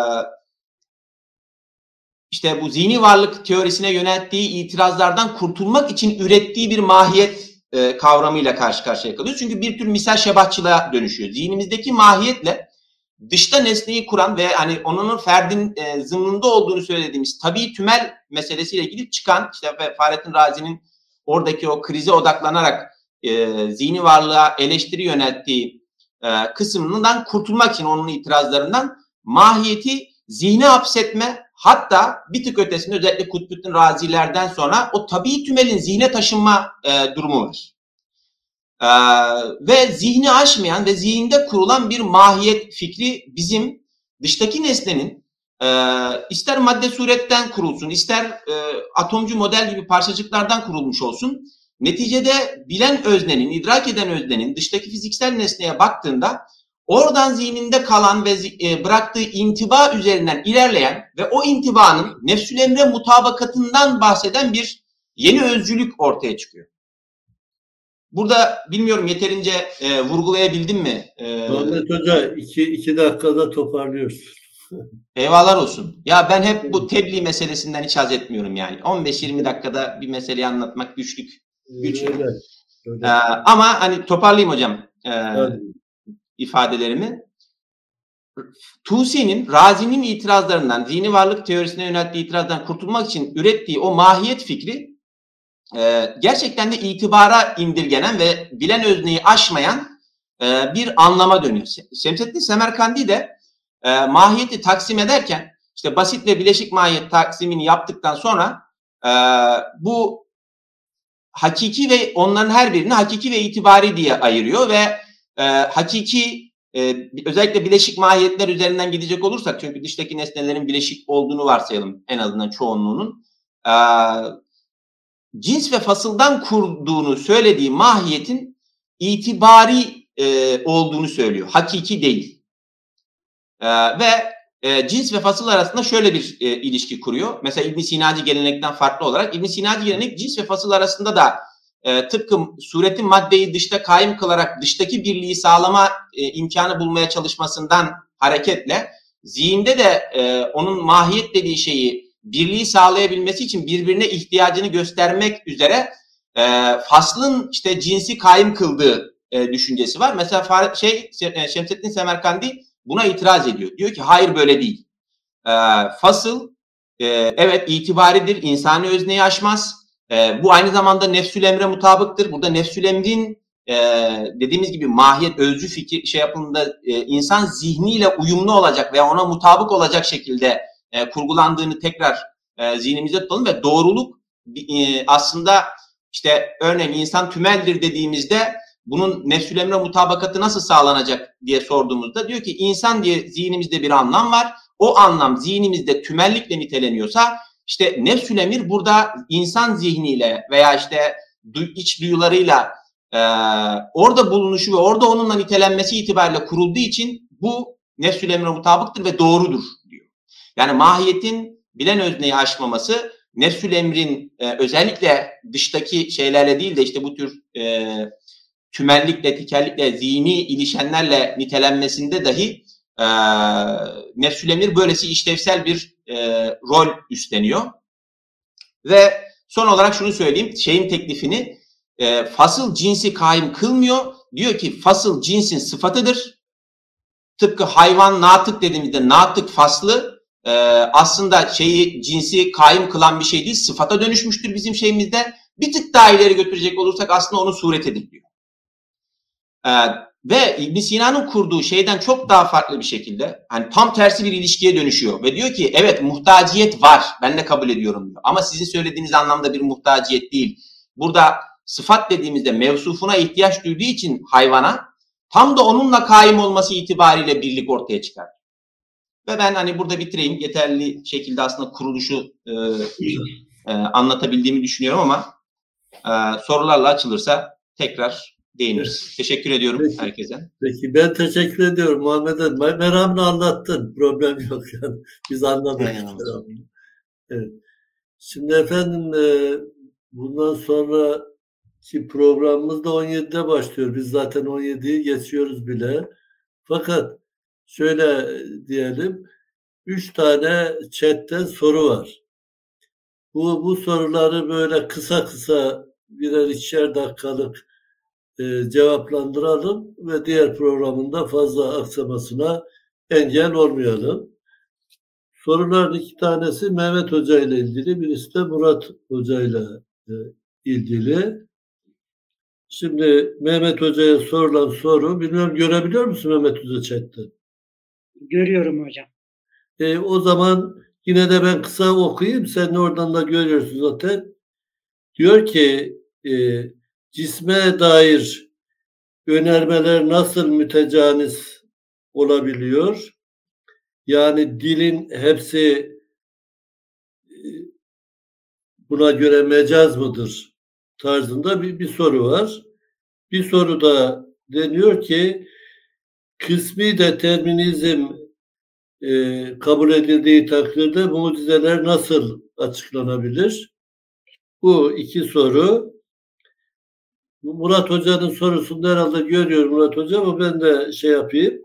işte bu zihni varlık teorisine yönelttiği itirazlardan kurtulmak için ürettiği bir mahiyet e, kavramıyla karşı karşıya kalıyoruz. Çünkü bir tür misal şebahçılığa dönüşüyor. Zihnimizdeki mahiyetle dışta nesneyi kuran ve hani onun ferdin e, zımnında olduğunu söylediğimiz tabii tümel meselesiyle ilgili çıkan işte Fahrettin Razi'nin oradaki o krize odaklanarak e, zihni varlığa eleştiri yönelttiği e, kısmından kurtulmak için onun itirazlarından mahiyeti zihne hapsetme, hatta bir tık ötesinde özellikle Kutbettin Razi'lerden sonra o tabii tümelin zihne taşınma e, durumu var. Ee, ve zihni aşmayan ve zihinde kurulan bir mahiyet fikri bizim dıştaki nesnenin e, ister madde suretten kurulsun, ister e, atomcu model gibi parçacıklardan kurulmuş olsun, neticede bilen öznenin, idrak eden öznenin dıştaki fiziksel nesneye baktığında oradan zihninde kalan ve e, bıraktığı intiba üzerinden ilerleyen ve o intibanın nefsül emre mutabakatından bahseden bir yeni özcülük ortaya çıkıyor. Burada bilmiyorum yeterince e, vurgulayabildim mi? E, Ahmet Hoca iki, iki dakikada toparlıyoruz. Eyvallah olsun. Ya ben hep bu tebliğ meselesinden hiç haz etmiyorum yani. on beş yirmi dakikada bir meseleyi anlatmak güçlük. Güç. Öyle, öyle. Ee, ama hani toparlayayım hocam e, ifadelerimi. Tusi'nin, Razi'nin itirazlarından, zihni varlık teorisine yönelttiği itirazdan kurtulmak için ürettiği o mahiyet fikri Ee, gerçekten de itibara indirgenen ve bilen özneyi aşmayan e, bir anlama dönüyor. Şemsettin Semerkandi de e, mahiyeti taksim ederken işte basit ve bileşik mahiyet taksimini yaptıktan sonra e, bu hakiki ve onların her birini hakiki ve itibari diye ayırıyor ve e, hakiki e, özellikle bileşik mahiyetler üzerinden gidecek olursak, çünkü dıştaki nesnelerin bileşik olduğunu varsayalım en azından çoğunluğunun, e, cins ve fasıldan kurduğunu söylediği mahiyetin itibari e, olduğunu söylüyor. Hakiki değil. E, ve e, cins ve fasıl arasında şöyle bir e, ilişki kuruyor. Mesela İbn Sinacı gelenekten farklı olarak İbn Sinacı gelenek cins ve fasıl arasında da e, tıpkı suretin maddeyi dışta kaim kılarak dıştaki birliği sağlama e, imkanı bulmaya çalışmasından hareketle zihinde de e, onun mahiyet dediği şeyi birliği sağlayabilmesi için birbirine ihtiyacını göstermek üzere e, faslın işte cinsi kaim kıldığı e, düşüncesi var. Mesela şey Şemsettin Semerkandi buna itiraz ediyor. Diyor ki hayır böyle değil. E, fasıl e, evet itibaridir, insani özneyi aşmaz. E, bu aynı zamanda nefsül emre mutabıktır. Burada nefsül emrin e, dediğimiz gibi mahiyet, özcü fikir şey yapımında e, insan zihniyle uyumlu olacak veya ona mutabık olacak şekilde E, kurgulandığını tekrar e, zihnimize tutalım ve doğruluk e, aslında işte örneğin insan tümeldir dediğimizde bunun nefsül emre mutabakatı nasıl sağlanacak diye sorduğumuzda diyor ki insan diye zihnimizde bir anlam var. O anlam zihnimizde tümellikle niteleniyorsa işte nefsül emir burada insan zihniyle veya işte iç duyularıyla e, orada bulunuşu ve orada onunla nitelenmesi itibariyle kurulduğu için bu nefsül emre mutabıktır ve doğrudur. Yani mahiyetin bilen özneyi aşmaması, nefsül emrin e, özellikle dıştaki şeylerle değil de işte bu tür e, tümellikle, tikellikle, zihni ilişenlerle nitelenmesinde dahi e, nefsül emir böylesi işlevsel bir e, rol üstleniyor. Ve son olarak şunu söyleyeyim, şeyin teklifini e, fasıl cinsi kaim kılmıyor. Diyor ki fasıl cinsin sıfatıdır. Tıpkı hayvan natık dediğimizde natık faslı Ee, aslında şeyi cinsi kaim kılan bir şey değil, sıfata dönüşmüştür bizim şeyimizde. Bir tık daha ileri götürecek olursak aslında onun suretidir diyor. Ee, Ve İbn Sina'nın kurduğu şeyden çok daha farklı bir şekilde hani tam tersi bir ilişkiye dönüşüyor. Ve diyor ki evet muhtaciyet var. Ben de kabul ediyorum diyor. Ama sizin söylediğiniz anlamda bir muhtaciyet değil. Burada sıfat dediğimizde mevsufuna ihtiyaç duyduğu için hayvana tam da onunla kaim olması itibariyle birlik ortaya çıkar. Ve ben hani burada bitireyim. Yeterli şekilde aslında kuruluşu e, e, anlatabildiğimi düşünüyorum ama e, sorularla açılırsa tekrar değiniriz. Teşekkür ediyorum peki, herkese. Peki ben teşekkür ediyorum Muhammed'e. Meramını anlattın. Problem yok yani. Biz anladık. Evet. Şimdi efendim e, bundan sonraki programımız da on yedide başlıyor. Biz zaten on yediyi geçiyoruz bile. Fakat şöyle diyelim, üç tane chatten soru var. Bu, bu soruları böyle kısa kısa birer ikişer dakikalık e, cevaplandıralım ve diğer programında fazla aksamasına engel olmayalım. Soruların iki tanesi Mehmet Hoca ile ilgili, birisi de Murat Hoca ile e, ilgili. Şimdi Mehmet Hoca'ya sorulan soru, bilmiyorum görebiliyor musun Mehmet Hoca chatte? Görüyorum hocam. E, o zaman yine de ben kısa okuyayım. Sen oradan da görüyorsun zaten. Diyor ki e, cisme dair önermeler nasıl mütecaniz olabiliyor? Yani dilin hepsi e, buna göre mecaz mıdır tarzında bir, bir soru var. Bir soru da deniyor ki kısmi determinizm e, kabul edildiği takdirde mucizeler nasıl açıklanabilir? Bu iki soru. Murat Hoca'nın sorusunu herhalde görüyor Murat Hoca ama ben de şey yapayım.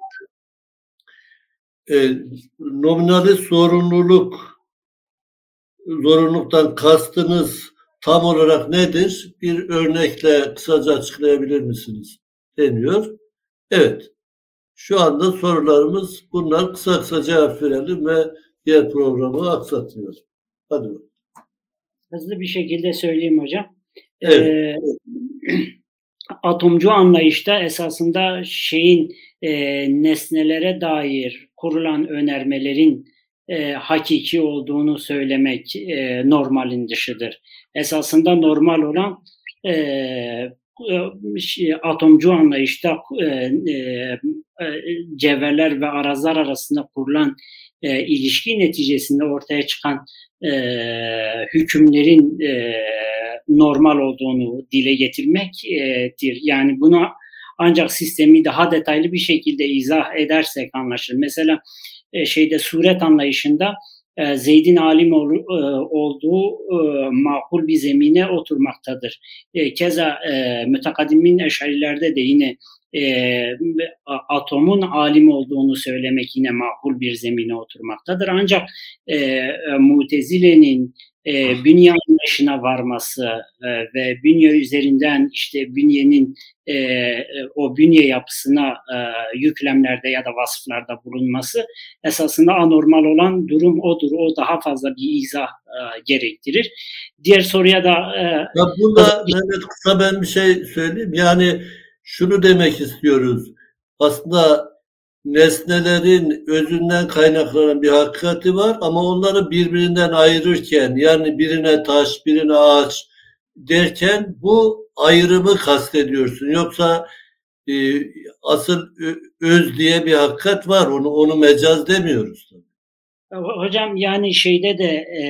E, nominalist zorunluluk, zorunluluktan kastınız tam olarak nedir? Bir örnekle kısaca açıklayabilir misiniz? Deniyor. Evet. Şu anda sorularımız bunlar. Kısa kısa cevap verelim ve diğer programı aksatmıyoruz. Hadi bakalım. Hızlı bir şekilde söyleyeyim hocam. Evet. Ee, atomcu anlayışta esasında şeyin e, nesnelere dair kurulan önermelerin e, hakiki olduğunu söylemek e, normalin dışıdır. Esasında normal olan e, atomcu anlayışta e, e, cevherler ve arazlar arasında kurulan e, ilişki neticesinde ortaya çıkan e, hükümlerin e, normal olduğunu dile getirmektir. Yani bunu ancak sistemi daha detaylı bir şekilde izah edersek anlaşılır. Mesela e, şeyde suret anlayışında e, Zeyd'in alim ol, e, olduğu e, makul bir zemine oturmaktadır. E, keza e, mütekaddimin eşarilerde de yine e, atomun alim olduğunu söylemek yine makul bir zemine oturmaktadır. Ancak e, e, Mutezile'nin e, bünye anlayışına varması e, ve bünye üzerinden işte bünyenin e, o bünye yapısına e, yüklemlerde ya da vasıflarda bulunması esasında anormal olan durum odur. O daha fazla bir izah e, gerektirir. Diğer soruya da e, ya burada Mehmet kısa ben bir şey söyleyeyim. Yani şunu demek istiyoruz. Aslında nesnelerin özünden kaynaklanan bir hakikati var ama onları birbirinden ayırırken yani birine taş, birine ağaç derken bu ayrımı kastediyorsun. Yoksa e, asıl öz diye bir hakikat var. Onu onu mecaz demiyoruz. Hocam yani şeyde de e,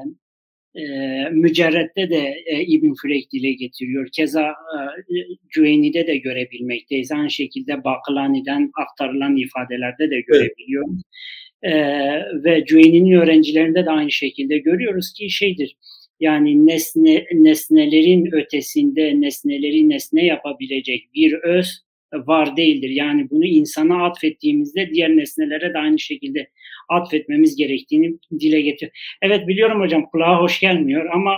e, mücerrette de e, İbn Füreyk dile getiriyor. Keza e, Cüveyni'de de görebilmekteyiz. Aynı şekilde Bakılani'den aktarılan ifadelerde de görebiliyoruz. Evet. E, ve Cüveyni'nin öğrencilerinde de aynı şekilde görüyoruz ki şeydir. Yani nesne nesnelerin ötesinde nesneleri nesne yapabilecek bir öz var değildir. Yani bunu insana atfettiğimizde diğer nesnelere de aynı şekilde atfetmemiz gerektiğini dile getiriyor. Evet biliyorum hocam kulağa hoş gelmiyor ama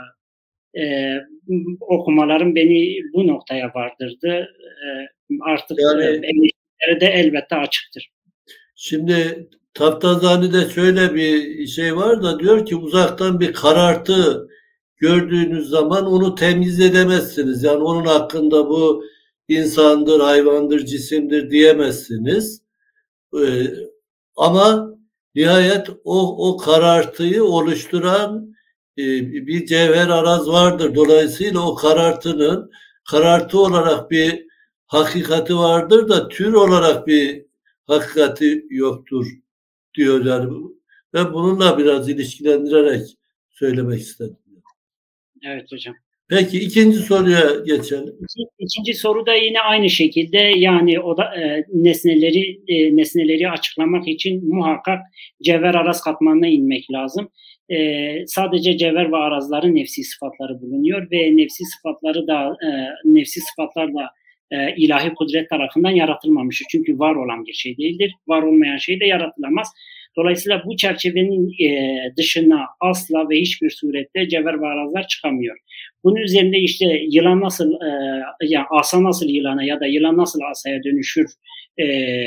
e, e, okumalarım beni bu noktaya vardırdı. E, artık yani, eleştirilere de elbette açıktır. Şimdi Taftazani'de şöyle bir şey var da diyor ki uzaktan bir karartı gördüğünüz zaman onu temyiz edemezsiniz. Yani onun hakkında bu insandır, hayvandır, cisimdir diyemezsiniz. Ee, ama nihayet o, o karartıyı oluşturan e, bir cevher araz vardır. Dolayısıyla o karartının karartı olarak bir hakikati vardır da tür olarak bir hakikati yoktur diyor yani. Ben bununla biraz ilişkilendirerek söylemek istedim. Evet hocam. Peki ikinci soruya geçelim. İki, ikinci soru da yine aynı şekilde, yani o da e, nesneleri e, nesneleri açıklamak için muhakkak cevher araz katmanına inmek lazım. E, sadece cevher ve arazların nefsi sıfatları bulunuyor ve nefsi sıfatları da e, nefsi sıfatlar da e, ilahi kudret tarafından yaratılmamıştır. Çünkü var olan bir şey değildir. Var olmayan şey de yaratılamaz. Dolayısıyla bu çerçevenin e, dışına asla ve hiçbir surette cevher ve arazlar çıkamıyor. Bunun üzerinde işte yılan nasıl, e, ya asa nasıl yılana ya da yılan nasıl asaya dönüşür e,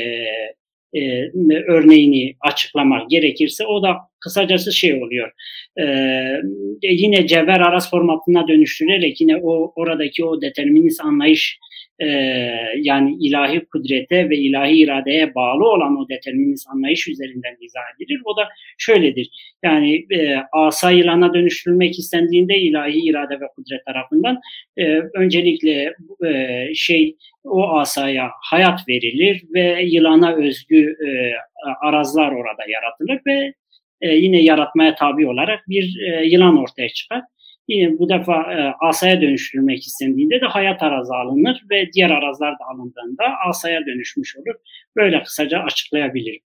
e, örneğini açıklamak gerekirse, o da kısacası şey oluyor. E, yine cevher araz formatına dönüştürerek yine o oradaki o determinist anlayış, e, yani ilahi kudrete ve ilahi iradeye bağlı olan o determinist anlayış üzerinden izah edilir. O da şöyledir. Yani e, asa yılana dönüştürülmek istendiğinde ilahi irade ve kudret tarafından e, öncelikle e, şey o asaya hayat verilir ve yılana özgü e, arazlar orada yaratılır ve e, yine yaratmaya tabi olarak bir e, yılan ortaya çıkar. Yine bu defa e, asaya dönüştürülmek istendiğinde de hayat arazı alınır ve diğer arazlar da alındığında asaya dönüşmüş olur. Böyle kısaca açıklayabilirim.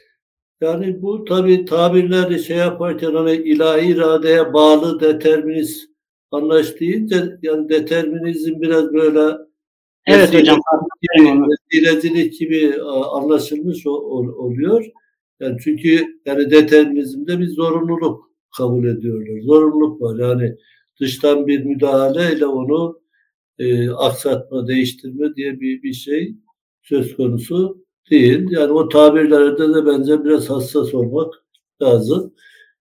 Yani bu tabii tabirleri şey yaparken hani ilahi iradeye bağlı determinist anlayış deyince, yani determinizm biraz böyle evet hocam, vesilecilik gibi anlaşılmış oluyor. Yani çünkü yani determinizmde bir zorunluluk kabul ediyorlar. Zorunluluk var. Yani dıştan bir müdahaleyle onu e, aksatma, değiştirme diye bir, bir şey söz konusu değil. Yani o tabirlerde de bence biraz hassas olmak lazım.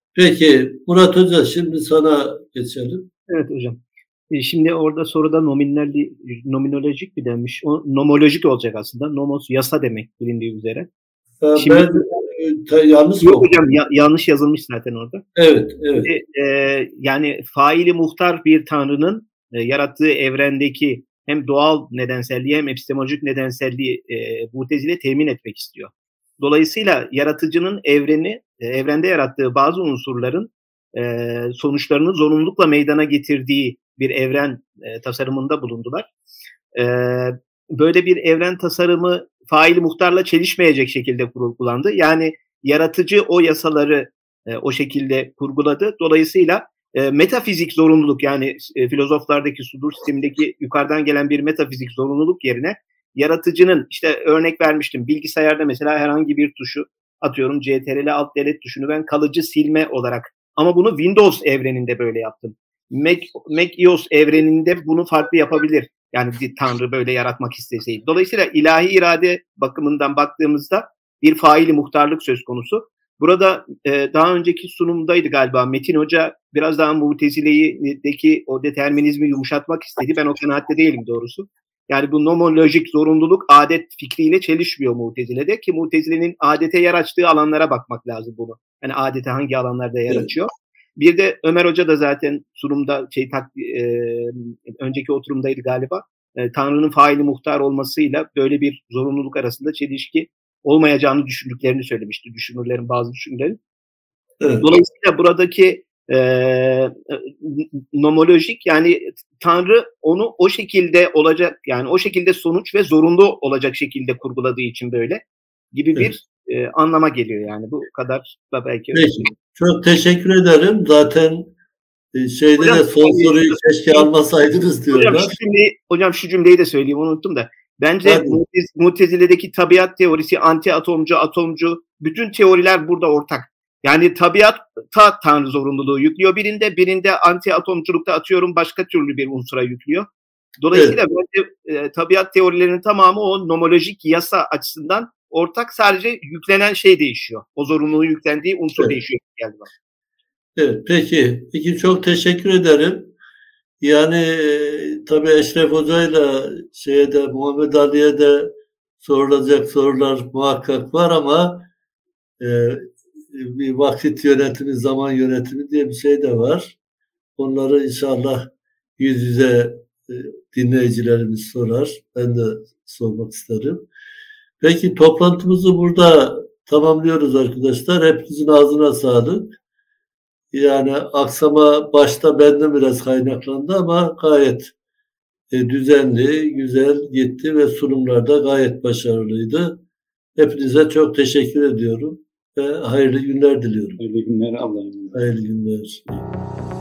Peki Murat Hoca, şimdi sana geçelim. Evet hocam. Şimdi orada soruda nominal, nominolojik mi denmiş? O nomolojik olacak aslında. Nomos yasa demek bilindiği üzere. Ha, Şimdi, ben e, yanlış yok hocam, ya, yanlış yazılmış zaten orada. Evet, evet. Şimdi, e, yani faili muhtar bir tanrının e, yarattığı evrendeki hem doğal nedenselliği hem epistemolojik nedenselliği e, Mu'tezile temin etmek istiyor. Dolayısıyla yaratıcının evreni, e, evrende yarattığı bazı unsurların e, sonuçlarını zorunlulukla meydana getirdiği bir evren e, tasarımında bulundular. E, böyle bir evren tasarımı faili muhtarla çelişmeyecek şekilde kurgulandı. Yani yaratıcı o yasaları e, o şekilde kurguladı. Dolayısıyla e, metafizik zorunluluk, yani e, filozoflardaki sudur sistemindeki yukarıdan gelen bir metafizik zorunluluk yerine yaratıcının, işte örnek vermiştim, bilgisayarda mesela herhangi bir tuşu, atıyorum C T R L Alt Delete tuşunu ben kalıcı silme olarak, ama bunu Windows evreninde böyle yaptım. Mac, Mac O S evreninde bunu farklı yapabilir. Yani bir tanrı böyle yaratmak isteseydi. Dolayısıyla ilahi irade bakımından baktığımızda bir faili muhtarlık söz konusu. Burada e, daha önceki sunumdaydı galiba, Metin Hoca biraz daha Mu'tezile'deki o determinizmi yumuşatmak istedi. Ben o kanaatte değilim doğrusu. Yani bu nomolojik zorunluluk adet fikriyle çelişmiyor Mu'tezile'de, ki Mu'tezile'nin adete yer açtığı alanlara bakmak lazım bunu. Yani adete hangi alanlarda yer açıyor. Bir de Ömer Hoca da zaten sunumda şey tak, e, önceki oturumdaydı galiba. E, Tanrı'nın faili muhtar olmasıyla böyle bir zorunluluk arasında çelişki olmayacağını düşündüklerini söylemişti. Düşünürlerin, bazı düşünürlerin. Evet. Dolayısıyla buradaki e, nomolojik, yani Tanrı onu o şekilde olacak, yani o şekilde sonuç ve zorunlu olacak şekilde kurguladığı için böyle gibi bir evet. e, anlama geliyor yani. Bu kadar da belki. Peki. Çok teşekkür ederim. Zaten şeyde hocam, de son soruyu keşke almasaydınız diyorlar. Hocam şu, cümleyi, hocam şu cümleyi de söyleyeyim, unuttum da. Bence Mutez, Mutezile'deki tabiat teorisi, anti atomcu, atomcu, bütün teoriler burada ortak. Yani tabiatta Tanrı zorunluluğu yüklüyor birinde, birinde anti atomculukta atıyorum başka türlü bir unsura yüklüyor. Dolayısıyla evet. bence e, tabiat teorilerinin tamamı o nomolojik yasa açısından ortak, sadece yüklenen şey değişiyor. O zorunluluğu yüklendiği unsur evet. değişiyor. Geldi bana. Evet, peki. Peki çok teşekkür ederim. Yani e, tabii Eşref Hoca'yla şeye de Muhammed Ali'ye de sorulacak sorular muhakkak var ama e, bir vakit yönetimi, zaman yönetimi diye bir şey de var. Onları inşallah yüz yüze e, dinleyicilerimiz sorar. Ben de sormak isterim. Peki toplantımızı burada tamamlıyoruz arkadaşlar. Hepinizin ağzına sağlık. Yani aksama başta benden biraz kaynaklandı ama gayet e, düzenli, güzel gitti ve sunumlarda gayet başarılıydı. Hepinize çok teşekkür ediyorum ve hayırlı günler diliyorum. Hayırlı günler, Allah'a emanet. Hayırlı günler.